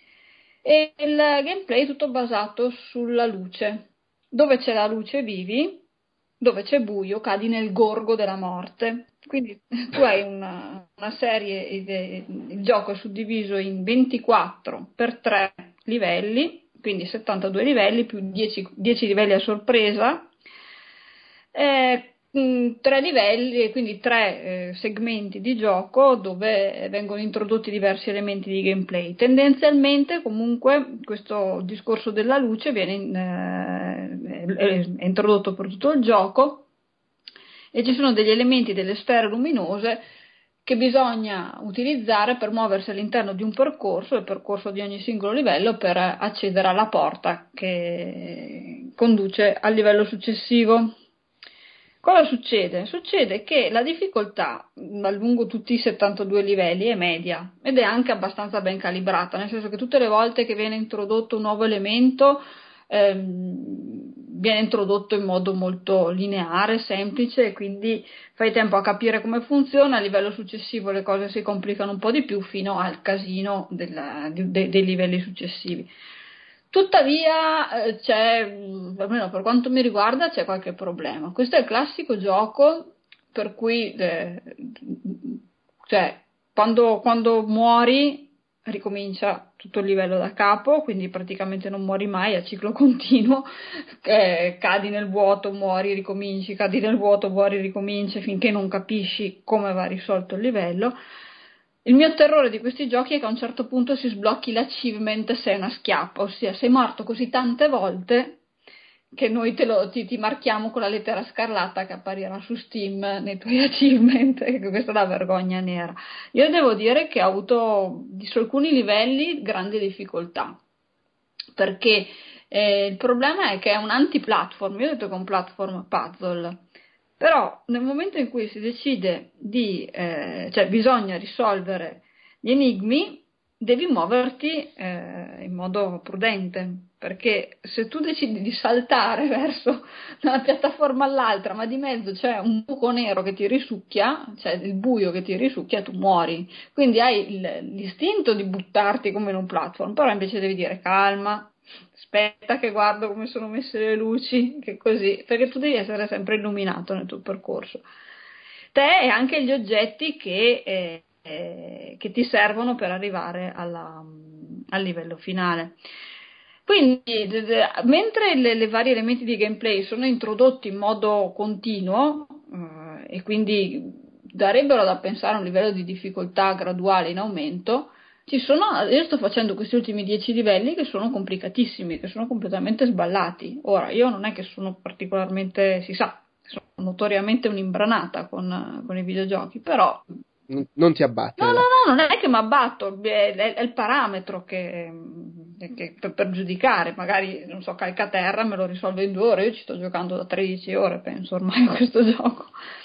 e il gameplay è tutto basato sulla luce. Dove c'è la luce vivi, dove c'è buio cadi nel gorgo della morte. Quindi tu hai una, una serie, il gioco è suddiviso in ventiquattro per tre livelli, quindi settantadue livelli più dieci, dieci livelli a sorpresa, eh, tre livelli, quindi tre eh, segmenti di gioco dove vengono introdotti diversi elementi di gameplay. Tendenzialmente comunque questo discorso della luce viene in, eh, è, è introdotto per tutto il gioco, e ci sono degli elementi, delle sfere luminose che bisogna utilizzare per muoversi all'interno di un percorso, il percorso di ogni singolo livello, per accedere alla porta che conduce al livello successivo. Cosa succede? Succede che la difficoltà lungo tutti i settantadue livelli è media ed è anche abbastanza ben calibrata, nel senso che tutte le volte che viene introdotto un nuovo elemento ehm, viene introdotto in modo molto lineare, semplice, e quindi fai tempo a capire come funziona. A livello successivo le cose si complicano un po' di più fino al casino della, de, dei livelli successivi. Tuttavia eh, c'è, almeno per quanto mi riguarda, c'è qualche problema. Questo è il classico gioco per cui eh, cioè, quando, quando muori ricomincia tutto il livello da capo, quindi praticamente non muori mai a ciclo continuo, eh, cadi nel vuoto, muori, ricominci, cadi nel vuoto, muori, ricominci, finché non capisci come va risolto il livello. Il mio terrore di questi giochi è che a un certo punto si sblocchi l'achievement se è una schiappa, ossia sei morto così tante volte che noi te lo, ti, ti marchiamo con la lettera scarlatta che apparirà su Steam nei tuoi achievement, e questa è la vergogna nera. Io devo dire che ho avuto su alcuni livelli grande difficoltà, perché eh, il problema è che è un anti-platform, io ho detto che è un platform puzzle, però nel momento in cui si decide di, eh, cioè bisogna risolvere gli enigmi, devi muoverti eh, in modo prudente, perché se tu decidi di saltare verso una piattaforma all'altra, ma di mezzo c'è un buco nero che ti risucchia, cioè il buio che ti risucchia, tu muori. Quindi hai il, l'istinto di buttarti come in un platform, però invece devi dire calma, aspetta che guardo come sono messe le luci, che così, perché tu devi essere sempre illuminato nel tuo percorso. Te e anche gli oggetti che... Eh, che ti servono per arrivare alla, al livello finale. Quindi d- d- mentre le, le vari elementi di gameplay sono introdotti in modo continuo eh, e quindi darebbero da pensare a un livello di difficoltà graduale in aumento, ci sono, io sto facendo questi ultimi dieci livelli che sono complicatissimi, che sono completamente sballati. Ora, io non è che sono particolarmente, si sa, sono notoriamente un'imbranata con, con i videogiochi, però non ti abbatte. No, no, no, non è che mi abbatto, è, è, è il parametro che, che per, per giudicare, magari, non so, Calcaterra me lo risolve in due ore, io ci sto giocando da tredici ore, penso ormai a questo gioco.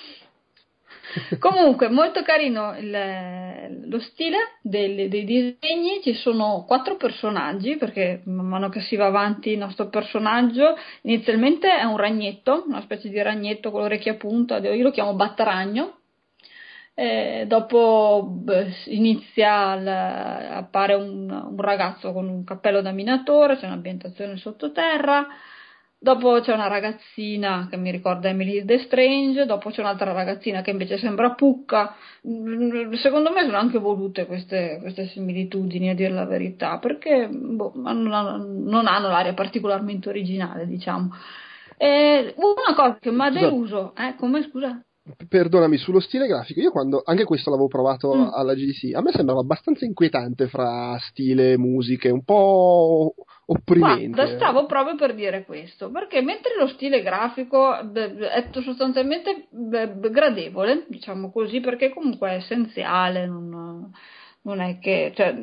Comunque, molto carino il, lo stile dei, dei disegni, ci sono quattro personaggi, perché man mano che si va avanti il nostro personaggio, inizialmente è un ragnetto, una specie di ragnetto con le orecchie a punta, io lo chiamo Battaragno. Eh, dopo beh, inizia l, appare un, un ragazzo con un cappello da minatore, c'è un'ambientazione sottoterra, dopo c'è una ragazzina che mi ricorda Emily the Strange, dopo c'è un'altra ragazzina che invece sembra Pucca. Secondo me sono anche volute queste, queste similitudini, a dire la verità, perché boh, non, hanno, non hanno l'aria particolarmente originale, diciamo. E una cosa che mi ha deluso, eh, come scusa? Perdonami, sullo stile grafico, io quando anche questo l'avevo provato mm. alla G D C, a me sembrava abbastanza inquietante fra stile, musiche, un po' opprimente. Guarda, stavo proprio per dire questo, perché mentre lo stile grafico è sostanzialmente gradevole, diciamo così, perché comunque è essenziale, non, non è che, cioè,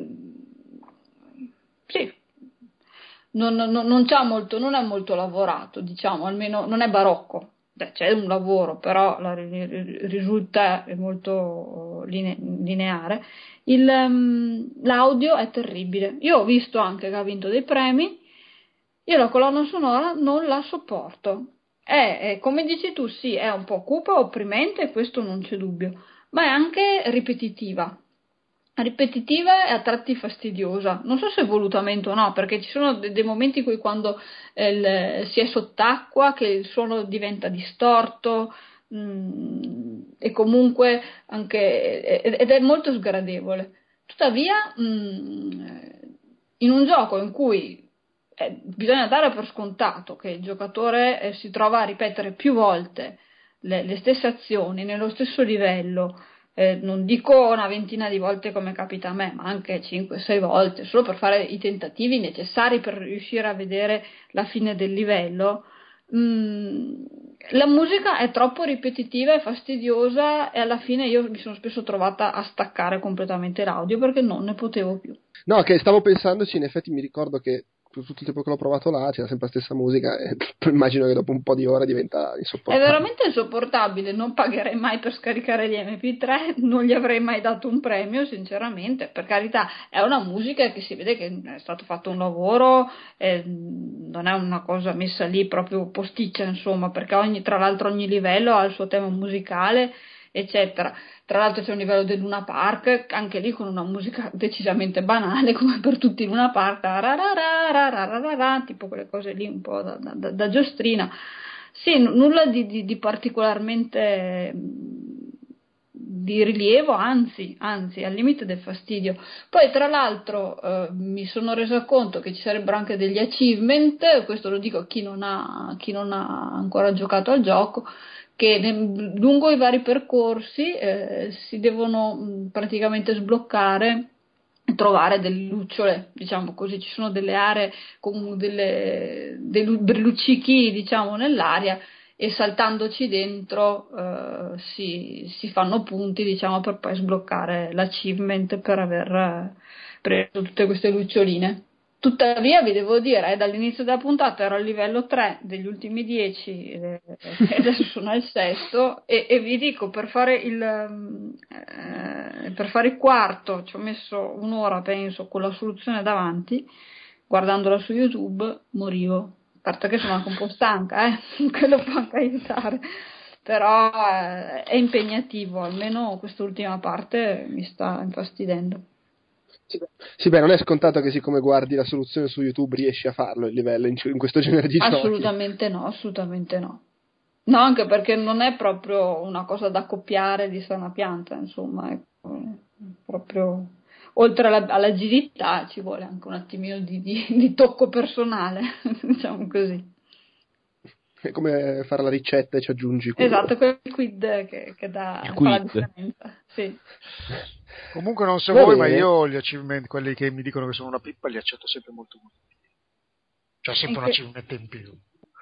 sì, non, non, non c'ha molto, non è molto lavorato, diciamo, almeno non è barocco. Beh, c'è un lavoro, però la, risulta molto linea, lineare. Il, um, l'audio è terribile. Io ho visto anche che ha vinto dei premi. Io la colonna sonora non la sopporto. È, è come dici tu, sì, è un po' cupa, opprimente, questo non c'è dubbio, ma è anche ripetitiva. Ripetitiva e a tratti fastidiosa, non so se volutamente o no, perché ci sono dei, dei momenti in cui quando eh, il, si è sott'acqua che il suono diventa distorto mh, e comunque anche ed è molto sgradevole. Tuttavia mh, in un gioco in cui eh, bisogna dare per scontato che il giocatore eh, si trova a ripetere più volte le, le stesse azioni nello stesso livello, Eh, non dico una ventina di volte come capita a me, ma anche cinque sei volte, solo per fare i tentativi necessari per riuscire a vedere la fine del livello. Mm, la musica è troppo ripetitiva e fastidiosa e alla fine io mi sono spesso trovata a staccare completamente l'audio perché non ne potevo più. No, che stavo pensandoci, in effetti mi ricordo che per tutto il tempo che l'ho provato là c'era sempre la stessa musica e immagino che dopo un po' di ore diventa insopportabile. È veramente insopportabile, non pagherei mai per scaricare gli emme pi tre, non gli avrei mai dato un premio sinceramente, per carità è una musica che si vede che è stato fatto un lavoro, eh, non è una cosa messa lì proprio posticcia insomma, perché ogni, tra l'altro ogni livello ha il suo tema musicale eccetera. Tra l'altro c'è un livello del Luna Park, anche lì con una musica decisamente banale, come per tutti i Luna Park, tipo quelle cose lì un po' da, da, da giostrina. Sì, n- nulla di, di, di particolarmente di rilievo, anzi, anzi, al limite del fastidio. Poi tra l'altro eh, mi sono resa conto che ci sarebbero anche degli achievement, questo lo dico a chi non ha, chi non ha ancora giocato al gioco, che nel, lungo i vari percorsi eh, si devono mh, praticamente sbloccare, trovare delle lucciole, diciamo così, ci sono delle aree con delle, dei luccichi, diciamo, nell'aria, e saltandoci dentro eh, si, si fanno punti, diciamo, per poi sbloccare l'achievement per aver preso tutte queste luccioline. Tuttavia vi devo dire, eh, dall'inizio della puntata ero al livello tre degli ultimi dieci eh, e adesso sono al sesto e, e vi dico, per fare il eh, per fare il quarto ci ho messo un'ora, penso, con la soluzione davanti, guardandola su YouTube morivo. A parte che sono anche un po' stanca, eh? Quello può anche aiutare, però eh, è impegnativo, almeno quest'ultima parte mi sta infastidendo. Sì, sì, beh, non è scontato che siccome guardi la soluzione su YouTube riesci a farlo il livello in, in questo genere di giochi. Assolutamente no, assolutamente no. No, anche perché non è proprio una cosa da copiare di sana pianta, insomma, è proprio... Oltre alla, all'agilità ci vuole anche un attimino di, di, di tocco personale, diciamo così. È come fare la ricetta e ci aggiungi quello. Esatto, quel quid che, che dà Il fa la quid. differenza. Sì. Comunque non so Va voi, bene. ma io gli achievement, quelli che mi dicono che sono una pippa, li accetto sempre molto volentieri. C'è sempre un Anche- achievement in più.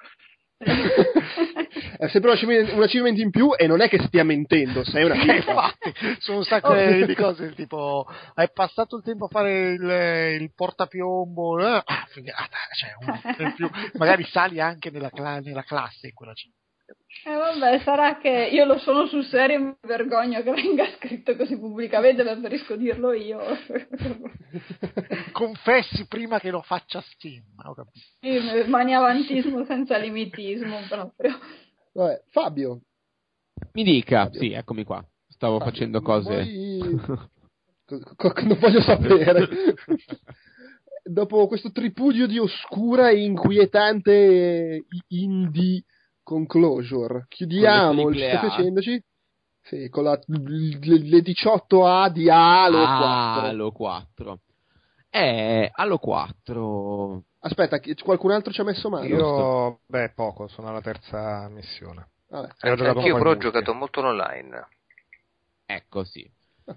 È sempre un achievement, un achievement in più e non è che stia mentendo, sei una Sì, pippa. infatti, sono un sacco di di cose tipo hai passato il tempo a fare il, il portapiombo, eh? Ah, figata, cioè un in più, magari sali anche nella, cla- nella classe in quella città. Eh vabbè, sarà che io lo sono sul serio e mi vergogno che venga scritto così pubblicamente, preferisco dirlo io. Confessi prima che lo faccia Steam, ho capito. Sì, maniavantismo senza limitismo proprio. Vabbè, Fabio, Mi dica, Fabio. sì, eccomi qua. Stavo Fabio, facendo non cose. vuoi- co- co- non voglio sapere. Dopo questo tripudio di oscura e inquietante indie conclosure, chiudiamo Con il le Sta triple A. piacendoci? Sì, con la, le, le diciotto A di Halo quattro. Halo quattro. Eh, Halo quattro. Aspetta, chi- qualcun altro ci ha messo mano? Io, beh, poco, sono alla terza missione. Vabbè. E ho giocato un Anch'io po' però ho in multi. giocato molto online. Ecco, sì.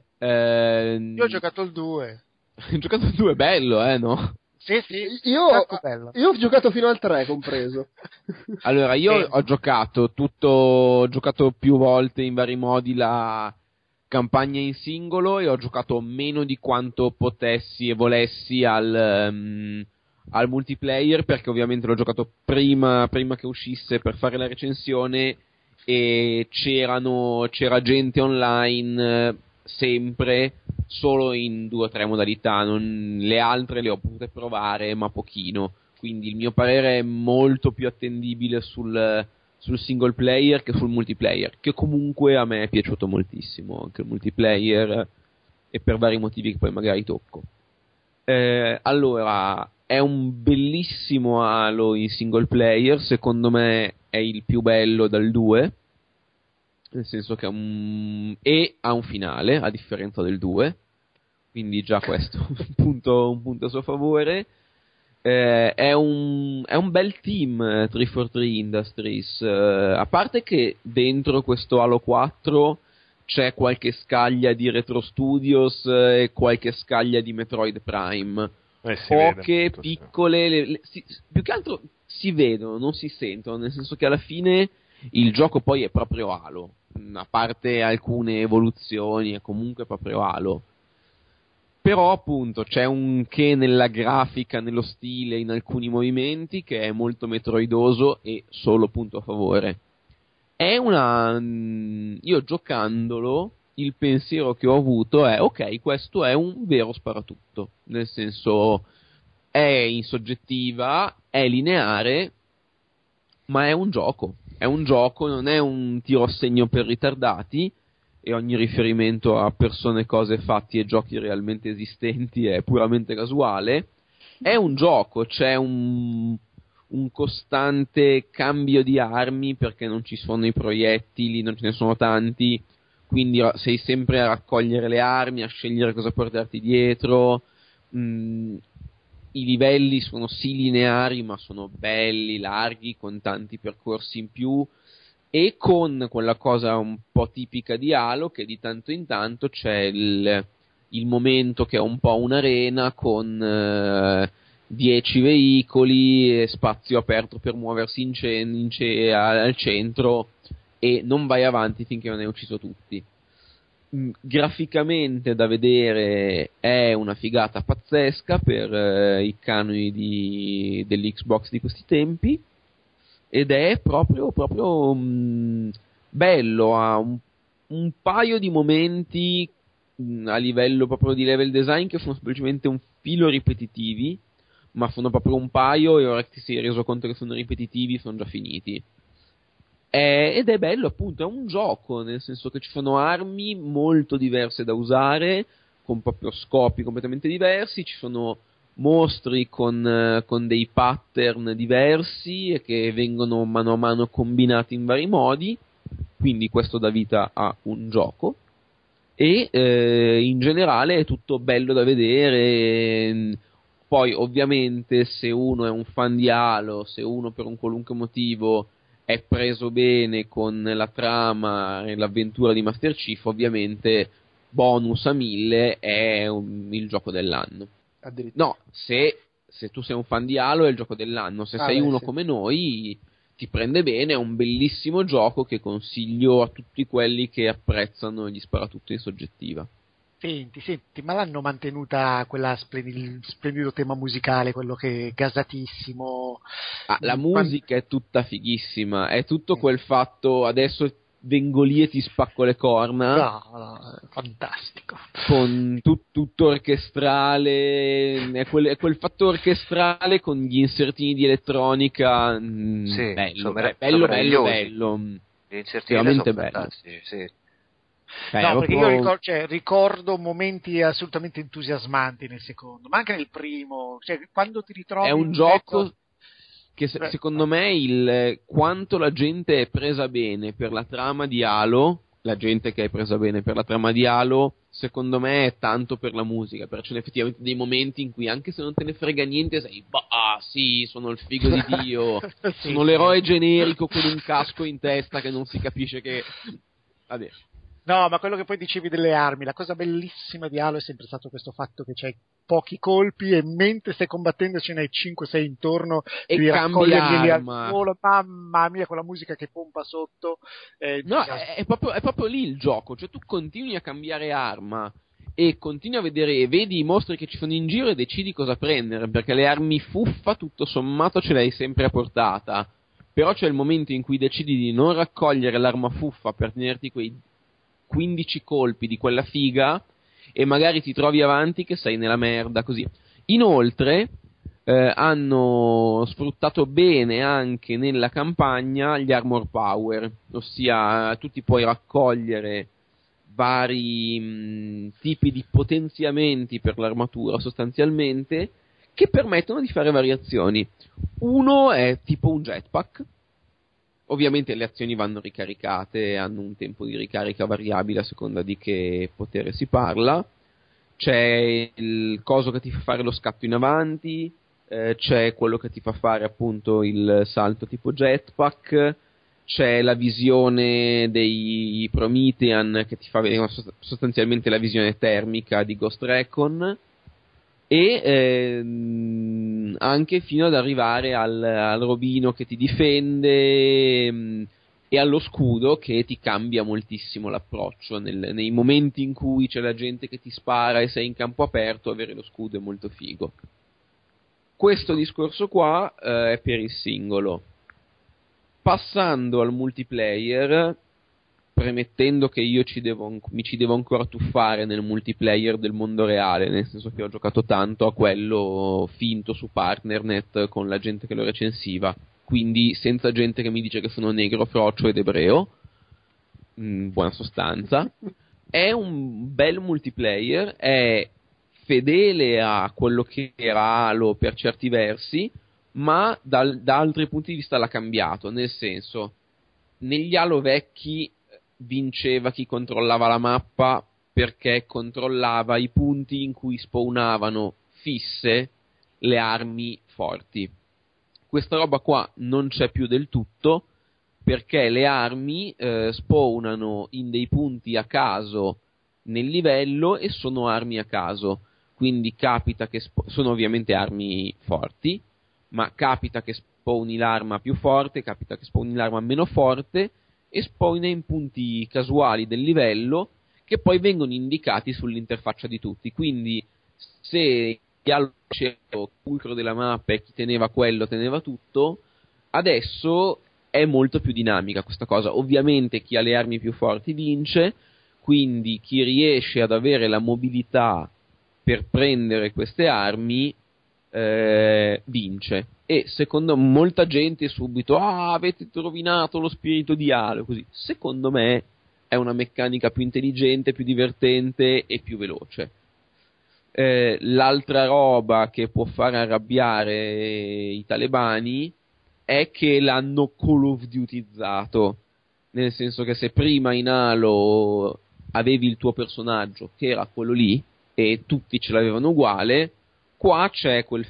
Eh, Io ho giocato il due. ho giocato il due, bello, eh, no? Sì, sì, Io, tanto bello. io ho giocato fino al tre compreso. Allora, io Sì. ho giocato tutto, ho giocato più volte in vari modi la campagna in singolo e ho giocato meno di quanto potessi e volessi al, um, al multiplayer, perché ovviamente l'ho giocato prima, prima che uscisse per fare la recensione e c'erano, c'era gente online eh, sempre solo in due o tre modalità, non, le altre le ho potute provare ma pochino, quindi il mio parere è molto più attendibile sul, sul single player che sul multiplayer, che comunque a me è piaciuto moltissimo anche il multiplayer e per vari motivi che poi magari tocco. Eh, allora, è un bellissimo Halo in single player, secondo me è il più bello dal due, nel senso che è un... e ha un finale a differenza del due, quindi già questo è un punto, un punto a suo favore. Eh, è, un, è un bel team eh, tre quattro tre Industries, eh, a parte che dentro questo Halo quattro c'è qualche scaglia di Retro Studios eh, e qualche scaglia di Metroid Prime, Eh, si poche, vede, sì. piccole, le- le- si- più che altro si vedono, non si sentono, nel senso che alla fine il gioco poi è proprio Halo, a parte alcune evoluzioni è comunque proprio Halo. Però appunto c'è un che nella grafica, nello stile, in alcuni movimenti che è molto metroidoso e solo punto a favore. È una... io giocandolo il pensiero che ho avuto è ok, questo è un vero sparatutto, nel senso è in soggettiva, è lineare, ma è un gioco, è un gioco, non è un tiro a segno per ritardati, e ogni riferimento a persone, cose, fatti e giochi realmente esistenti è puramente casuale. È un gioco, c'è un, un costante cambio di armi perché non ci sono i proiettili, non ce ne sono tanti, quindi sei sempre a raccogliere le armi, a scegliere cosa portarti dietro. Mm, i livelli sono sì lineari, ma sono belli, larghi, con tanti percorsi in più, e con quella cosa un po' tipica di Halo, che di tanto in tanto c'è il, il momento che è un po' un'arena con eh, dieci veicoli e spazio aperto per muoversi in ce- in ce- al centro, e non vai avanti finché non hai ucciso tutti. Graficamente da vedere è una figata pazzesca per eh, i canoni di, dell'Xbox di questi tempi, ed è proprio, proprio mh, bello, ha un, un paio di momenti mh, a livello proprio di level design che sono semplicemente un filo ripetitivi, ma sono proprio un paio, e ora che ti sei reso conto che sono ripetitivi sono già finiti. È, ed è bello, appunto, è un gioco, nel senso che ci sono armi molto diverse da usare, con proprio scopi completamente diversi, ci sono mostri con, con dei pattern diversi e che vengono mano a mano combinati in vari modi, quindi questo dà vita a un gioco, e eh, in generale è tutto bello da vedere. Poi ovviamente se uno è un fan di Halo, se uno per un qualunque motivo è preso bene con la trama e l'avventura di Master Chief, ovviamente bonus a mille è un, il gioco dell'anno. No, se, se tu sei un fan di Halo è il gioco dell'anno, se ah, sei beh, uno sì. come noi ti prende bene, è un bellissimo gioco che consiglio a tutti quelli che apprezzano gli sparatutto in soggettiva. Senti, senti, ma l'hanno mantenuta quella splendid- il splendido tema musicale, quello che è gasatissimo. Ah, la musica è tutta fighissima, è tutto quel fatto, adesso vengo lì e ti spacco le corna. No, no, fantastico. Con tu- tutto orchestrale, è quel, è quel fatto orchestrale con gli insertini di elettronica. Sì, bello, sono bello, bello, bello, bello. Gli insertini veramente sono bello. Fantastici, sì. Beh, no, perché io ricordo, cioè, ricordo momenti assolutamente entusiasmanti nel secondo, ma anche nel primo, cioè, quando ti ritrovi... È un gioco ecco... che se, secondo me il quanto la gente è presa bene per la trama di Halo, la gente che è presa bene per la trama di Halo, secondo me è tanto per la musica, perché ci sono effettivamente dei momenti in cui anche se non te ne frega niente sei, bah sì, sono il figo di Dio, sì, sono l'eroe generico con un casco in testa che non si capisce che... Vabbè. No, ma quello che poi dicevi delle armi, la cosa bellissima di Halo è sempre stato questo fatto che c'hai pochi colpi e mentre stai combattendo ce n'hai cinque sei intorno e devi raccoglierli al volo. Mamma mia, quella musica che pompa sotto. Eh, no, è, è, proprio, è proprio lì il gioco, cioè tu continui a cambiare arma e continui a vedere e vedi i mostri che ci sono in giro e decidi cosa prendere, perché le armi fuffa tutto sommato ce l'hai sempre a portata, però c'è il momento in cui decidi di non raccogliere l'arma fuffa per tenerti quei quindici colpi di quella figa e magari ti trovi avanti che sei nella merda, così. Inoltre eh, hanno sfruttato bene anche nella campagna gli armor power, ossia tu ti puoi raccogliere vari mh, tipi di potenziamenti per l'armatura sostanzialmente, che permettono di fare variazioni. Uno è tipo un jetpack. Ovviamente le azioni vanno ricaricate, hanno un tempo di ricarica variabile a seconda di che potere si parla. C'è il coso che ti fa fare lo scatto in avanti, eh, c'è quello che ti fa fare appunto il salto tipo jetpack, c'è la visione dei Promethean che ti fa vedere sostanzialmente la visione termica di Ghost Recon, e ehm, anche fino ad arrivare al, al robino che ti difende ehm, e allo scudo che ti cambia moltissimo l'approccio nel, nei momenti in cui c'è la gente che ti spara e sei in campo aperto, avere lo scudo è molto figo. Questo discorso qua eh, è per il singolo. Passando al multiplayer, premettendo che io ci devo, mi ci devo ancora tuffare nel multiplayer del mondo reale, nel senso che ho giocato tanto a quello finto su Partnernet con la gente che lo recensiva, quindi senza gente che mi dice che sono negro, froccio ed ebreo. in buona sostanza. È un bel multiplayer, è fedele a quello che era Halo per certi versi, ma dal, da altri punti di vista l'ha cambiato, nel senso, negli Halo vecchi vinceva chi controllava la mappa perché controllava i punti in cui spawnavano fisse le armi forti. Questa roba qua non c'è più del tutto, perché le armi eh, spawnano in dei punti a caso nel livello e sono armi a caso, quindi capita che sp- sono ovviamente armi forti, ma capita che spawni l'arma più forte, capita che spawni l'arma meno forte e spawna in punti casuali del livello che poi vengono indicati sull'interfaccia di tutti. Quindi se c'era il fulcro della mappa e chi teneva quello teneva tutto, adesso è molto più dinamica questa cosa. Ovviamente chi ha le armi più forti vince, quindi chi riesce ad avere la mobilità per prendere queste armi eh, vince. E secondo molta gente subito ah avete rovinato lo spirito di Halo, così. Secondo me è una meccanica più intelligente, più divertente e più veloce. Eh, l'altra roba che può fare arrabbiare i talebani è che l'hanno Call of Dutyizzato, nel senso che se prima in Halo avevi il tuo personaggio che era quello lì e tutti ce l'avevano uguale, qua c'è quel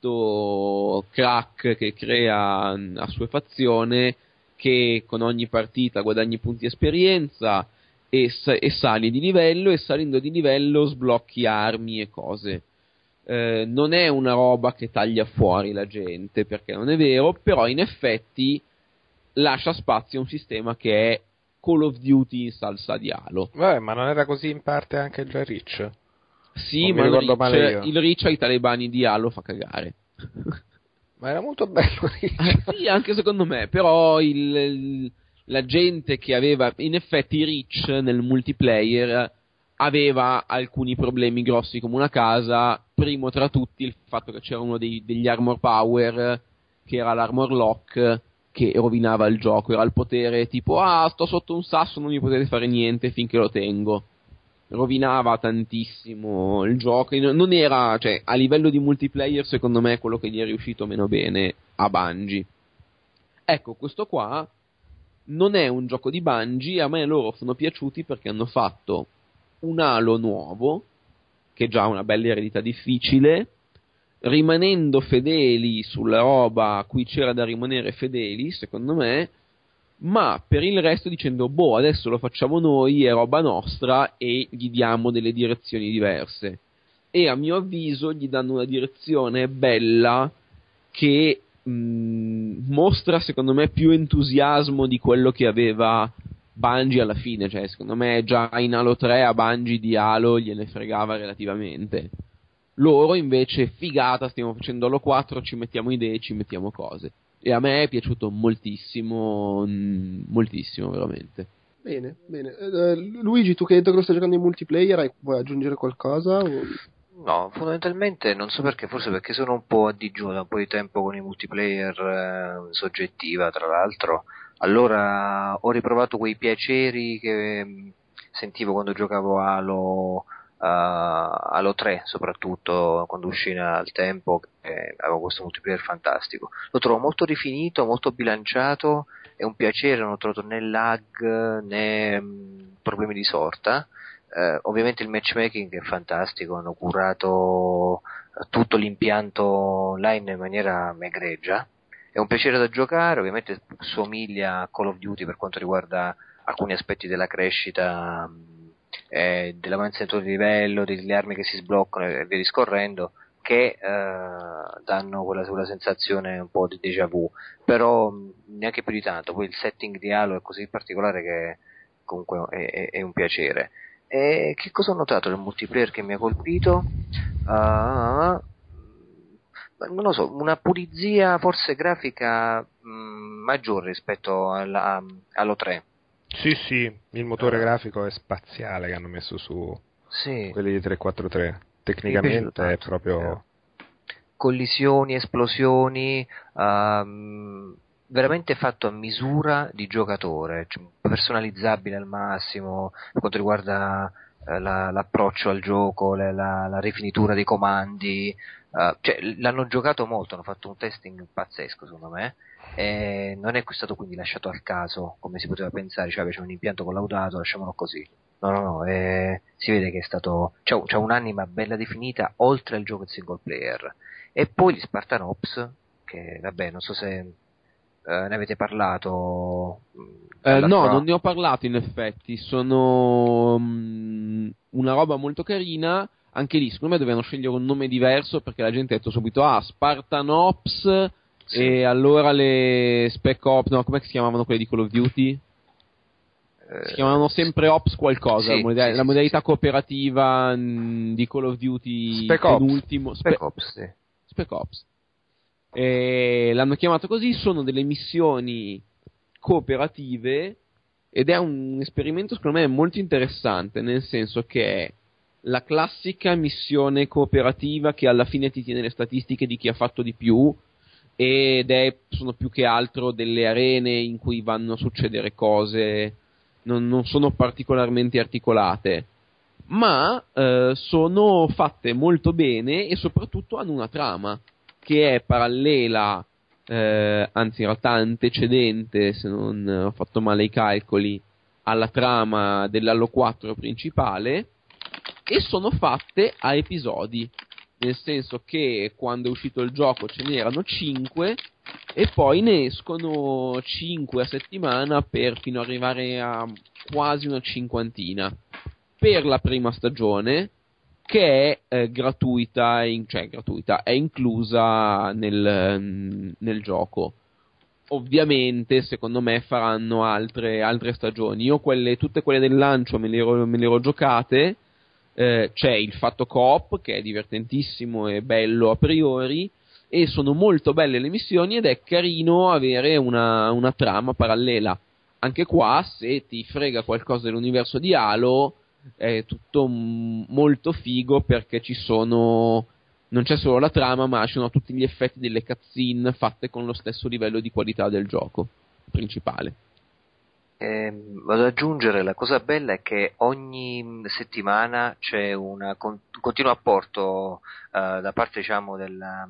fatto crack che crea assuefazione, che con ogni partita guadagni punti esperienza e, e sali di livello, e salendo di livello sblocchi armi e cose. Eh, non è una roba che taglia fuori la gente, perché non è vero, però in effetti lascia spazio a un sistema che è Call of Duty in salsa di Halo. Vabbè, ma non era così in parte anche già Reach? Sì, ma il Reach, il Reach ai talebani di Halo fa cagare. Ma era molto bello Reach. Sì, anche secondo me, però il, il, la gente che aveva, in effetti Reach nel multiplayer aveva alcuni problemi grossi come una casa, primo tra tutti il fatto che c'era uno dei, degli armor power, che era l'armor lock, che rovinava il gioco. Era il potere tipo ah sto sotto un sasso, non mi potete fare niente finché lo tengo. Rovinava tantissimo il gioco. Non era, cioè, a livello di multiplayer secondo me è quello che gli è riuscito meno bene a Bungie. Ecco, questo qua non è un gioco di Bungie. A me loro sono piaciuti perché hanno fatto un Halo nuovo, che già ha una bella eredità difficile, rimanendo fedeli sulla roba a cui c'era da rimanere fedeli, secondo me, ma per il resto dicendo boh, adesso lo facciamo noi, è roba nostra, e gli diamo delle direzioni diverse. E a mio avviso gli danno una direzione bella che mh, mostra secondo me più entusiasmo di quello che aveva Bungie alla fine. Cioè secondo me già in Halo tre a Bungie di Halo gliene fregava relativamente. Loro invece figata, stiamo facendo Halo quattro, ci mettiamo idee, ci mettiamo cose. E a me è piaciuto moltissimo, mh, moltissimo veramente. Bene, bene. Uh, Luigi, tu che hai detto che lo stai giocando in multiplayer, hai, vuoi aggiungere qualcosa? O... No, fondamentalmente non so perché, forse perché sono un po' a digiuno da un po' di tempo con i multiplayer eh, soggettiva, tra l'altro. Allora ho riprovato quei piaceri che mh, sentivo quando giocavo a Halo, uh, Halo tre, soprattutto quando uscì al tempo, che avevo questo multiplayer fantastico. Lo trovo molto rifinito, molto bilanciato, è un piacere, non ho trovato né lag né mh, problemi di sorta. Uh, ovviamente il matchmaking è fantastico, hanno curato uh, tutto l'impianto online in maniera egregia. È un piacere da giocare, ovviamente somiglia a Call of Duty per quanto riguarda alcuni aspetti della crescita, eh, dell'avanzamento di livello, delle armi che si sbloccano e via discorrendo, che eh, danno quella, quella sensazione un po' di déjà vu, però neanche più di tanto. Poi il setting di Halo è così particolare che comunque è, è, è un piacere. E che cosa ho notato nel multiplayer che mi ha colpito? Uh, non lo so, una pulizia forse grafica mh, maggiore rispetto alla, a Halo tre. Sì, sì, il motore uh, grafico è spaziale che hanno messo su sì. quelli di tre quattro tre. Tecnicamente è proprio... Collisioni, esplosioni, um, veramente fatto a misura di giocatore, cioè, personalizzabile al massimo per quanto riguarda eh, la, l'approccio al gioco, la, la, la rifinitura dei comandi, uh, cioè, l'hanno giocato molto, hanno fatto un testing pazzesco secondo me, e non è stato quindi lasciato al caso come si poteva pensare, cioè c'è un impianto collaudato, lasciamolo così. No, no, no, eh, si vede che è stato, c'è, c'è un'anima bella definita oltre al gioco single player. E poi gli Spartan Ops, che vabbè, non so se Uh, ne avete parlato? Eh, no, non ne ho parlato in effetti. Sono um, una roba molto carina. Anche lì, secondo me dovevano scegliere un nome diverso perché la gente ha detto subito: ah, Spartan Ops. Sì. E allora le Spec Ops, no, come si chiamavano quelle di Call of Duty? Eh, si chiamavano sempre Ops qualcosa. Sì, la, moda- sì, la modalità sì, cooperativa mh, di Call of Duty Spec penultimo. Spec Ops, sì. Spec Ops. E l'hanno chiamato così. Sono delle missioni cooperative ed è un esperimento secondo me molto interessante, nel senso che è la classica missione cooperativa che alla fine ti tiene le statistiche di chi ha fatto di più, ed è, sono più che altro delle arene in cui vanno a succedere cose, non, non sono particolarmente articolate, ma eh, sono fatte molto bene e soprattutto hanno una trama che è parallela, eh, anzi in realtà antecedente, se non ho fatto male i calcoli, alla trama dell'Halo quattro principale, e sono fatte a episodi, nel senso che quando è uscito il gioco ce n'erano cinque e poi ne escono cinque a settimana per fino ad arrivare a quasi una cinquantina per la prima stagione, che è eh, gratuita, in, cioè gratuita, è inclusa nel, nel gioco. Ovviamente, secondo me, faranno altre, altre stagioni. Io quelle, tutte quelle del lancio me le ero, me le ero giocate. Eh, c'è il fatto co-op, che è divertentissimo e bello a priori, e sono molto belle le missioni ed è carino avere una, una trama parallela. Anche qua, se ti frega qualcosa dell'universo di Halo, è tutto m- molto figo, perché ci sono, non c'è solo la trama, ma ci sono tutti gli effetti delle cutscene fatte con lo stesso livello di qualità del gioco principale. Eh, vado ad aggiungere, la cosa bella è che ogni settimana c'è un con- continuo apporto uh, da parte, diciamo, della,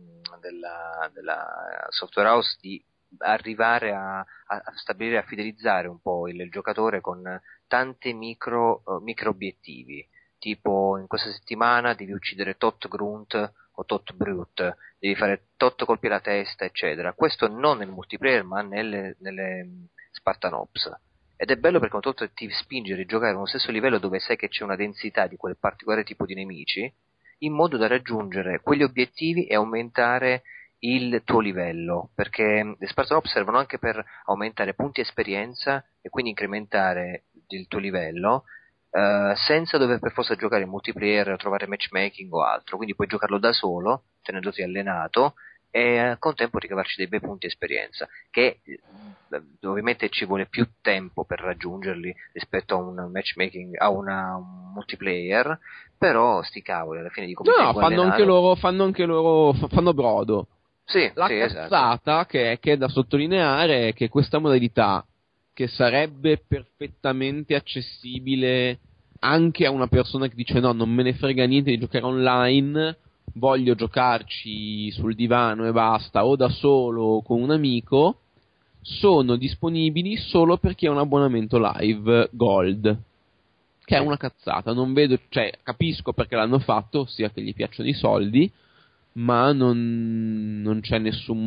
della, della software house di arrivare a, a stabilire, a fidelizzare un po' il, il giocatore con tante micro, uh, micro obiettivi, tipo in questa settimana devi uccidere tot grunt o tot brute, devi fare tot colpi alla testa, eccetera. Questo non nel multiplayer ma nelle, nelle Spartan Ops, ed è bello perché ogni volta ti spinge a rigiocare a uno stesso livello dove sai che c'è una densità di quel particolare tipo di nemici, in modo da raggiungere quegli obiettivi e aumentare il tuo livello, perché le Spartan Ops servono anche per aumentare punti esperienza e quindi incrementare il tuo livello, eh, senza dover per forza giocare in multiplayer, trovare matchmaking o altro. Quindi puoi giocarlo da solo, tenendoti allenato, e al contempo ricavarci dei bei punti esperienza, che eh, ovviamente ci vuole più tempo per raggiungerli rispetto a un matchmaking, a una, un multiplayer, però sti cavoli, alla fine di come no, fanno anche loro, fanno anche loro, fanno brodo. Sì, la sì, cazzata esatto. che, è, che è da sottolineare è che questa modalità, che sarebbe perfettamente accessibile anche a una persona che dice no, non me ne frega niente di giocare online, voglio giocarci sul divano e basta, o da solo o con un amico, sono disponibili solo per chi ha un abbonamento live Gold, che è una cazzata. Non vedo, cioè capisco perché l'hanno fatto, ossia che gli piacciono i soldi, ma non, non c'è nessun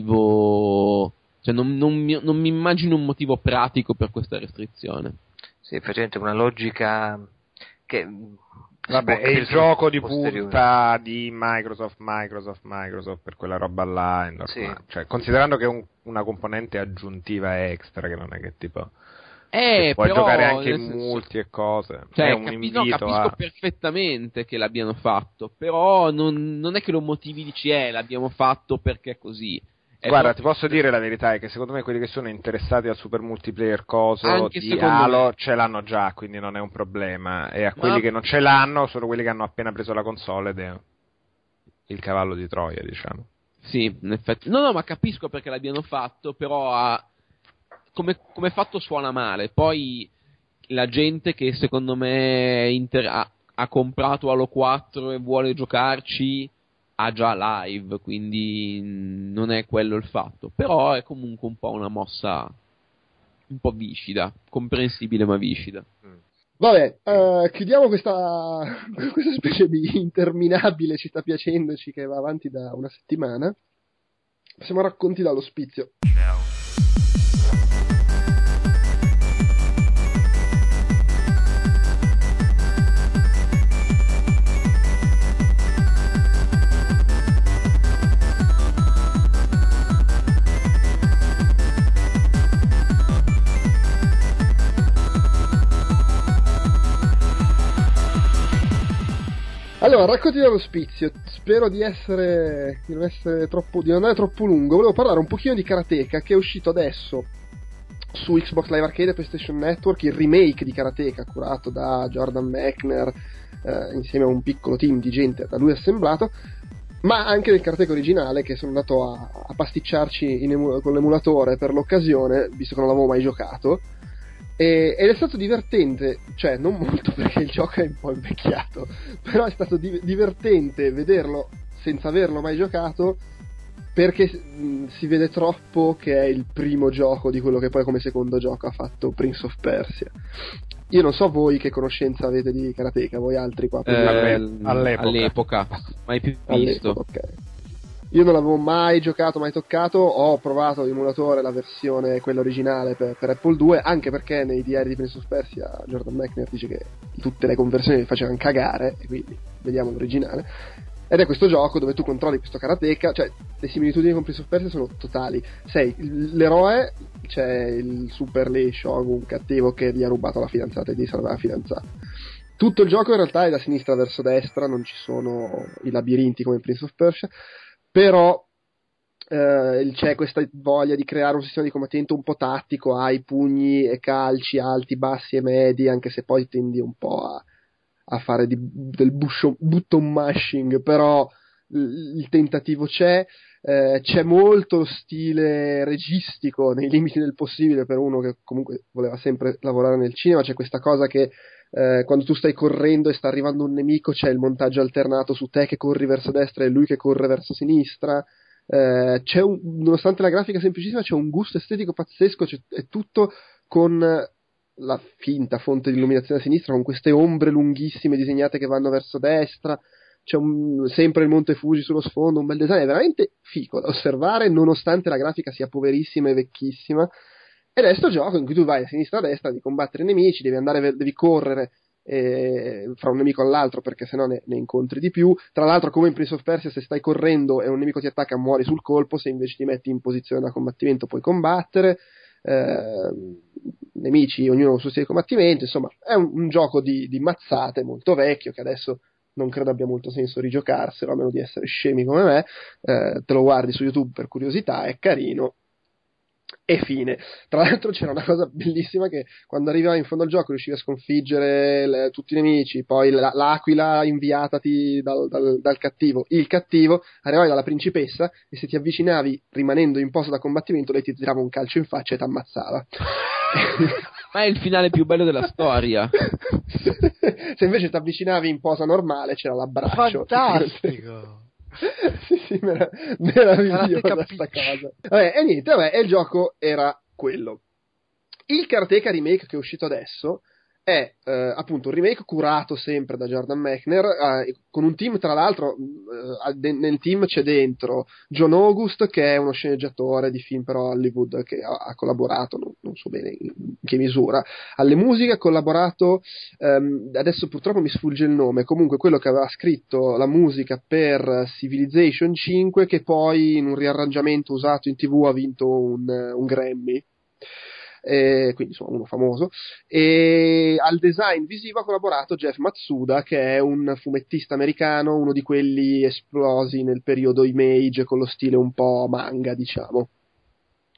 motivo, cioè non, non, mi, non mi immagino un motivo pratico per questa restrizione. Sì, effettivamente una logica che vabbè, è il gioco di punta di Microsoft, Microsoft, Microsoft per quella roba là, è sì. Cioè, considerando che è un, una componente aggiuntiva extra, che non è che tipo eh, che puoi però, giocare anche in senso, multi e cose, cioè, è un capi- invito no, capisco a... perfettamente che l'abbiano fatto, però non, non è che lo motivi, dici eh l'abbiamo fatto perché è così. È Guarda, proprio... ti posso dire la verità, è che secondo me quelli che sono interessati al super multiplayer coso anche di Halo me. ce l'hanno già, quindi non è un problema, e a Ma... quelli che non ce l'hanno sono quelli che hanno appena preso la console ed è il cavallo di Troia, diciamo. Sì, in effetti. No, no, ma capisco perché l'abbiano fatto, però ha... come, come fatto suona male. Poi la gente che secondo me inter... ha, ha comprato Halo quattro e vuole giocarci ha già live, quindi non è quello il fatto. Però è comunque un po' una mossa un po' viscida, comprensibile ma viscida. Vabbè, uh, chiudiamo questa, questa specie di interminabile ci sta piacendoci che va avanti da una settimana. Passiamo a racconti dall'ospizio. Allora, racconti dall'ospizio. Spero di essere di non essere troppo di non andare troppo lungo. Volevo parlare un pochino di Karateka, che è uscito adesso su Xbox Live Arcade e PlayStation Network, il remake di Karateka curato da Jordan Mechner eh, insieme a un piccolo team di gente da lui assemblato, ma anche del Karateka originale, che sono andato a, a pasticciarci in emu- con l'emulatore per l'occasione, visto che non l'avevo mai giocato. E, ed è stato divertente, cioè non molto perché il gioco è un po' invecchiato, però è stato di- divertente vederlo senza averlo mai giocato, perché mh, si vede troppo che è il primo gioco di quello che poi come secondo gioco ha fatto Prince of Persia. Io non so voi che conoscenza avete di Karateka, voi altri qua. Eh, all'epoca. all'epoca, mai più visto. All'epoca, ok. Io non l'avevo mai giocato, mai toccato, ho provato l'emulatore, la versione, quella originale per, per Apple due, anche perché nei diari di Prince of Persia Jordan Mechner dice che tutte le conversioni li facevano cagare, e quindi vediamo l'originale. Ed è questo gioco dove tu controlli questo karateka, cioè le similitudini con Prince of Persia sono totali. Sei l'eroe, c'è il Super Lee Shogun cattivo che gli ha rubato la fidanzata e gli salva la fidanzata. Tutto il gioco in realtà è da sinistra verso destra, non ci sono i labirinti come in Prince of Persia, però eh, c'è questa voglia di creare un sistema di combattimento un po' tattico, hai pugni e calci alti, bassi e medi, anche se poi tendi un po' a, a fare di, del busho, button mashing, però l- il tentativo c'è, eh, c'è molto lo stile registico nei limiti del possibile per uno che comunque voleva sempre lavorare nel cinema. C'è questa cosa che Eh, quando tu stai correndo e sta arrivando un nemico c'è il montaggio alternato su te che corri verso destra e lui che corre verso sinistra, eh, c'è un, nonostante la grafica semplicissima c'è un gusto estetico pazzesco, c'è, è tutto con la finta fonte di illuminazione a sinistra, con queste ombre lunghissime disegnate che vanno verso destra, c'è un, sempre il Monte Fuji sullo sfondo, un bel design, è veramente figo da osservare nonostante la grafica sia poverissima e vecchissima. Ed è sto gioco in cui tu vai a sinistra e a destra, devi combattere i nemici, devi andare, devi correre eh, fra un nemico all'altro perché sennò ne, ne incontri di più. Tra l'altro, come in Prince of Persia, se stai correndo e un nemico ti attacca muori sul colpo, se invece ti metti in posizione da combattimento puoi combattere. Eh, nemici, ognuno con il suo stile di combattimento, insomma è un, un gioco di, di mazzate molto vecchio che adesso non credo abbia molto senso rigiocarselo, a meno di essere scemi come me. Eh, te lo guardi su YouTube per curiosità, è carino e fine. Tra l'altro c'era una cosa bellissima che quando arrivavi in fondo al gioco riuscivi a sconfiggere le, tutti i nemici, poi la, l'aquila inviatati dal, dal, dal cattivo, il cattivo, arrivavi dalla principessa e se ti avvicinavi rimanendo in posto da combattimento lei ti tirava un calcio in faccia e ti ammazzava. Ma è il finale più bello della storia. Se invece ti avvicinavi in posa normale c'era l'abbraccio. Fantastico. Sì, sì, merav- meravigliosa questa cosa. Vabbè, e niente, vabbè, e il gioco era quello. Il Karateka Remake che è uscito adesso è eh, appunto un remake curato sempre da Jordan Mechner, eh, con un team, tra l'altro eh, de- nel team c'è dentro John August, che è uno sceneggiatore di film per Hollywood che ha, ha collaborato, non, non so bene in, in che misura, alle musiche, ha collaborato, ehm, adesso purtroppo mi sfugge il nome, comunque quello che aveva scritto la musica per Civilization cinque, che poi in un riarrangiamento usato in tv ha vinto un, un Grammy. Eh, quindi insomma uno famoso, e al design visivo ha collaborato Jeff Matsuda, che è un fumettista americano, uno di quelli esplosi nel periodo Image con lo stile un po' manga, diciamo.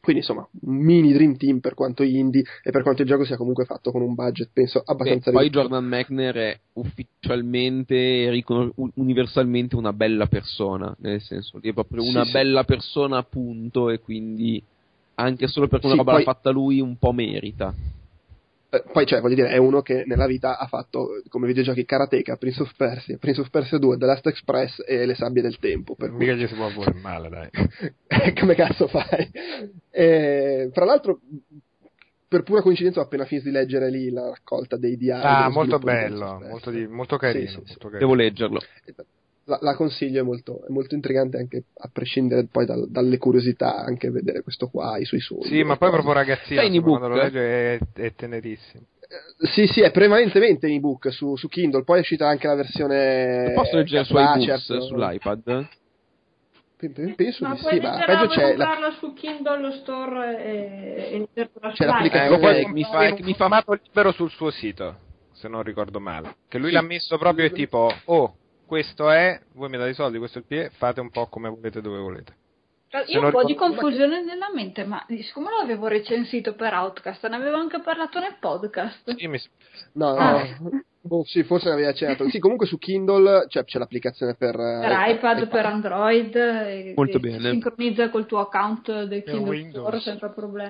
Quindi insomma, un mini Dream Team per quanto indie e per quanto il gioco sia comunque fatto con un budget, penso, abbastanza Beh, poi ridotto. Jordan Mechner è ufficialmente, ricon- universalmente una bella persona, nel senso, è proprio Sì, una sì. bella persona, appunto, e quindi anche solo perché una Sì, roba poi- l'ha fatta lui un po' merita. Eh, poi, cioè, voglio dire, è uno che nella vita ha fatto come videogiochi Karateka, Prince of Persia, Prince of Persia due, The Last Express e Le Sabbie del Tempo. Per Mica cui... gli si può pure male, dai. Come cazzo fai? Eh, fra l'altro, per pura coincidenza, ho appena finito di leggere lì la raccolta dei diari. Ah, dello molto sviluppo di Prince bello, of Persia. molto, di, molto carino. Sì, sì, sì. molto carino. Devo leggerlo. La, la consiglio, è molto, è molto intrigante anche a prescindere poi dal- dalle curiosità, anche vedere questo qua, i suoi sogni. Sì, ma le poi cose. proprio ragazzino, Sai in insomma, ebook? quando lo legge è, è tenerissimo. Eh, Sì, sì, è prevalentemente in ebook su, su Kindle, poi è uscita anche la versione. Posso leggere su cartacea, iBooks però- sull'iPad? Pe- pe- Penso Ma di puoi sì, ma leggerla, peggio puoi c'è la, comprarla su Kindle allo store e, e leggerla C'è su l'applicazione- Eh, lo puoi Eh, comprare mi fa- in un mi fa- formato libero sul suo sito, se non ricordo male. Che lui Sì. l'ha messo proprio e tipo, oh, questo è, voi mi date i soldi, questo è il P E, fate un po' come volete, dove volete. Se Io ho non un po' di ricordo- confusione nella mente, ma siccome lo avevo recensito per Outcast, ne avevo anche parlato nel podcast. Sì, mi- No, no, Ah. boh, sì, forse l'aveva accennato. Sì, comunque su Kindle c'è, c'è l'applicazione per, eh, Per iPad, per Android, e, Molto e bene. si sincronizza col tuo account del Per Kindle Windows. Store senza problemi.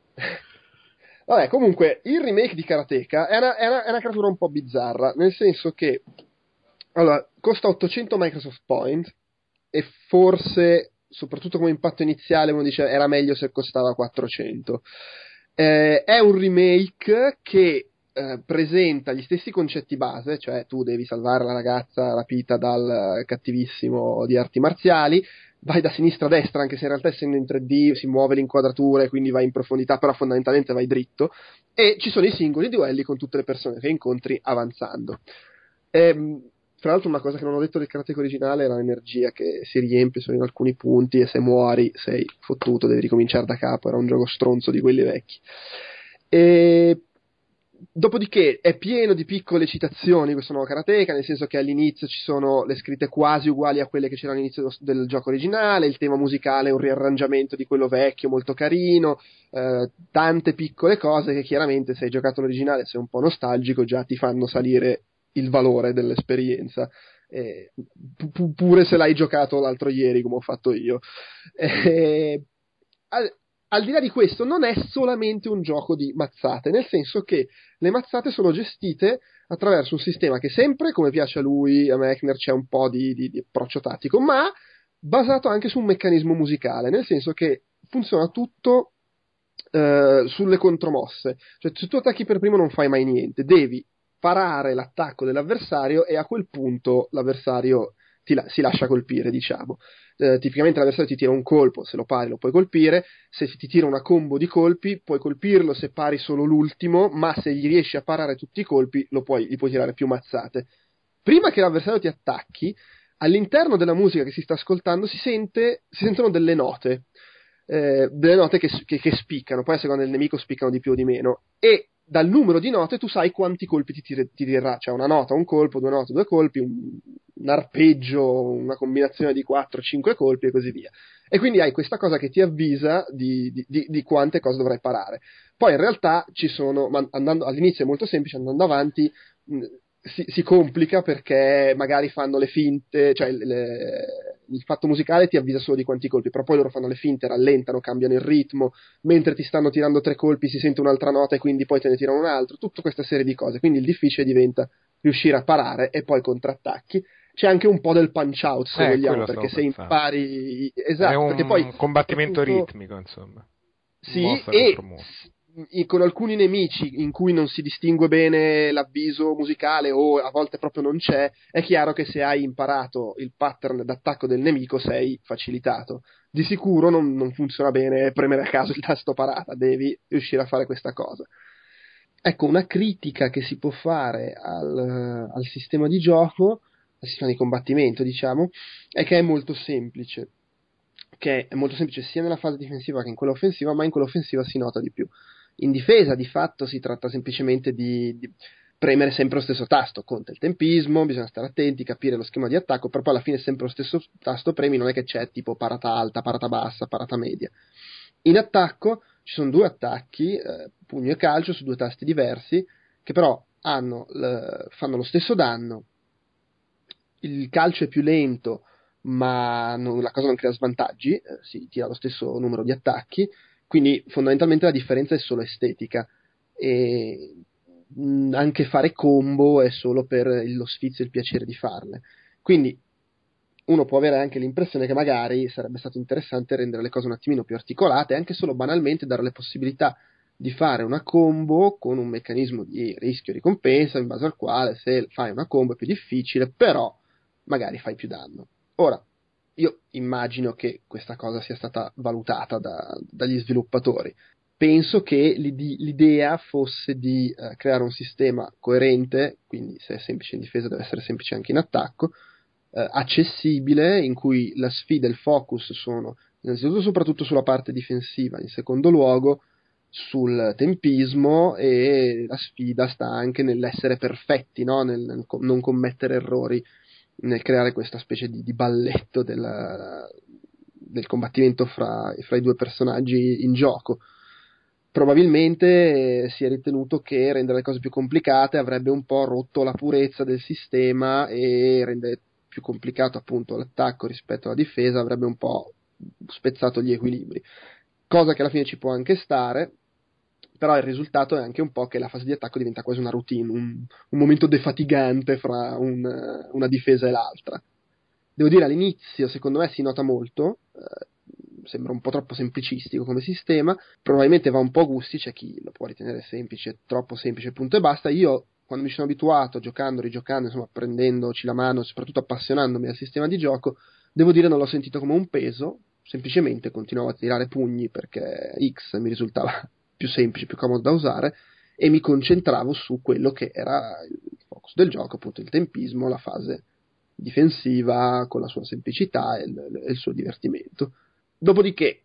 Vabbè, comunque, il remake di Karateka è una, è, una, è una creatura un po' bizzarra, nel senso che allora, costa ottocento Microsoft Point e forse, soprattutto come impatto iniziale, uno dice era meglio se costava quattrocento. Eh, è un remake che eh, presenta gli stessi concetti base, cioè tu devi salvare la ragazza rapita dal cattivissimo di arti marziali, vai da sinistra a destra, anche se in realtà essendo in tre D si muove l'inquadratura e quindi vai in profondità, però fondamentalmente vai dritto, e ci sono i singoli duelli con tutte le persone che incontri avanzando. Ehm, tra l'altro una cosa che non ho detto del Karateka originale era l'energia che si riempie solo in alcuni punti e se muori sei fottuto, devi ricominciare da capo, era un gioco stronzo di quelli vecchi. E dopodiché è pieno di piccole citazioni questo nuovo Karateka, nel senso che all'inizio ci sono le scritte quasi uguali a quelle che c'erano all'inizio del, del gioco originale, il tema musicale è un riarrangiamento di quello vecchio molto carino, eh, tante piccole cose che chiaramente se hai giocato l'originale, sei un po' nostalgico, già ti fanno salire il valore dell'esperienza, eh, pu- pure se l'hai giocato l'altro ieri come ho fatto io. Eh, al, al di là di questo non è solamente un gioco di mazzate, nel senso che le mazzate sono gestite attraverso un sistema che sempre, come piace a lui, a Mechner, c'è un po' di, di, di approccio tattico, ma basato anche su un meccanismo musicale, nel senso che funziona tutto eh, sulle contromosse, cioè se tu attacchi per primo non fai mai niente, devi parare l'attacco dell'avversario e a quel punto l'avversario ti la- si lascia colpire, diciamo. Eh, tipicamente l'avversario ti tira un colpo, se lo pari lo puoi colpire, se ti tira una combo di colpi puoi colpirlo se pari solo l'ultimo, ma se gli riesci a parare tutti i colpi lo puoi, gli puoi tirare più mazzate. Prima che l'avversario ti attacchi, all'interno della musica che si sta ascoltando si, sente, si sentono delle note, eh, delle note che, che, che spiccano, poi a seconda del nemico spiccano di più o di meno, e dal numero di note tu sai quanti colpi ti, tire, ti tirerà, cioè una nota, un colpo, due note, due colpi, un, un arpeggio, una combinazione di quattro, cinque colpi e così via. E quindi hai questa cosa che ti avvisa di, di, di, di quante cose dovrai parare. Poi in realtà ci sono, andando, all'inizio è molto semplice, andando avanti mh, si, si complica perché magari fanno le finte, cioè le, il fatto musicale ti avvisa solo di quanti colpi, però poi loro fanno le finte, rallentano, cambiano il ritmo, mentre ti stanno tirando tre colpi si sente un'altra nota e quindi poi te ne tirano un altro, tutta questa serie di cose, quindi il difficile diventa riuscire a parare e poi contrattacchi. C'è anche un po' del punch out se Eh, vogliamo, quello perché stavo se pensando. impari esatto, è un perché poi combattimento soprattutto- ritmico, insomma. sì, Mossa e contro mossa. s- con alcuni nemici in cui non si distingue bene l'avviso musicale o a volte proprio non c'è, è chiaro che se hai imparato il pattern d'attacco del nemico sei facilitato. Di sicuro non, non funziona bene premere a caso il tasto parata, devi riuscire a fare questa cosa. Ecco, una critica che si può fare al, al sistema di gioco, al sistema di combattimento, diciamo, è che è molto semplice. Che è molto semplice sia nella fase difensiva che in quella offensiva, ma in quella offensiva si nota di più. In difesa, di fatto, si tratta semplicemente di, di premere sempre lo stesso tasto, conta il tempismo, bisogna stare attenti, capire lo schema di attacco, però poi alla fine è sempre lo stesso tasto premi, non è che c'è tipo parata alta, parata bassa, parata media. In attacco ci sono due attacchi, eh, pugno e calcio, su due tasti diversi, che però hanno l- fanno lo stesso danno. Il calcio è più lento, ma non, la cosa non crea svantaggi, eh, si tira lo stesso numero di attacchi, quindi fondamentalmente la differenza è solo estetica, e mh, anche fare combo è solo per lo sfizio e il piacere di farle. Quindi uno può avere anche l'impressione che magari sarebbe stato interessante rendere le cose un attimino più articolate, anche solo banalmente dare le possibilità di fare una combo con un meccanismo di rischio-ricompensa in base al quale se fai una combo è più difficile, però magari fai più danno. Ora, io immagino che questa cosa sia stata valutata da, dagli sviluppatori. Penso che l'idea fosse di eh, creare un sistema coerente, quindi se è semplice in difesa deve essere semplice anche in attacco, eh, accessibile, in cui la sfida e il focus sono innanzitutto soprattutto sulla parte difensiva, in secondo luogo sul tempismo, e la sfida sta anche nell'essere perfetti, no? nel, nel non commettere errori, nel creare questa specie di, di balletto della, del combattimento fra, fra i due personaggi in gioco. Probabilmente eh, si è ritenuto che rendere le cose più complicate avrebbe un po' rotto la purezza del sistema, e rendere più complicato appunto l'attacco rispetto alla difesa avrebbe un po' spezzato gli equilibri, cosa che alla fine ci può anche stare. Però il risultato è anche un po' che la fase di attacco diventa quasi una routine, un, un momento defatigante fra un, una difesa e l'altra. Devo dire, all'inizio secondo me si nota molto, eh, sembra un po' troppo semplicistico come sistema, probabilmente va un po' a gusti, c'è chi lo può ritenere semplice, troppo semplice, punto e basta. Io, quando mi sono abituato, giocando, rigiocando, insomma, prendendoci la mano, soprattutto appassionandomi al sistema di gioco, devo dire non l'ho sentito come un peso, semplicemente continuavo a tirare pugni perché X mi risultava più semplice, più comodo da usare, e mi concentravo su quello che era il focus del gioco, appunto il tempismo, la fase difensiva con la sua semplicità e il, e il suo divertimento. Dopodiché,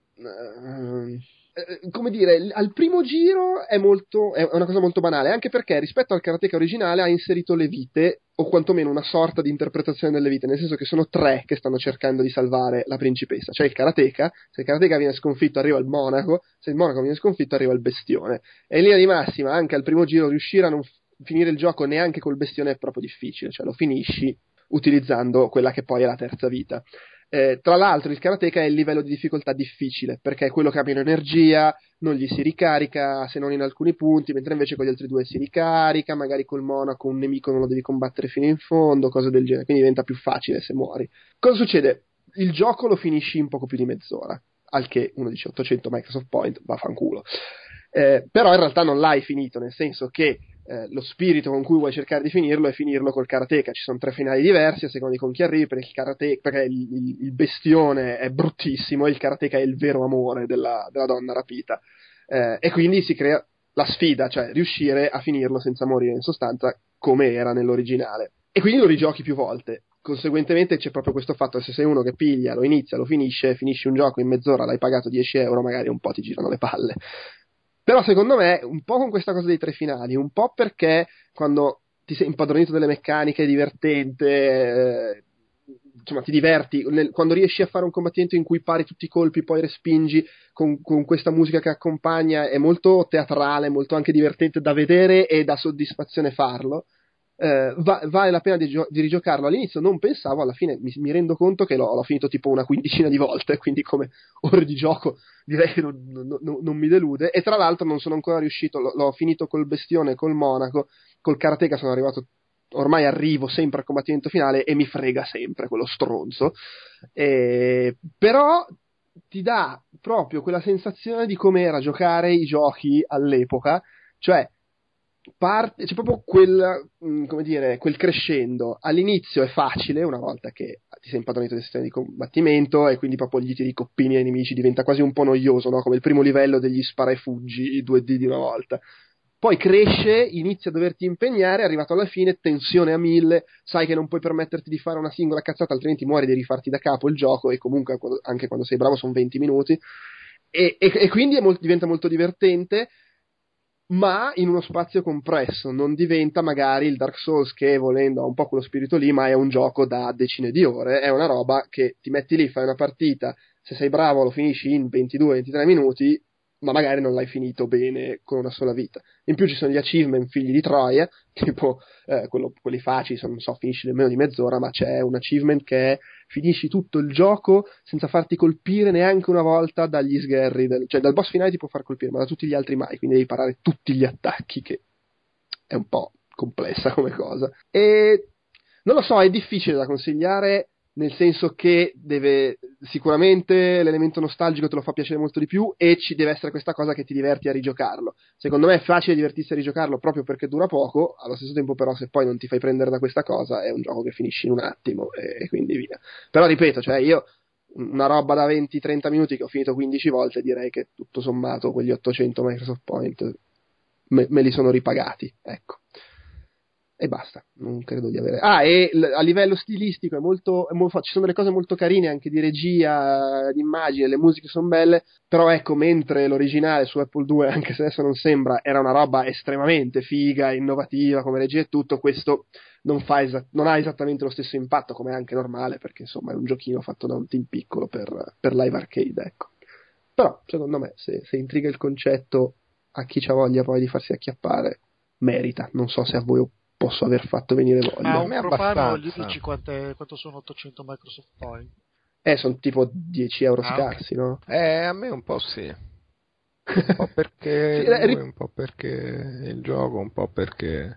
eh, come dire, al primo giro è molto è una cosa molto banale, anche perché rispetto al karateka originale ha inserito le vite, o quantomeno una sorta di interpretazione delle vite, nel senso che sono tre che stanno cercando di salvare la principessa. C'è il karateka, se il karateka viene sconfitto arriva il monaco, se il monaco viene sconfitto arriva il bestione, e in linea di massima anche al primo giro riuscire a non finire il gioco neanche col bestione è proprio difficile, cioè lo finisci utilizzando quella che poi è la terza vita. Eh, tra l'altro il karateka è il livello di difficoltà difficile, perché è quello che ha meno energia, non gli si ricarica se non in alcuni punti, mentre invece con gli altri due si ricarica, magari col monaco un nemico non lo devi combattere fino in fondo, cose del genere, quindi diventa più facile se muori. Cosa succede? Il gioco lo finisci in poco più di mezz'ora, al che uno dice ottocento Microsoft Point, vaffanculo. Eh, però in realtà non l'hai finito, nel senso che Eh, lo spirito con cui vuoi cercare di finirlo è finirlo col karateka. Ci sono tre finali diversi a seconda di con chi arrivi, perché il karateka, perché il, il, il bestione è bruttissimo e il karateka è il vero amore della, della donna rapita, eh, e quindi si crea la sfida, cioè riuscire a finirlo senza morire, in sostanza come era nell'originale, e quindi lo rigiochi più volte. Conseguentemente c'è proprio questo fatto che se sei uno che piglia, lo inizia, lo finisce, finisci un gioco in mezz'ora, l'hai pagato dieci euro, magari un po' ti girano le palle. Però secondo me, un po' con questa cosa dei tre finali, un po' perché quando ti sei impadronito delle meccaniche, è divertente, eh, insomma ti diverti, nel, quando riesci a fare un combattimento in cui pari tutti i colpi, poi respingi con, con questa musica che accompagna, è molto teatrale, molto anche divertente da vedere e da soddisfazione farlo. Eh, va, vale la pena di, gio- di rigiocarlo. All'inizio non pensavo, alla fine mi, mi rendo conto che l'ho, l'ho finito tipo una quindicina di volte, quindi come ore di gioco direi che non, non, non, non mi delude. E tra l'altro non sono ancora riuscito, l'ho, l'ho finito col bestione, col monaco, col karateka sono arrivato, ormai arrivo sempre al combattimento finale e mi frega sempre quello stronzo, e, però ti dà proprio quella sensazione di com'era giocare i giochi all'epoca, cioè parte, c'è proprio quel, come dire, quel crescendo. All'inizio è facile, una volta che ti sei impadronito del sistema di combattimento, e quindi proprio gli tiri i coppini ai nemici diventa quasi un po' noioso, no? Come il primo livello degli spara e fuggi, i due D di una volta. Poi cresce, inizia a doverti impegnare, arrivato alla fine, tensione a mille, sai che non puoi permetterti di fare una singola cazzata, altrimenti muori, devi rifarti da capo il gioco, e comunque anche quando sei bravo sono venti minuti, e, e, e quindi è molto, diventa molto divertente, ma in uno spazio compresso, non diventa magari il Dark Souls che, volendo, ha un po' quello spirito lì, ma è un gioco da decine di ore, è una roba che ti metti lì, fai una partita, se sei bravo lo finisci in ventidue ventitré minuti, ma magari non l'hai finito bene con una sola vita. In più ci sono gli achievement figli di troia, tipo eh, quello, quelli facili, sono, non so, finisci nemmeno di mezz'ora, ma c'è un achievement che è finisci tutto il gioco senza farti colpire neanche una volta dagli sgherri, del, cioè dal boss finale ti può far colpire, ma da tutti gli altri mai, quindi devi parare tutti gli attacchi, che è un po' complessa come cosa. E non lo so, è difficile da consigliare, nel senso che deve sicuramente l'elemento nostalgico te lo fa piacere molto di più e ci deve essere questa cosa che ti diverti a rigiocarlo. Secondo me è facile divertirsi a rigiocarlo proprio perché dura poco, allo stesso tempo però se poi non ti fai prendere da questa cosa è un gioco che finisci in un attimo e, e quindi via. Però ripeto, cioè io una roba da venti trenta minuti che ho finito quindici volte, direi che tutto sommato quegli ottocento Microsoft Point me, me li sono ripagati, ecco. E basta, non credo di avere... Ah, e l- a livello stilistico è molto, è molto... ci sono delle cose molto carine anche di regia, di immagine, le musiche sono belle, però ecco, mentre l'originale su Apple due, anche se adesso non sembra, era una roba estremamente figa, innovativa come regia e tutto, questo non, fa esa- non ha esattamente lo stesso impatto, come è anche normale, perché insomma è un giochino fatto da un team piccolo per, per live arcade, ecco. Però, secondo me, se, se intriga il concetto a chi c'ha voglia poi di farsi acchiappare, merita. Non so se a voi posso aver fatto venire voglia. Ma un profano gli dici quante, quanto sono ottocento Microsoft Point? Eh, sono tipo dieci euro ah, scarsi, okay. no? Eh, a me un po' sì. Un po' perché sì, eh, ri- un po' perché il gioco, un po' perché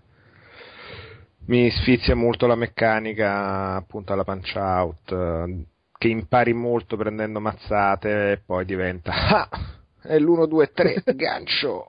mi sfizia molto la meccanica, appunto alla Punch Out, che impari molto prendendo mazzate e poi diventa ah, è l'uno due tre gancio.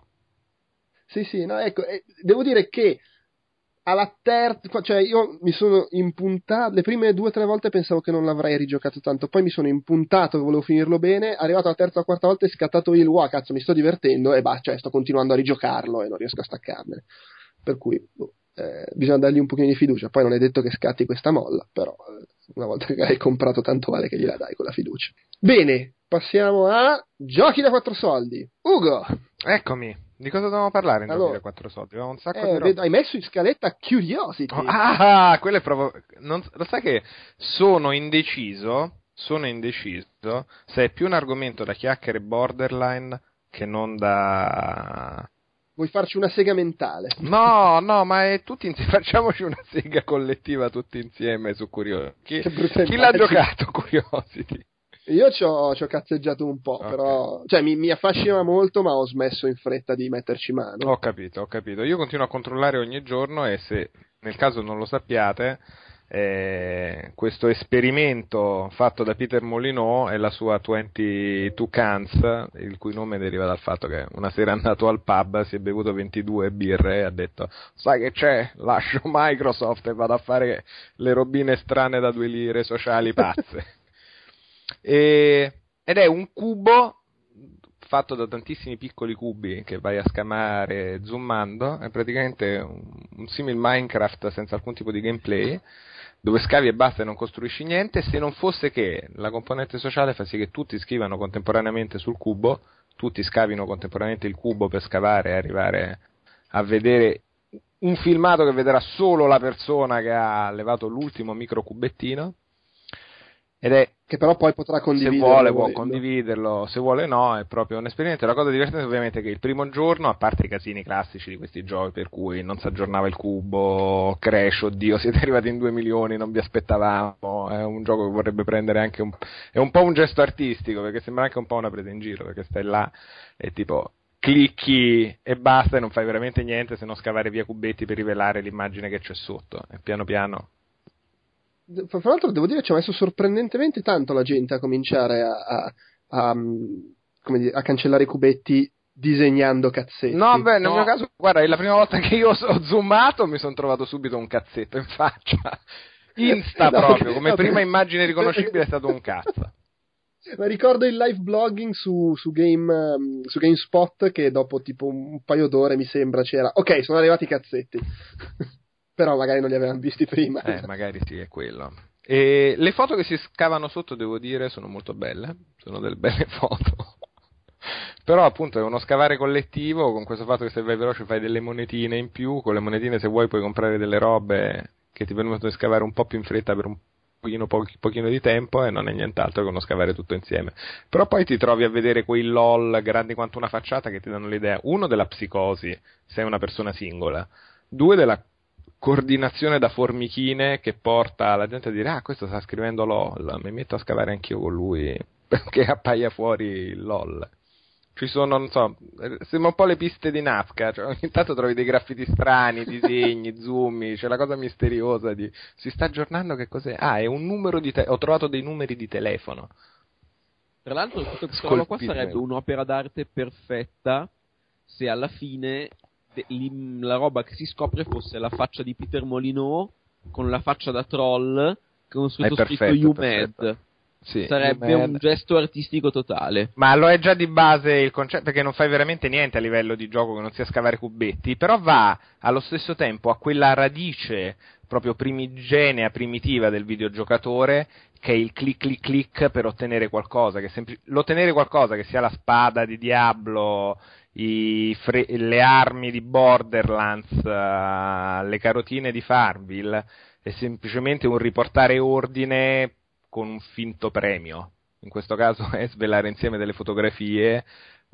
Sì, sì, no, ecco, eh, devo dire che alla terza, cioè io mi sono impuntato, le prime due o tre volte pensavo che non l'avrei rigiocato tanto, poi mi sono impuntato che volevo finirlo bene, arrivato alla terza o quarta volta è scattato il wow, cazzo mi sto divertendo e bah, cioè sto continuando a rigiocarlo e non riesco a staccarmene, per cui boh, eh, bisogna dargli un pochino di fiducia, poi non è detto che scatti questa molla, però eh, una volta che hai comprato tanto vale che gliela dai con la fiducia. Bene, passiamo a giochi da quattro soldi. Ugo! Eccomi. Di cosa dovevamo parlare in allora, giochi da quattro soldi? Avevamo un sacco eh, di roba. vedo, hai messo in scaletta Curiosity. Oh, ah, quello è proprio... Non, lo sai che sono indeciso, sono indeciso se è più un argomento da chiacchiere borderline che non da... Vuoi farci una sega mentale? No, no, ma è tutti insieme, facciamoci una sega collettiva tutti insieme su Curiosity. Chi, chi l'ha giocato Curiosity? Io ci ho, ci ho cazzeggiato un po', okay. Però cioè mi, mi affascina molto, ma ho smesso in fretta di metterci mano. Ho capito, ho capito. Io continuo a controllare ogni giorno e se nel caso non lo sappiate, eh, questo esperimento fatto da Peter Molyneux e la sua ventidue Cans, il cui nome deriva dal fatto che una sera è andato al pub, si è bevuto ventidue birre e ha detto sai che c'è, lascio Microsoft e vado a fare le robine strane da due lire sociali pazze. E, ed è un cubo fatto da tantissimi piccoli cubi che vai a scamare zoomando, è praticamente un, un simile Minecraft senza alcun tipo di gameplay, dove scavi e basta e non costruisci niente, se non fosse che la componente sociale fa sì che tutti scrivano contemporaneamente sul cubo, tutti scavino contemporaneamente il cubo per scavare e arrivare a vedere un filmato che vedrà solo la persona che ha levato l'ultimo micro cubettino. Ed è che però poi potrà condividerlo. Se vuole può volendo. condividerlo, se vuole no, è proprio un'esperienza. La cosa divertente ovviamente è che il primo giorno, a parte i casini classici di questi giochi per cui non si aggiornava il cubo, crash, oddio siete arrivati in due milioni, non vi aspettavamo, è un gioco che vorrebbe prendere anche un... è un po' un gesto artistico, perché sembra anche un po' una presa in giro, perché stai là e tipo clicchi e basta e non fai veramente niente se non scavare via cubetti per rivelare l'immagine che c'è sotto, e piano piano... Fra l'altro devo dire ci ha messo sorprendentemente tanto la gente a cominciare a, a, a, come dire, a cancellare i cubetti disegnando cazzetti. No, beh, nel no. mio caso, guarda, è la prima volta che io ho zoomato mi sono trovato subito un cazzetto in faccia. Insta no, proprio, come no, prima immagine riconoscibile è stato un cazzo. Ma ricordo il live blogging su, su, game, um, su GameSpot che dopo tipo un paio d'ore mi sembra c'era ok, sono arrivati i cazzetti. Però magari non li avevamo visti prima. Eh, magari sì, è quello. E le foto che si scavano sotto, devo dire, sono molto belle, sono delle belle foto. Però appunto è uno scavare collettivo, con questo fatto che se vai veloce fai delle monetine in più, con le monetine se vuoi puoi comprare delle robe che ti permettono di scavare un po' più in fretta per un pochino, po- pochino di tempo e non è nient'altro che uno scavare tutto insieme. Però poi ti trovi a vedere quei LOL grandi quanto una facciata che ti danno l'idea, uno, della psicosi, sei una persona singola, due, della coordinazione da formichine che porta la gente a dire ah, questo sta scrivendo LOL, mi metto a scavare anch'io con lui perché appaia fuori il LOL. Ci sono, non so, sembra un po' le piste di Nazca, cioè ogni tanto trovi dei graffiti strani, disegni, zoom, c'è la cosa misteriosa di si sta aggiornando, che cos'è? Ah, è un numero di te- ho trovato dei numeri di telefono. Tra l'altro questa roba qua sarebbe un'opera d'arte perfetta se alla fine de- li- la roba che si scopre fosse la faccia di Peter Molyneux con la faccia da troll con scritto scritto You Mad. Sì, sarebbe un gesto artistico totale. Ma lo è già di base il concetto, perché non fai veramente niente a livello di gioco che non sia scavare cubetti, però va allo stesso tempo a quella radice proprio primigenea, primitiva del videogiocatore, che è il click click click per ottenere qualcosa, che sempl- l'ottenere qualcosa, che sia la spada di Diablo, i fre- le armi di Borderlands, uh, le carotine di Farmville, è semplicemente un riportare ordine con un finto premio. In questo caso è svelare insieme delle fotografie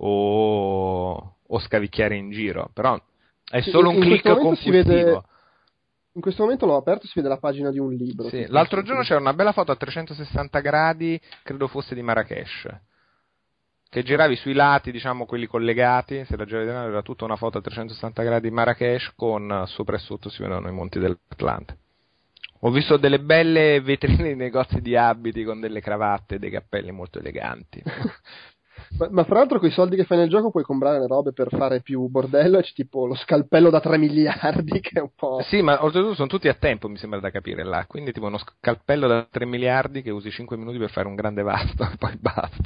o, o scavicchiare in giro, però è solo in, un in click compulsivo. Vede, in questo momento l'ho aperto, si vede la pagina di un libro. Sì, l'altro giorno c'era una bella foto a trecentosessanta gradi, credo fosse di Marrakesh, che giravi sui lati, diciamo quelli collegati, se la giravi di là era tutta una foto a trecentosessanta gradi di Marrakesh con sopra e sotto si vedono i monti dell'Atlante. Ho visto delle belle vetrine di negozi di abiti con delle cravatte e dei cappelli molto eleganti. ma, ma fra l'altro con i soldi che fai nel gioco puoi comprare le robe per fare più bordello, e c'è tipo lo scalpello da tre miliardi che è un po'... Sì, ma oltretutto sono tutti a tempo, mi sembra da capire là, quindi tipo uno scalpello da tre miliardi che usi cinque minuti per fare un grande vasto e poi basta.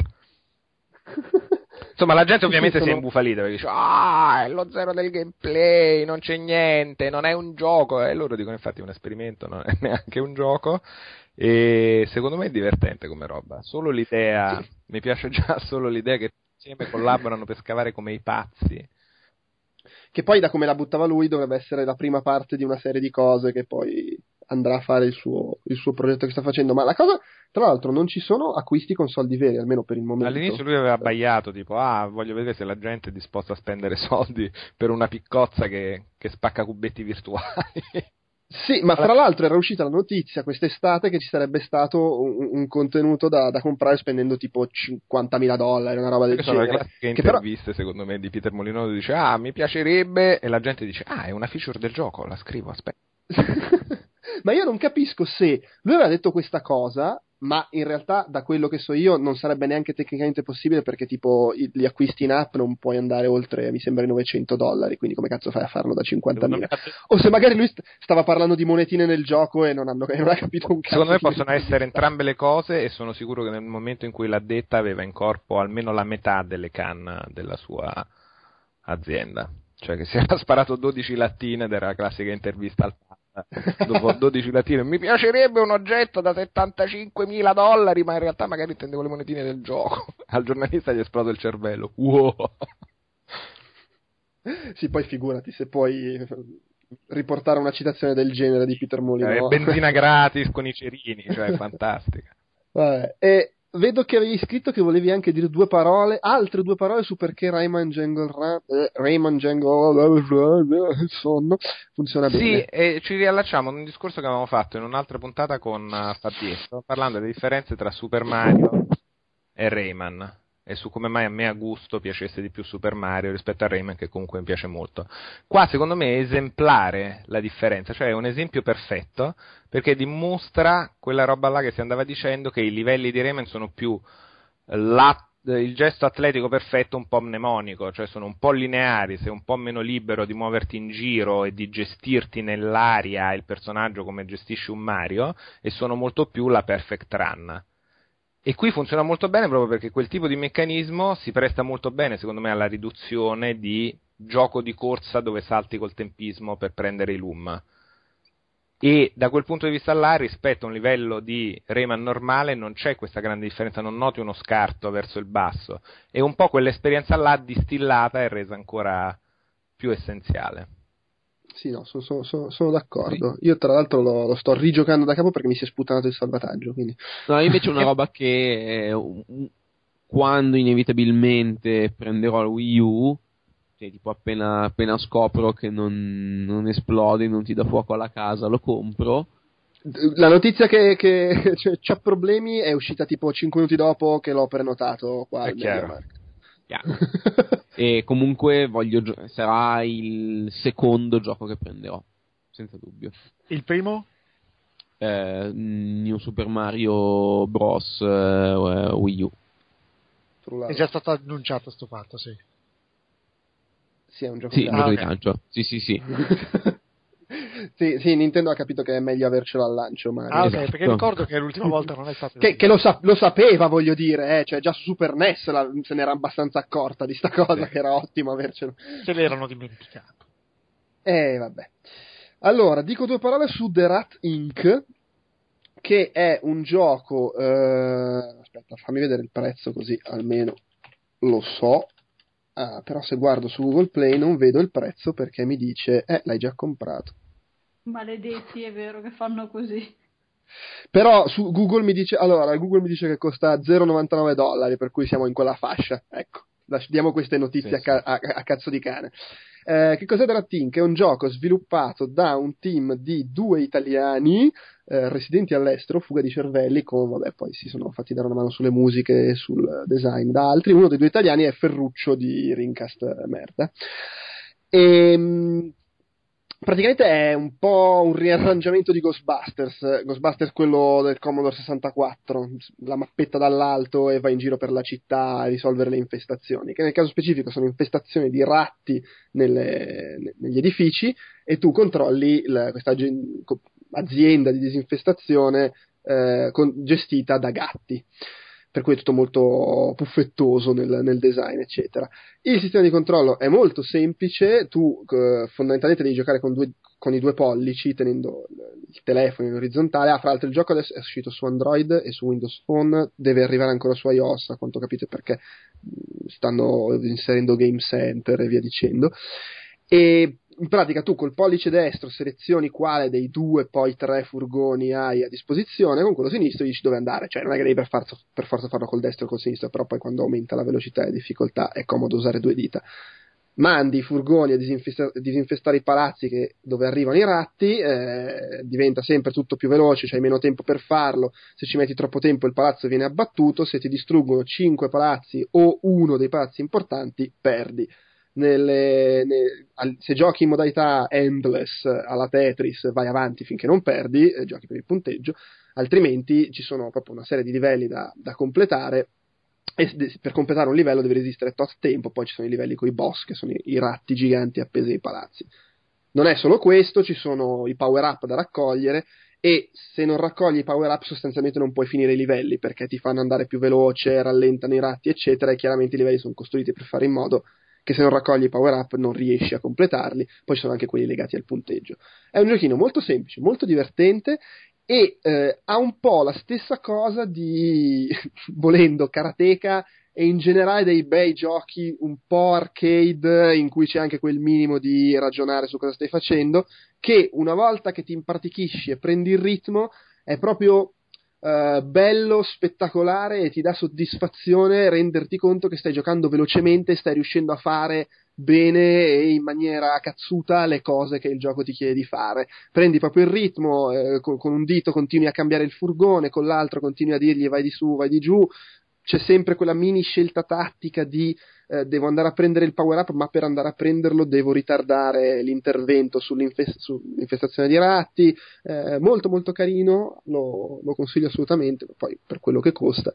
Insomma, la gente ovviamente sì, sono... si è imbufalita perché dice ah, è lo zero del gameplay, non c'è niente, non è un gioco, e loro dicono infatti è un esperimento, non è neanche un gioco, e secondo me è divertente come roba, solo l'idea, sì. Mi piace già solo l'idea che insieme collaborano per scavare come i pazzi. Che poi, da come la buttava lui, dovrebbe essere la prima parte di una serie di cose che poi andrà a fare il suo, il suo progetto che sta facendo. Ma la cosa, tra l'altro, non ci sono acquisti con soldi veri, almeno per il momento. All'inizio lui aveva abbaiato, tipo, ah, voglio vedere se la gente è disposta a spendere soldi per una piccozza che, che spacca cubetti virtuali. Sì, ma fra l'altro era uscita la notizia quest'estate che ci sarebbe stato un, un contenuto da, da comprare spendendo tipo cinquantamila dollari, una roba del genere. Sono le classiche interviste, però... secondo me, di Peter Molyneux, dice, ah, mi piacerebbe, e la gente dice, ah, è una feature del gioco, la scrivo, aspetta. Ma io non capisco se lui aveva detto questa cosa, ma in realtà da quello che so io non sarebbe neanche tecnicamente possibile, perché tipo gli acquisti in app non puoi andare oltre, mi sembra, i novecento dollari, quindi come cazzo fai a farlo da cinquantamila? O se magari lui st- stava parlando di monetine nel gioco e non, hanno, non ha capito un cazzo. Secondo me possono essere entrambe le cose, e sono sicuro che nel momento in cui l'ha detta aveva in corpo almeno la metà delle canne della sua azienda, cioè che si era sparato dodici lattine ed era la classica intervista al dopo dodici latine, mi piacerebbe un oggetto da settantacinquemila dollari, ma in realtà magari intendevo le monetine del gioco. Al giornalista gli esplode il cervello. Wow. Sì, poi figurati se puoi riportare una citazione del genere di Peter Molyneux. Eh, benzina gratis con i cerini, cioè è fantastica. Vabbè. E vedo che avevi scritto che volevi anche dire due parole, altre due parole su perché Rayman Jungle Run, eh, Rayman Jungle il sonno funziona bene. Sì, e ci riallacciamo a un discorso che avevamo fatto in un'altra puntata con uh, Fabietto, parlando delle differenze tra Super Mario e Rayman, e su come mai a me a gusto piacesse di più Super Mario rispetto a Rayman, che comunque mi piace molto. Qua secondo me è esemplare la differenza, cioè è un esempio perfetto, perché dimostra quella roba là che si andava dicendo, che i livelli di Rayman sono più la, il gesto atletico perfetto un po' mnemonico, cioè sono un po' lineari, sei un po' meno libero di muoverti in giro e di gestirti nell'aria il personaggio come gestisci un Mario, e sono molto più la perfect run. E qui funziona molto bene proprio perché quel tipo di meccanismo si presta molto bene, secondo me, alla riduzione di gioco di corsa dove salti col tempismo per prendere i loom. E da quel punto di vista là, rispetto a un livello di Rayman normale, non c'è questa grande differenza, non noti uno scarto verso il basso. E un po' quell'esperienza là distillata è resa ancora più essenziale. Sì, no, sono, sono, sono, sono d'accordo. Io tra l'altro lo, lo sto rigiocando da capo perché mi si è sputanato il salvataggio. Quindi. No, invece una roba che eh, quando inevitabilmente prenderò il Wii U, cioè tipo appena, appena scopro che non, non esplode, non ti dà fuoco alla casa, lo compro. La notizia che, che cioè, c'ha problemi è uscita tipo cinque minuti dopo che l'ho prenotato qua. È chiaro. E comunque voglio gio- sarà il secondo gioco che prenderò, senza dubbio. Il primo? Eh, New Super Mario Bros. eh, Wii U. È già stato annunciato sto fatto, sì. Sì, è un gioco sì, di un gioco lancio. di lancio. Sì, sì, sì. sì, sì, Nintendo ha capito che è meglio avercelo al lancio. Ma ah, ok, esatto. perché ricordo che l'ultima volta non è stato. Che, che lo, sa- lo sapeva, voglio dire, eh? Cioè già su Super N E S la, se n'era abbastanza accorta di sta cosa, sì. che era ottimo avercelo. Se l'erano dimenticato. Eh, vabbè. Allora, dico due parole su The Rat Incorporated, che è un gioco... Eh... Aspetta, fammi vedere il prezzo così almeno lo so. Ah, però se guardo su Google Play non vedo il prezzo perché mi dice, eh, l'hai già comprato. Maledetti, è vero che fanno così. Però su Google mi dice, allora, Google mi dice che costa zero virgola novantanove dollari, per cui siamo in quella fascia. Ecco, diamo queste notizie Sì, a, ca- a, a cazzo di cane. Eh, che cos'è The Rat Inc? È un gioco sviluppato da un team di due italiani eh, residenti all'estero, fuga di cervelli, con, vabbè, poi si sono fatti dare una mano sulle musiche e sul design da altri. Uno dei due italiani è Ferruccio di Rincast Merda. E praticamente è un po' un riarrangiamento di Ghostbusters, Ghostbusters quello del Commodore sessantaquattro, la mappetta dall'alto e va in giro per la città a risolvere le infestazioni, che nel caso specifico sono infestazioni di ratti nelle, negli edifici, e tu controlli la, questa azienda di disinfestazione eh, con, gestita da gatti. Per cui è tutto molto puffettoso nel, nel design, eccetera. Il sistema di controllo è molto semplice, tu eh, fondamentalmente devi giocare con, due, con i due pollici, tenendo il telefono in orizzontale. Ah, fra l'altro il gioco adesso è uscito su Android e su Windows Phone, deve arrivare ancora su iOS, a quanto capite, perché stanno inserendo Game Center e via dicendo. E in pratica tu col pollice destro selezioni quale dei due, poi tre furgoni hai a disposizione, con quello sinistro dici dove andare, cioè non è che devi per forza, per forza farlo col destro o col sinistro, però poi quando aumenta la velocità e la difficoltà è comodo usare due dita. Mandi i furgoni a disinfesta- disinfestare i palazzi che, dove arrivano i ratti, eh, diventa sempre tutto più veloce, c'hai meno tempo per farlo, se ci metti troppo tempo il palazzo viene abbattuto, se ti distruggono cinque palazzi o uno dei palazzi importanti perdi. Nelle, ne, al, se giochi in modalità endless alla Tetris vai avanti finché non perdi, eh, giochi per il punteggio, altrimenti ci sono proprio una serie di livelli da, da completare, e de, per completare un livello devi resistere tot tempo. Poi ci sono i livelli con i boss, che sono i, i ratti giganti appesi ai palazzi. Non è solo questo, ci sono i power up da raccogliere, e se non raccogli i power up sostanzialmente non puoi finire i livelli, perché ti fanno andare più veloce, rallentano i ratti eccetera, e chiaramente i livelli sono costruiti per fare in modo che se non raccogli i power up non riesci a completarli. Poi ci sono anche quelli legati al punteggio. È un giochino molto semplice, molto divertente, e eh, ha un po' la stessa cosa di, volendo, Karateka, e in generale dei bei giochi un po' arcade, in cui c'è anche quel minimo di ragionare su cosa stai facendo, che una volta che ti impratichisci e prendi il ritmo è proprio Uh, bello, spettacolare, e ti dà soddisfazione renderti conto che stai giocando velocemente e stai riuscendo a fare bene e in maniera cazzuta le cose che il gioco ti chiede di fare. Prendi proprio il ritmo, eh, con, con un dito continui a cambiare il furgone, con l'altro continui a dirgli vai di su, vai di giù. C'è sempre quella mini scelta tattica di eh, devo andare a prendere il power up, ma per andare a prenderlo devo ritardare l'intervento sull'infest- sull'infestazione di ratti. Eh, molto molto carino, lo, lo consiglio assolutamente, poi per quello che costa.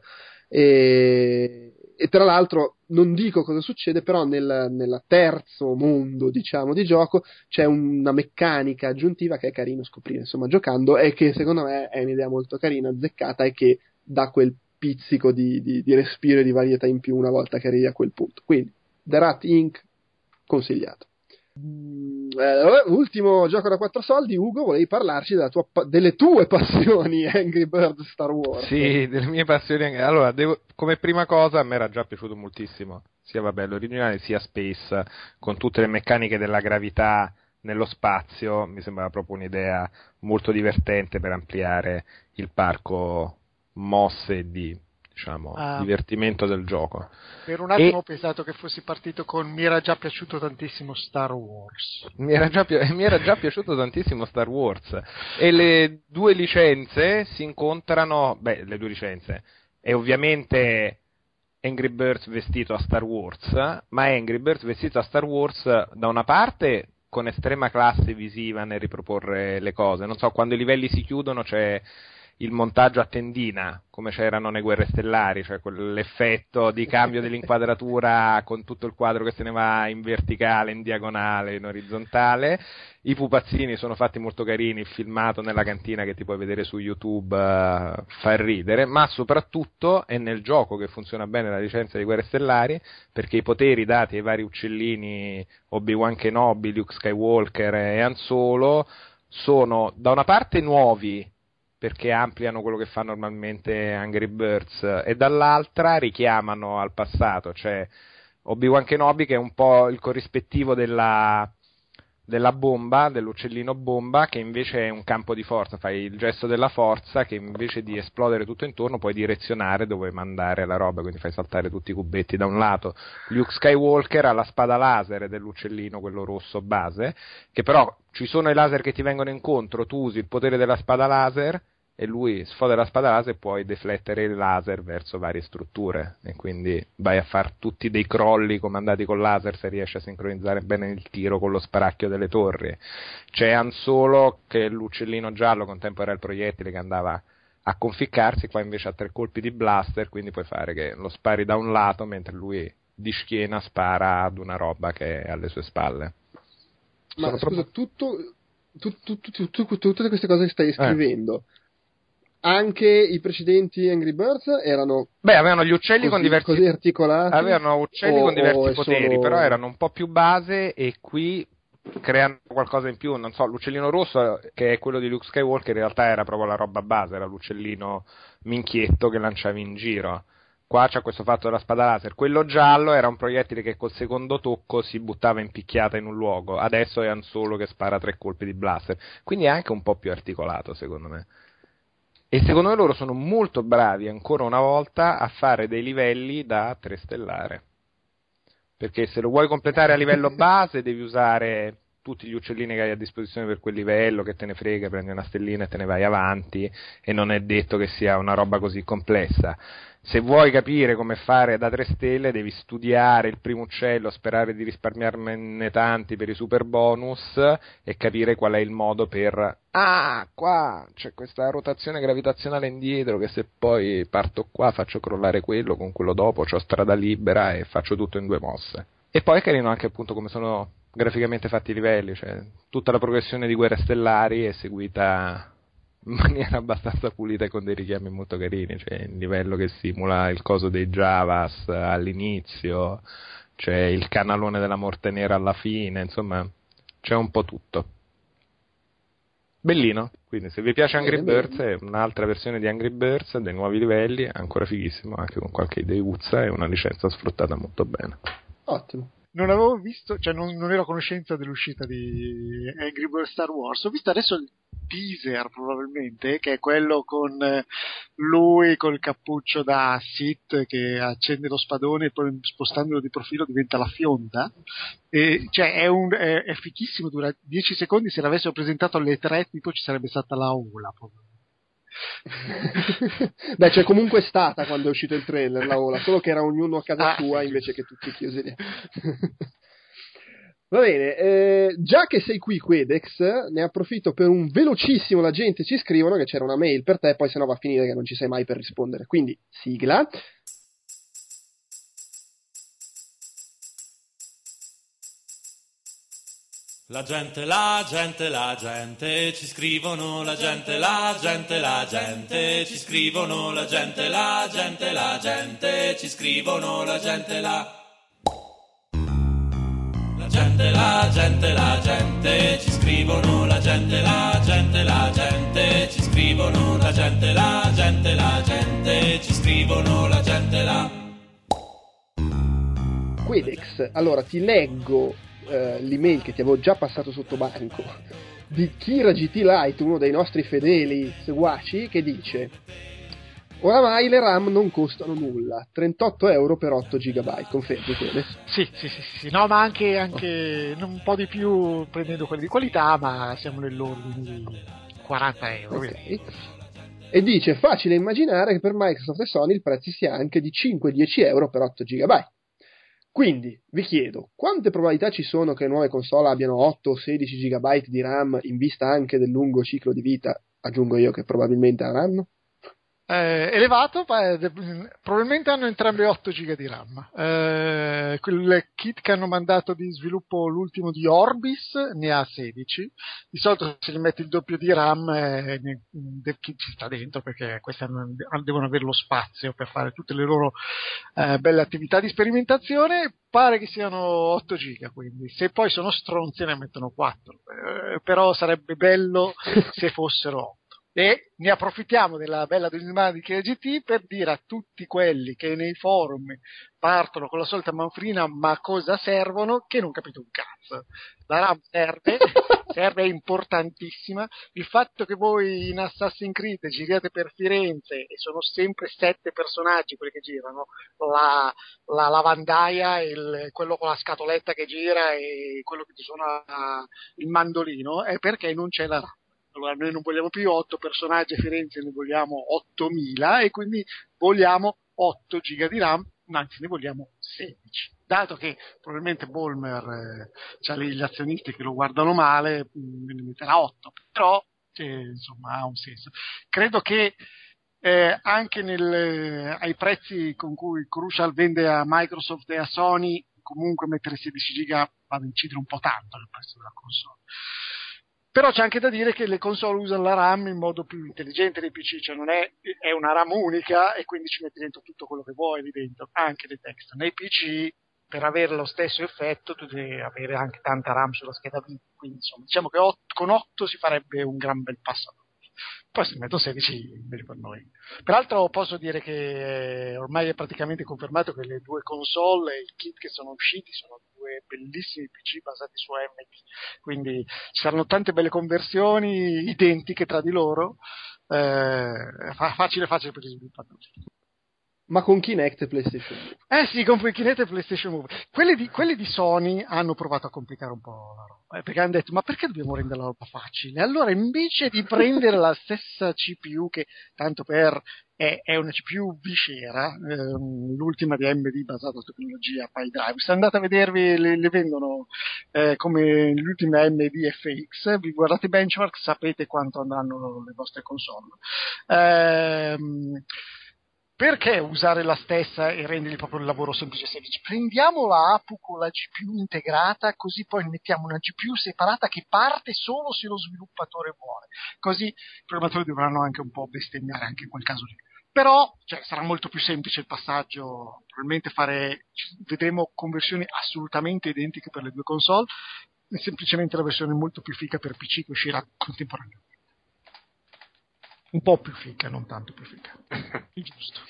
E, e tra l'altro non dico cosa succede, però nel, nel terzo mondo, diciamo, di gioco c'è una meccanica aggiuntiva che è carino scoprire, insomma, giocando, e che secondo me è un'idea molto carina, azzeccata, e che dà quel pizzico di, di, di respiro e di varietà in più una volta che arrivi a quel punto. Quindi The Rat Incorporated consigliato. Mm, eh, ultimo gioco da quattro soldi. Ugo, volevi parlarci della tua, delle tue passioni Angry Birds Star Wars? Sì, delle mie passioni. Allora, devo, come prima cosa, a me era già piaciuto moltissimo sia vabbè l'originale sia Space, con tutte le meccaniche della gravità nello spazio mi sembrava proprio un'idea molto divertente per ampliare il parco mosse di, diciamo, ah. divertimento del gioco. Per un attimo e... ho pensato che fossi partito con mi era già piaciuto tantissimo Star Wars. Mi era già, pi- mi era già piaciuto tantissimo Star Wars. E le due licenze si incontrano, beh, le due licenze, è ovviamente Angry Birds vestito a Star Wars, ma è Angry Birds vestito a Star Wars da una parte con estrema classe visiva nel riproporre le cose, non so, quando i livelli si chiudono c'è il montaggio a tendina, come c'erano nei Guerre Stellari, cioè quell'effetto di cambio dell'inquadratura con tutto il quadro che se ne va in verticale, in diagonale, in orizzontale. I pupazzini sono fatti molto carini, il filmato nella cantina che ti puoi vedere su YouTube uh, fa ridere, ma soprattutto è nel gioco che funziona bene la licenza di Guerre Stellari, perché i poteri dati ai vari uccellini Obi-Wan Kenobi, Luke Skywalker e Han Solo sono da una parte nuovi, perché ampliano quello che fa normalmente Angry Birds, e dall'altra richiamano al passato, cioè Obi-Wan Kenobi che è un po' il corrispettivo della, della bomba, dell'uccellino bomba, che invece è un campo di forza, fai il gesto della forza che invece di esplodere tutto intorno puoi direzionare dove mandare la roba, quindi fai saltare tutti i cubetti da un lato. Luke Skywalker ha la spada laser dell'uccellino, quello rosso base, che però ci sono i laser che ti vengono incontro, tu usi il potere della spada laser e lui sfoda la spada laser e puoi deflettere il laser verso varie strutture, e quindi vai a fare tutti dei crolli comandati col laser se riesci a sincronizzare bene il tiro con lo sparacchio delle torri. C'è Han Solo che l'uccellino giallo con tempo era il proiettile che andava a conficcarsi, qua invece ha tre colpi di blaster, quindi puoi fare che lo spari da un lato mentre lui di schiena spara ad una roba che è alle sue spalle. Ma Sono scusa, proprio... tutto, tu, tu, tu, tu, tutte queste cose che stai scrivendo, eh. Anche i precedenti Angry Birds erano... Beh, avevano gli uccelli così, con diversi... così articolati? Avevano uccelli o, con diversi poteri, solo... però erano un po' più base, e qui creano qualcosa in più. Non so, l'uccellino rosso, che è quello di Luke Skywalker, in realtà era proprio la roba base, era l'uccellino minchietto che lanciavi in giro. Qua c'è questo fatto della spada laser. Quello giallo era un proiettile che col secondo tocco si buttava in picchiata in un luogo. Adesso è Han Solo che spara tre colpi di blaster. Quindi è anche un po' più articolato, secondo me. E secondo me loro sono molto bravi, ancora una volta, a fare dei livelli da tre stellare. Perché se lo vuoi completare a livello base devi usare tutti gli uccellini che hai a disposizione per quel livello, che te ne frega, prendi una stellina e te ne vai avanti, e non è detto che sia una roba così complessa. Se vuoi capire come fare da tre stelle devi studiare il primo uccello, sperare di risparmiarne tanti per i super bonus e capire qual è il modo per... Ah, qua c'è questa rotazione gravitazionale indietro che se poi parto qua faccio crollare quello, con quello dopo c'ho strada libera e faccio tutto in due mosse. E poi è carino anche appunto come sono graficamente fatti i livelli, cioè tutta la progressione di Guerre Stellari è seguita in maniera abbastanza pulita e con dei richiami molto carini, cioè il livello che simula il coso dei Javas all'inizio, c'è il canalone della morte nera alla fine, insomma c'è un po' tutto. Bellino, quindi se vi piace Angry Birds è un'altra versione di Angry Birds, dei nuovi livelli, ancora fighissimo, anche con qualche ideuzza e una licenza sfruttata molto bene. Ottimo. Non avevo visto, cioè non, non ero a conoscenza dell'uscita di Angry Birds Star Wars. Ho visto adesso il teaser probabilmente, che è quello con lui col cappuccio da Sith che accende lo spadone e poi spostandolo di profilo diventa la fionda. E, cioè è, un, è, è fichissimo, dura dieci secondi. Se l'avessero presentato alle tre tipo ci sarebbe stata la ola. Beh, c'è comunque stata quando è uscito il trailer la ola, solo che era ognuno a casa ah, sua sì, invece che tutti chiusi lì. Va bene, eh, già che sei qui Quedex, ne approfitto per un velocissimo, la gente ci scrivono che c'era una mail per te, poi sennò va a finire che non ci sei mai per rispondere, quindi sigla. La gente, la gente, la gente, ci scrivono, la gente, la gente, la gente, ci scrivono, la gente, la gente, la gente, ci scrivono, la gente, la... La gente, la gente, la gente, ci scrivono, la gente, la gente, la gente, ci scrivono, la gente, la gente, la gente, ci scrivono, la gente, la... Quedex, allora ti leggo eh, l'email che ti avevo già passato sotto banco di Kira G T Lite, uno dei nostri fedeli seguaci, che dice: oramai le RAM non costano nulla, trentotto euro per otto giga. Confermi, Fede? Sì, sì, sì, sì, no, ma anche, anche oh. un po' di più prendendo quelli di qualità, ma siamo nell'ordine di quaranta euro. Okay. E dice: facile immaginare che per Microsoft e Sony il prezzo sia anche di cinque dieci euro per otto giga. Quindi vi chiedo, quante probabilità ci sono che le nuove console abbiano otto o sedici giga di RAM in vista anche del lungo ciclo di vita? Aggiungo io che probabilmente avranno. Eh, elevato, ma, eh, probabilmente hanno entrambe otto giga di RAM. Eh, quel kit che hanno mandato di sviluppo, l'ultimo di Orbis, ne ha sedici. Di solito se gli metti il doppio di RAM, eh, del kit ci sta dentro, perché queste hanno, devono avere lo spazio per fare tutte le loro eh, belle attività di sperimentazione. Pare che siano otto giga, quindi se poi sono stronzi ne mettono quattro, eh, però sarebbe bello se fossero otto. E ne approfittiamo della bella settimana di K G T per dire a tutti quelli che nei forum partono con la solita manfrina ma cosa servono, che non capite un cazzo. La RAM serve, serve, è importantissima. Il fatto che voi in Assassin's Creed giriate per Firenze e sono sempre sette personaggi quelli che girano, la, la lavandaia, il, quello con la scatoletta che gira e quello che ti suona il mandolino, è perché non c'è la RAM. Allora noi non vogliamo più otto personaggi a Firenze, ne vogliamo ottomila, e quindi vogliamo otto giga di RAM, anzi ne vogliamo sedici. Dato che probabilmente Ballmer eh, ha gli azionisti che lo guardano male, me ne metterà otto, però eh, insomma ha un senso. Credo che eh, anche nel, ai prezzi con cui Crucial vende a Microsoft e a Sony, comunque mettere sedici giga va ad incidere un po' tanto nel prezzo della console. Però c'è anche da dire che le console usano la RAM in modo più intelligente dei P C, cioè non è, è una RAM unica e quindi ci metti dentro tutto quello che vuoi lì dentro, anche le text. Nei P C, per avere lo stesso effetto, tu devi avere anche tanta RAM sulla scheda video, quindi insomma diciamo che otto, con otto si farebbe un gran bel passo. Poi se ne metto sedici meglio per noi. Peraltro posso dire che ormai è praticamente confermato che le due console e i kit che sono usciti sono due bellissimi P C basati su A M D, quindi ci saranno tante belle conversioni identiche tra di loro, eh, facile facile per gli sviluppatori. Ma con Kinect e PlayStation Move. Eh sì, con Kinect e PlayStation Move. Quelli di, quelli di Sony hanno provato a complicare un po' la roba, eh, perché hanno detto: ma perché dobbiamo rendere la roba facile? Allora invece di prendere la stessa C P U, che tanto per è, è una C P U Vicera, ehm, l'ultima di A M D basata su tecnologia PyDrive, se andate a vedervi le, le vendono eh, come le ultime A M D F X, vi guardate i benchmark, sapete quanto andranno le vostre console. Ehm, Perché usare la stessa e rendergli proprio il lavoro semplice e semplice? Prendiamo la A P U con la G P U integrata, così poi mettiamo una G P U separata che parte solo se lo sviluppatore vuole. Così i programmatori dovranno anche un po' bestemmiare anche in quel caso lì. Però cioè, sarà molto più semplice il passaggio, probabilmente fare, vedremo conversioni assolutamente identiche per le due console, e semplicemente la versione molto più figa per P C che uscirà contemporaneamente. Un po' più fica, non tanto più fica. Il giusto.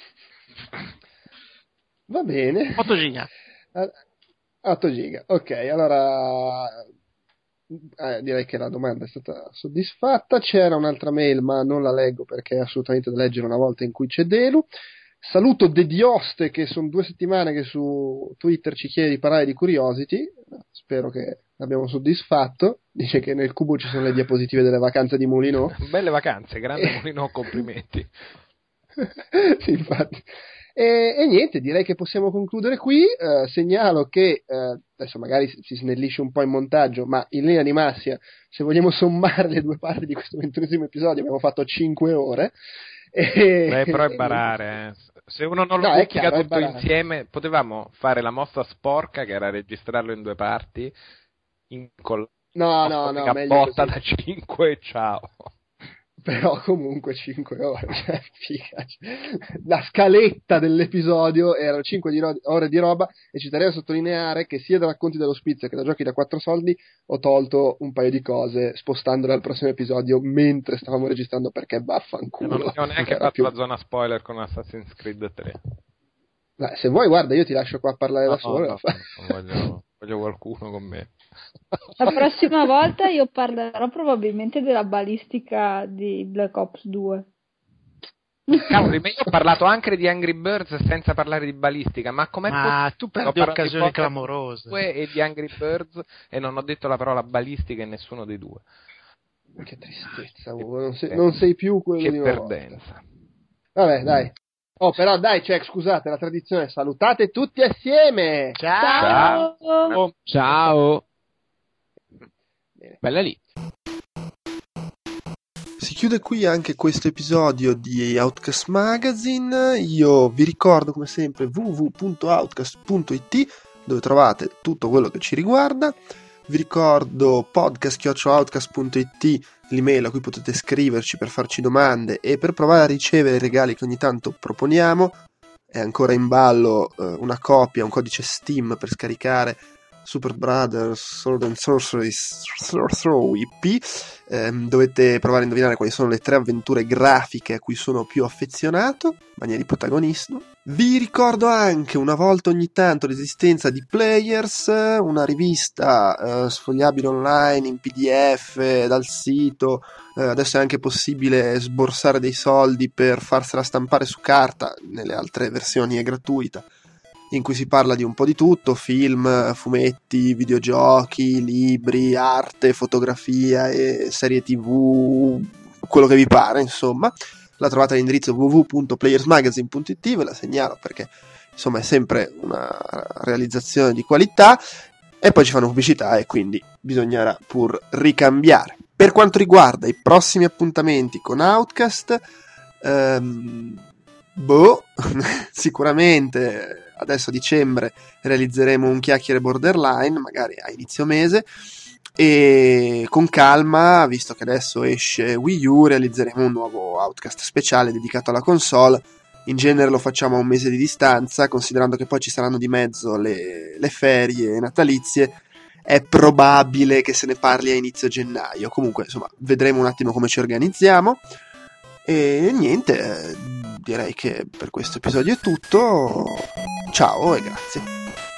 Va bene. otto giga. otto giga, ok, allora eh, direi che la domanda è stata soddisfatta. C'era un'altra mail, ma non la leggo perché è assolutamente da leggere una volta in cui c'è Delu. Saluto De Dioste, che sono due settimane che su Twitter ci chiede di parlare di Curiosity. Spero che l'abbiamo soddisfatto. Dice che nel cubo ci sono le diapositive delle vacanze di Moulinot. Belle vacanze, grande e... Moulinot, complimenti. Sì, infatti. E, e niente, direi che possiamo concludere qui. Eh, segnalo che eh, adesso magari si snellisce un po' in montaggio, ma in linea di massima, se vogliamo sommare le due parti di questo ventunesimo episodio, abbiamo fatto cinque ore. E... Beh, però è barare, eh. Se uno non lo no, pubblica chiaro, tutto insieme, potevamo fare la mossa sporca, che era registrarlo in due parti, incollare no, no, no, botta da cinque e ciao. Però comunque cinque ore, cioè, figa. La scaletta dell'episodio erano cinque di ro- ore di roba, e ci terrei a sottolineare che sia da Racconti dell'Ospizio che da Giochi da quattro soldi ho tolto un paio di cose spostandole al prossimo episodio mentre stavamo registrando, perché vaffanculo. Non abbiamo neanche fatto più... la zona spoiler con Assassin's Creed tre. Beh, se vuoi, guarda, io ti lascio qua a parlare no, da solo. No, no, non voglio... Voglio qualcuno con me. La prossima volta io parlerò probabilmente della balistica di Black Ops due. Cavolo, io ho parlato anche di Angry Birds senza parlare di balistica, ma com'è Ma tu perdi occasioni clamorose. E di Angry Birds e non ho detto la parola balistica in nessuno dei due. Che tristezza, Ugo, non, sei, non sei più quello che di una perdenza. volta. Vabbè, dai. Oh, però dai, cioè, scusate, la tradizione, salutate tutti assieme. Ciao. Ciao. Ciao. Bene. Bella lì. Si chiude qui anche questo episodio di Outcast Magazine. Io vi ricordo come sempre w w w punto outcast punto i t, dove trovate tutto quello che ci riguarda. Vi ricordo podcast chiocciola outcast punto i t, l'email a cui potete scriverci per farci domande e per provare a ricevere i regali che ogni tanto proponiamo. È ancora in ballo eh, una copia, un codice Steam per scaricare Super Brothers Sword and Sorcery I P. Eh, dovete provare a indovinare quali sono le tre avventure grafiche a cui sono più affezionato, mania di protagonista. Vi ricordo anche una volta ogni tanto l'esistenza di Players, una rivista eh, sfogliabile online in P D F dal sito. Eh, adesso è anche possibile sborsare dei soldi per farsela stampare su carta, nelle altre versioni è gratuita, in cui si parla di un po' di tutto: film, fumetti, videogiochi, libri, arte, fotografia e serie tv, quello che vi pare, insomma. La trovate all'indirizzo w w w punto players magazine punto i t, ve la segnalo perché insomma è sempre una realizzazione di qualità, e poi ci fanno pubblicità e quindi bisognerà pur ricambiare. Per quanto riguarda i prossimi appuntamenti con Outcast, ehm, boh, sicuramente adesso a dicembre realizzeremo un chiacchiere borderline, magari a inizio mese, e con calma, visto che adesso esce Wii U, realizzeremo un nuovo Outcast speciale dedicato alla console. In genere lo facciamo a un mese di distanza, considerando che poi ci saranno di mezzo le, le ferie natalizie. È probabile che se ne parli a inizio gennaio. Comunque, insomma, vedremo un attimo come ci organizziamo. E niente, eh, direi che per questo episodio è tutto. Ciao e grazie.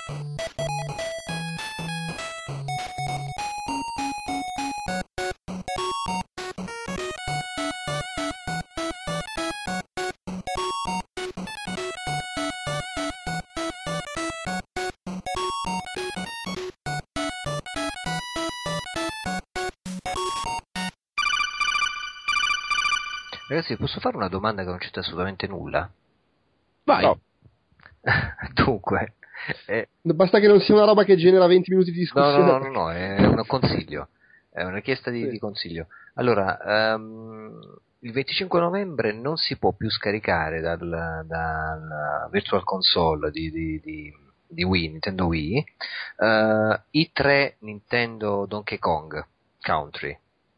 Ragazzi, posso fare una domanda che non c'entra assolutamente nulla? Vai. No. Dunque, eh, Basta che non sia una roba che genera venti minuti di no, discussione. no, no, no, no, è un consiglio, è una richiesta di, Sì. di consiglio. Allora, um, il venticinque novembre non si può più scaricare dal, dal Virtual Console di, di, di, di Wii, Nintendo Wii, uh, i tre Nintendo Donkey Kong Country.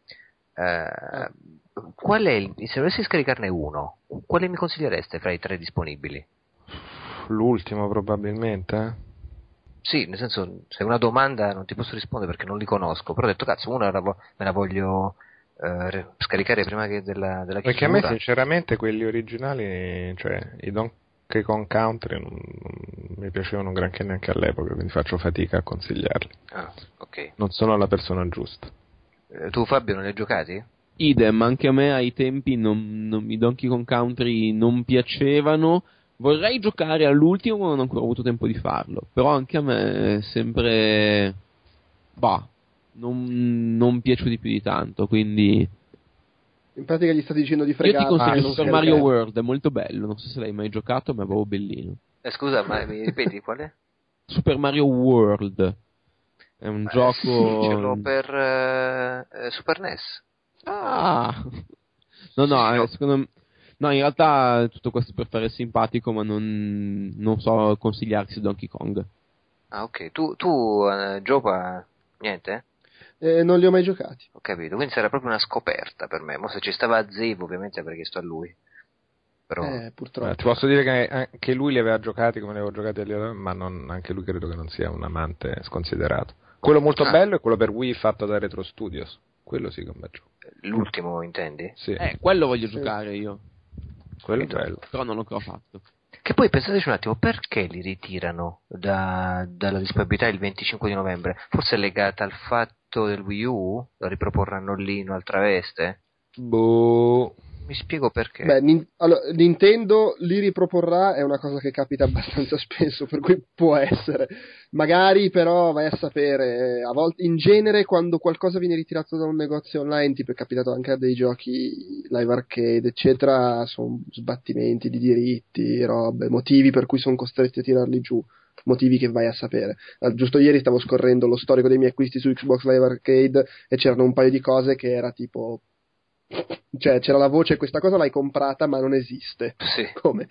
Uh, Qual è il, se dovessi scaricarne uno, quale mi consigliereste fra i tre disponibili? L'ultimo probabilmente, eh? Sì, nel senso, se è una domanda non ti posso rispondere perché non li conosco, però ho detto cazzo, una la vo- me la voglio eh, scaricare prima che della, della chiusura. Perché a me sinceramente quelli originali, cioè i Donkey Kong Country non, non mi piacevano granché neanche all'epoca, quindi faccio fatica a consigliarli. Ah, ok. Non sono la persona giusta. Eh, tu Fabio non li hai giocati? Idem, anche a me ai tempi non, non, i Donkey Kong Country non piacevano. Vorrei giocare all'ultimo, ma non ho ancora avuto tempo di farlo. Però anche a me è sempre... bah, non, non piaciuti più di tanto, quindi... In pratica gli state dicendo di Io fregare. ti consiglio non Super scaricare. Mario World, è molto bello. Non so se l'hai mai giocato, ma è proprio bellino. Eh, scusa, ma mi ripeti qual è? Super Mario World è un Eh, gioco... sì, ce l'ho per eh, eh, Super N E S. Ah! No, no, eh, secondo me... No, in realtà tutto questo per fare simpatico, ma non, non so consigliarsi Donkey Kong. Ah, ok. Tu, tu eh, Giopa, niente? Eh, non li ho mai giocati. Ho capito, quindi sarà proprio una scoperta per me. Mo se ci stava a Zevo, ovviamente avrei chiesto a lui. Però... Eh, purtroppo. Eh, ti posso dire che anche lui li aveva giocati come li avevo giocati allora, ma non, anche lui credo che non sia un amante sconsiderato. Quello molto Ah. bello è quello per Wii fatto da Retro Studios. Quello sì che è un bel gioco. L'ultimo, intendi? Sì, Eh, quello voglio Sì. giocare io, quello è bello. però non l'ho ancora fatto. Che poi pensateci un attimo, perché li ritirano da, dalla disponibilità il venticinque di novembre? Forse è legata al fatto del Wii U? Lo riproporranno lì in un'altra veste? Boh. Mi spiego perché. Beh, nin- allora, Nintendo li riproporrà, è una cosa che capita abbastanza spesso, per cui può essere. Magari però vai a sapere, a volte, in genere quando qualcosa viene ritirato da un negozio online, tipo è capitato anche a dei giochi live arcade, eccetera, sono sbattimenti di diritti, robe, motivi per cui sono costretti a tirarli giù, motivi che vai a sapere. Ah, giusto ieri stavo scorrendo lo storico dei miei acquisti su Xbox Live Arcade e c'erano un paio di cose che era tipo... cioè c'era la voce questa cosa l'hai comprata ma non esiste. Sì. Come?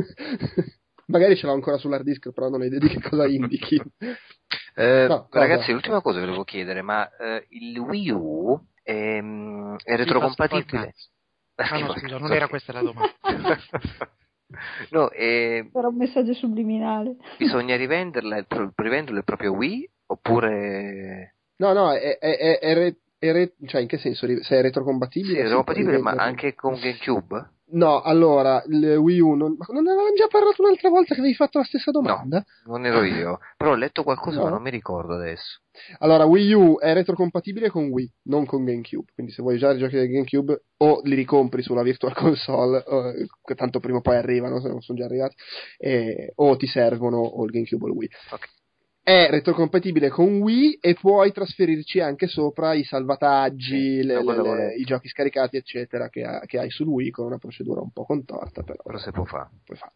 Magari ce l'ho ancora sull'hard disk però non ho idea di che cosa indichi. eh, no, ragazzi cosa? l'ultima cosa che volevo chiedere, ma eh, il Wii U è, è retrocompatibile? Ah no scusa, non era questa la domanda. No, eh, Era un messaggio subliminale. bisogna rivenderla, il, rivenderlo il proprio Wii oppure No, no, è, è, è, è, re, è re, cioè in che senso? Se è retrocompatibile? sì, è retrocompatibile, ma anche con GameCube? No, allora, il Wii U non, non avevamo già parlato un'altra volta che avevi fatto la stessa domanda? No, non ero io, però ho letto qualcosa No. ma non mi ricordo adesso. Allora, Wii U è retrocompatibile con Wii, non con GameCube, quindi se vuoi usare i giochi del GameCube o li ricompri sulla Virtual Console, eh, che tanto prima o poi arrivano, se non sono già arrivati, eh, o ti servono o il GameCube o il Wii. Okay. È retrocompatibile con Wii e puoi trasferirci anche sopra i salvataggi, Sì, le, no, le, quello le, i giochi scaricati, eccetera, che, ha, che hai su Wii con una procedura un po' contorta, però, Però se può fare. puoi fare.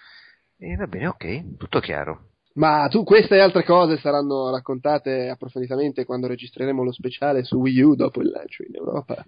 E va bene, ok, tutto chiaro. Ma tu queste e altre cose saranno raccontate approfonditamente quando registreremo lo speciale su Wii U dopo il lancio in Europa.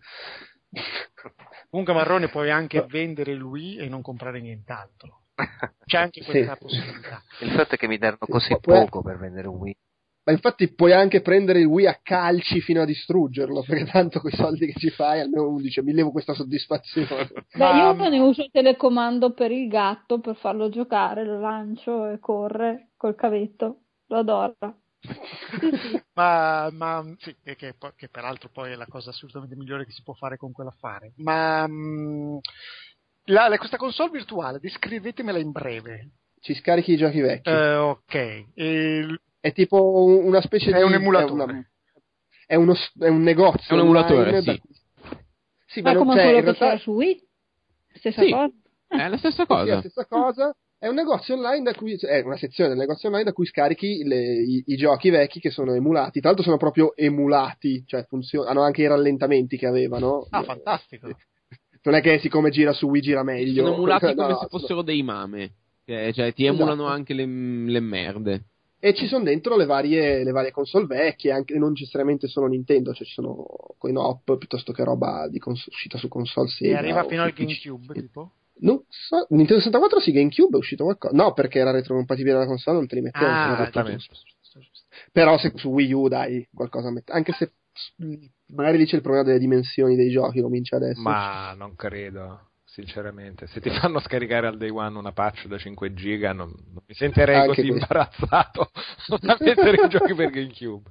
Comunque Marrone puoi anche vendere il Wii e non comprare nient'altro. C'è anche questa Sì. possibilità. Il fatto è che mi danno Sì, così puoi- poco per vendere un Wii. Ma infatti puoi anche prendere il Wii a calci fino a distruggerlo, perché tanto con i soldi che ci fai almeno uno dice mi levo questa soddisfazione. Beh, Ma- io non ne uso il telecomando per il gatto per farlo giocare, lo lancio e corre col cavetto, lo adoro. Sì, sì. Ma, ma sì, e che, poi- che peraltro poi è la cosa assolutamente migliore che si può fare con quell'affare. Ma mh, la, la- questa console virtuale, descrivetemela in breve. Ci scarichi i giochi vecchi. Eh, ok. E- È tipo un- una specie È di... un emulatore. È, una- è uno, è un negozio È un emulatore, online sì. da- sì, Ma non- come cioè, quello in che realtà- c'era su Wii? Stessa Sì. cosa? È la stessa Sì, è la cosa. stessa cosa. È un negozio online da cui è una sezione del negozio online da cui scarichi le- i, i giochi vecchi che sono emulati. Tra l'altro sono proprio emulati, cioè funzion- hanno anche i rallentamenti che avevano. Ah, Eh, fantastico. Non è che siccome gira su Wii gira meglio. Sono emulati No, come no, se fossero dei mame. Cioè, cioè, ti Esatto. emulano anche le, le merde. E ci sono dentro le varie, le varie console vecchie, anche non necessariamente solo Nintendo, cioè ci sono coin-op piuttosto che roba di cons- uscita su console Sega. E arriva o fino al su P C. GameCube, tipo? Non so, Nintendo sessantaquattro sì, GameCube è uscito qualcosa. No, perché era retrocompatibile alla console, non te li mettevano. Ah, sono esattamente. giusto, giusto, giusto. Però se su Wii U dai qualcosa a mettere, anche se magari lì c'è il problema delle dimensioni dei giochi, comincia adesso. Ma non credo, sinceramente. Se ti fanno scaricare al day one una patch da cinque giga, non, non mi sentirei Anche così questo. imbarazzato a mettere i giochi per GameCube.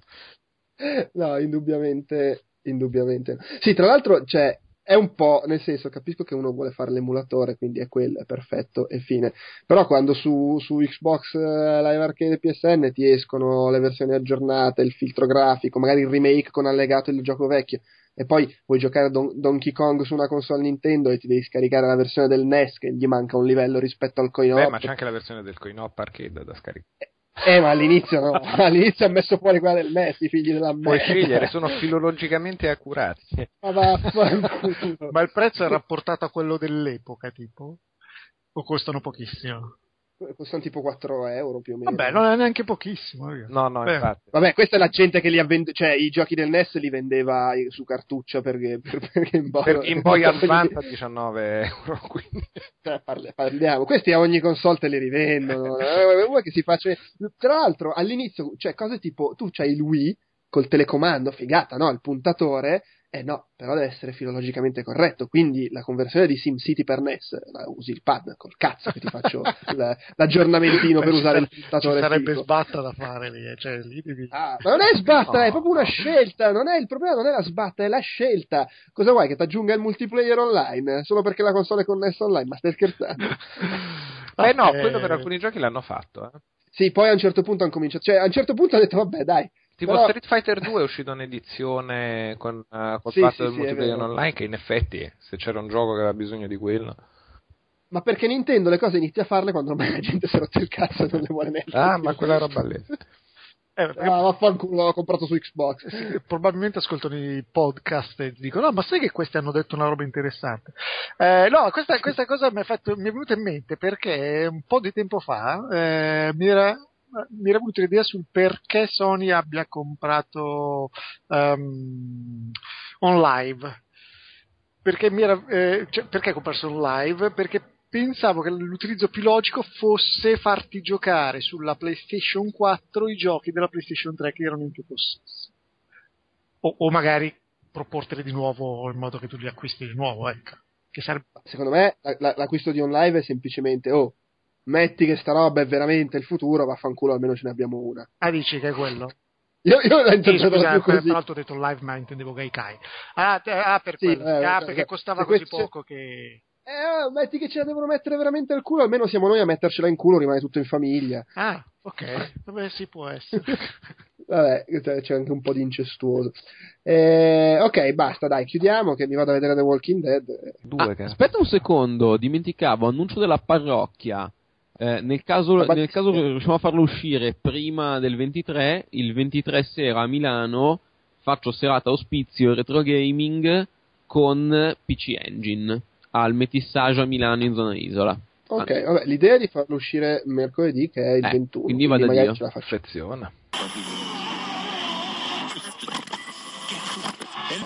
No, indubbiamente, indubbiamente. Sì, tra l'altro, cioè, è un po', nel senso, capisco che uno vuole fare l'emulatore, quindi è quello, è perfetto, e fine. Però quando su, su Xbox eh, Live Arcade e P S N ti escono le versioni aggiornate, il filtro grafico, magari il remake con allegato il gioco vecchio, e poi vuoi giocare a Don- Donkey Kong su una console Nintendo e ti devi scaricare la versione del N E S che gli manca un livello rispetto al coin-op. Beh, ma c'è anche la versione del coin-op arcade da scaricare. Eh, ma all'inizio no, all'inizio ha messo fuori quella del N E S, i figli della Puoi merda. scegliere, sono filologicamente accurati. Ma vaffanculo. Ma il prezzo è rapportato a quello dell'epoca, tipo? O costano pochissimo? Costano tipo quattro euro più o meno. Vabbè, non è neanche pochissimo. io. No, no, Beh, infatti. Vabbè, questa è la gente che li ha venduti, cioè i giochi del N E S li vendeva su cartuccia perché, per, per Game Boy. Per Game Boy Advance a diciannove euro, quindi. Cioè, parli- parliamo, questi a ogni console te li rivendono. Eh, vuoi che si faccia. Tra l'altro, all'inizio, cioè, cose tipo tu c'hai il Wii col telecomando, figata, no? Il puntatore. Eh no, però deve essere filologicamente corretto, quindi la conversione di SimCity per N E S la usi il pad, col cazzo che ti faccio la- l'aggiornamentino beh, per ci usare il sare- puntatore Ci sarebbe figo. sbatta da fare lì, eh, cioè lì devi... Ah, ma non è sbatta, No. è proprio una scelta, non è il problema, non è la sbatta, è la scelta. Cosa vuoi che ti aggiunga il multiplayer online? Solo perché la console è connessa online? Ma stai scherzando? Beh no, Eh, quello per alcuni giochi l'hanno fatto. Eh. Sì, poi a un certo punto hanno cominciato, cioè a un certo punto hanno detto vabbè dai. Tipo però... Street Fighter due è uscito un'edizione con uh, col Sì, fatto sì, del sì, multiplayer è vero. online, che in effetti se c'era un gioco che aveva bisogno di quello. Ma perché Nintendo le cose inizia a farle quando ormai la gente si è rotto il cazzo e non le vuole neanche. Ah, ma quella roba lì. Eh, perché- Ah, vaffanculo, l'ho comprato su Xbox. sì, probabilmente ascoltano i podcast e dicono: no, ma sai che questi hanno detto una roba interessante. Eh, no, questa, questa cosa mi, ha fatto, mi è venuta in mente perché un po' di tempo fa eh, mi era mi era venuta l'idea sul perché Sony abbia comprato um, OnLive. Perché mi era eh, cioè, perché ho comprato OnLive? Perché pensavo che l'utilizzo più logico fosse farti giocare sulla PlayStation quattro i giochi della PlayStation tre che erano in tuo possesso. O, o magari proporteli di nuovo in modo che tu li acquisti di nuovo, ecco. Che sarebbe... Secondo me la, l'acquisto di OnLive è semplicemente oh, metti che sta roba è veramente il futuro, vaffanculo, almeno ce ne abbiamo una. Ah, dici che è quello? Io, io la Sì, interpreto scusa, più tra così. l'altro ho detto live ma intendevo Gaikai. Ah, te- ah per Sì, quello. eh, ah, eh, perché eh, costava se così questo- poco che... Eh, metti che ce la devono mettere veramente al culo, almeno siamo noi a mettercela in culo, rimane tutto in famiglia. Ah, ok. Vabbè, sì, può essere. Vabbè, c'è anche un po' di incestuoso. Eh, ok, basta, dai, chiudiamo che mi vado a vedere The Walking Dead. Ah, Due, che... aspetta un secondo, dimenticavo, annuncio della parrocchia. Eh, nel caso, La nel caso che riusciamo a farlo uscire prima del ventitré, il ventitré sera a Milano faccio serata auspizio retro gaming con P C Engine al Metissage a Milano in zona Isola. Ok, vabbè, l'idea è di farlo uscire mercoledì che è il Eh, ventuno, quindi vada magari Dio. ce la faccio. Perfezione.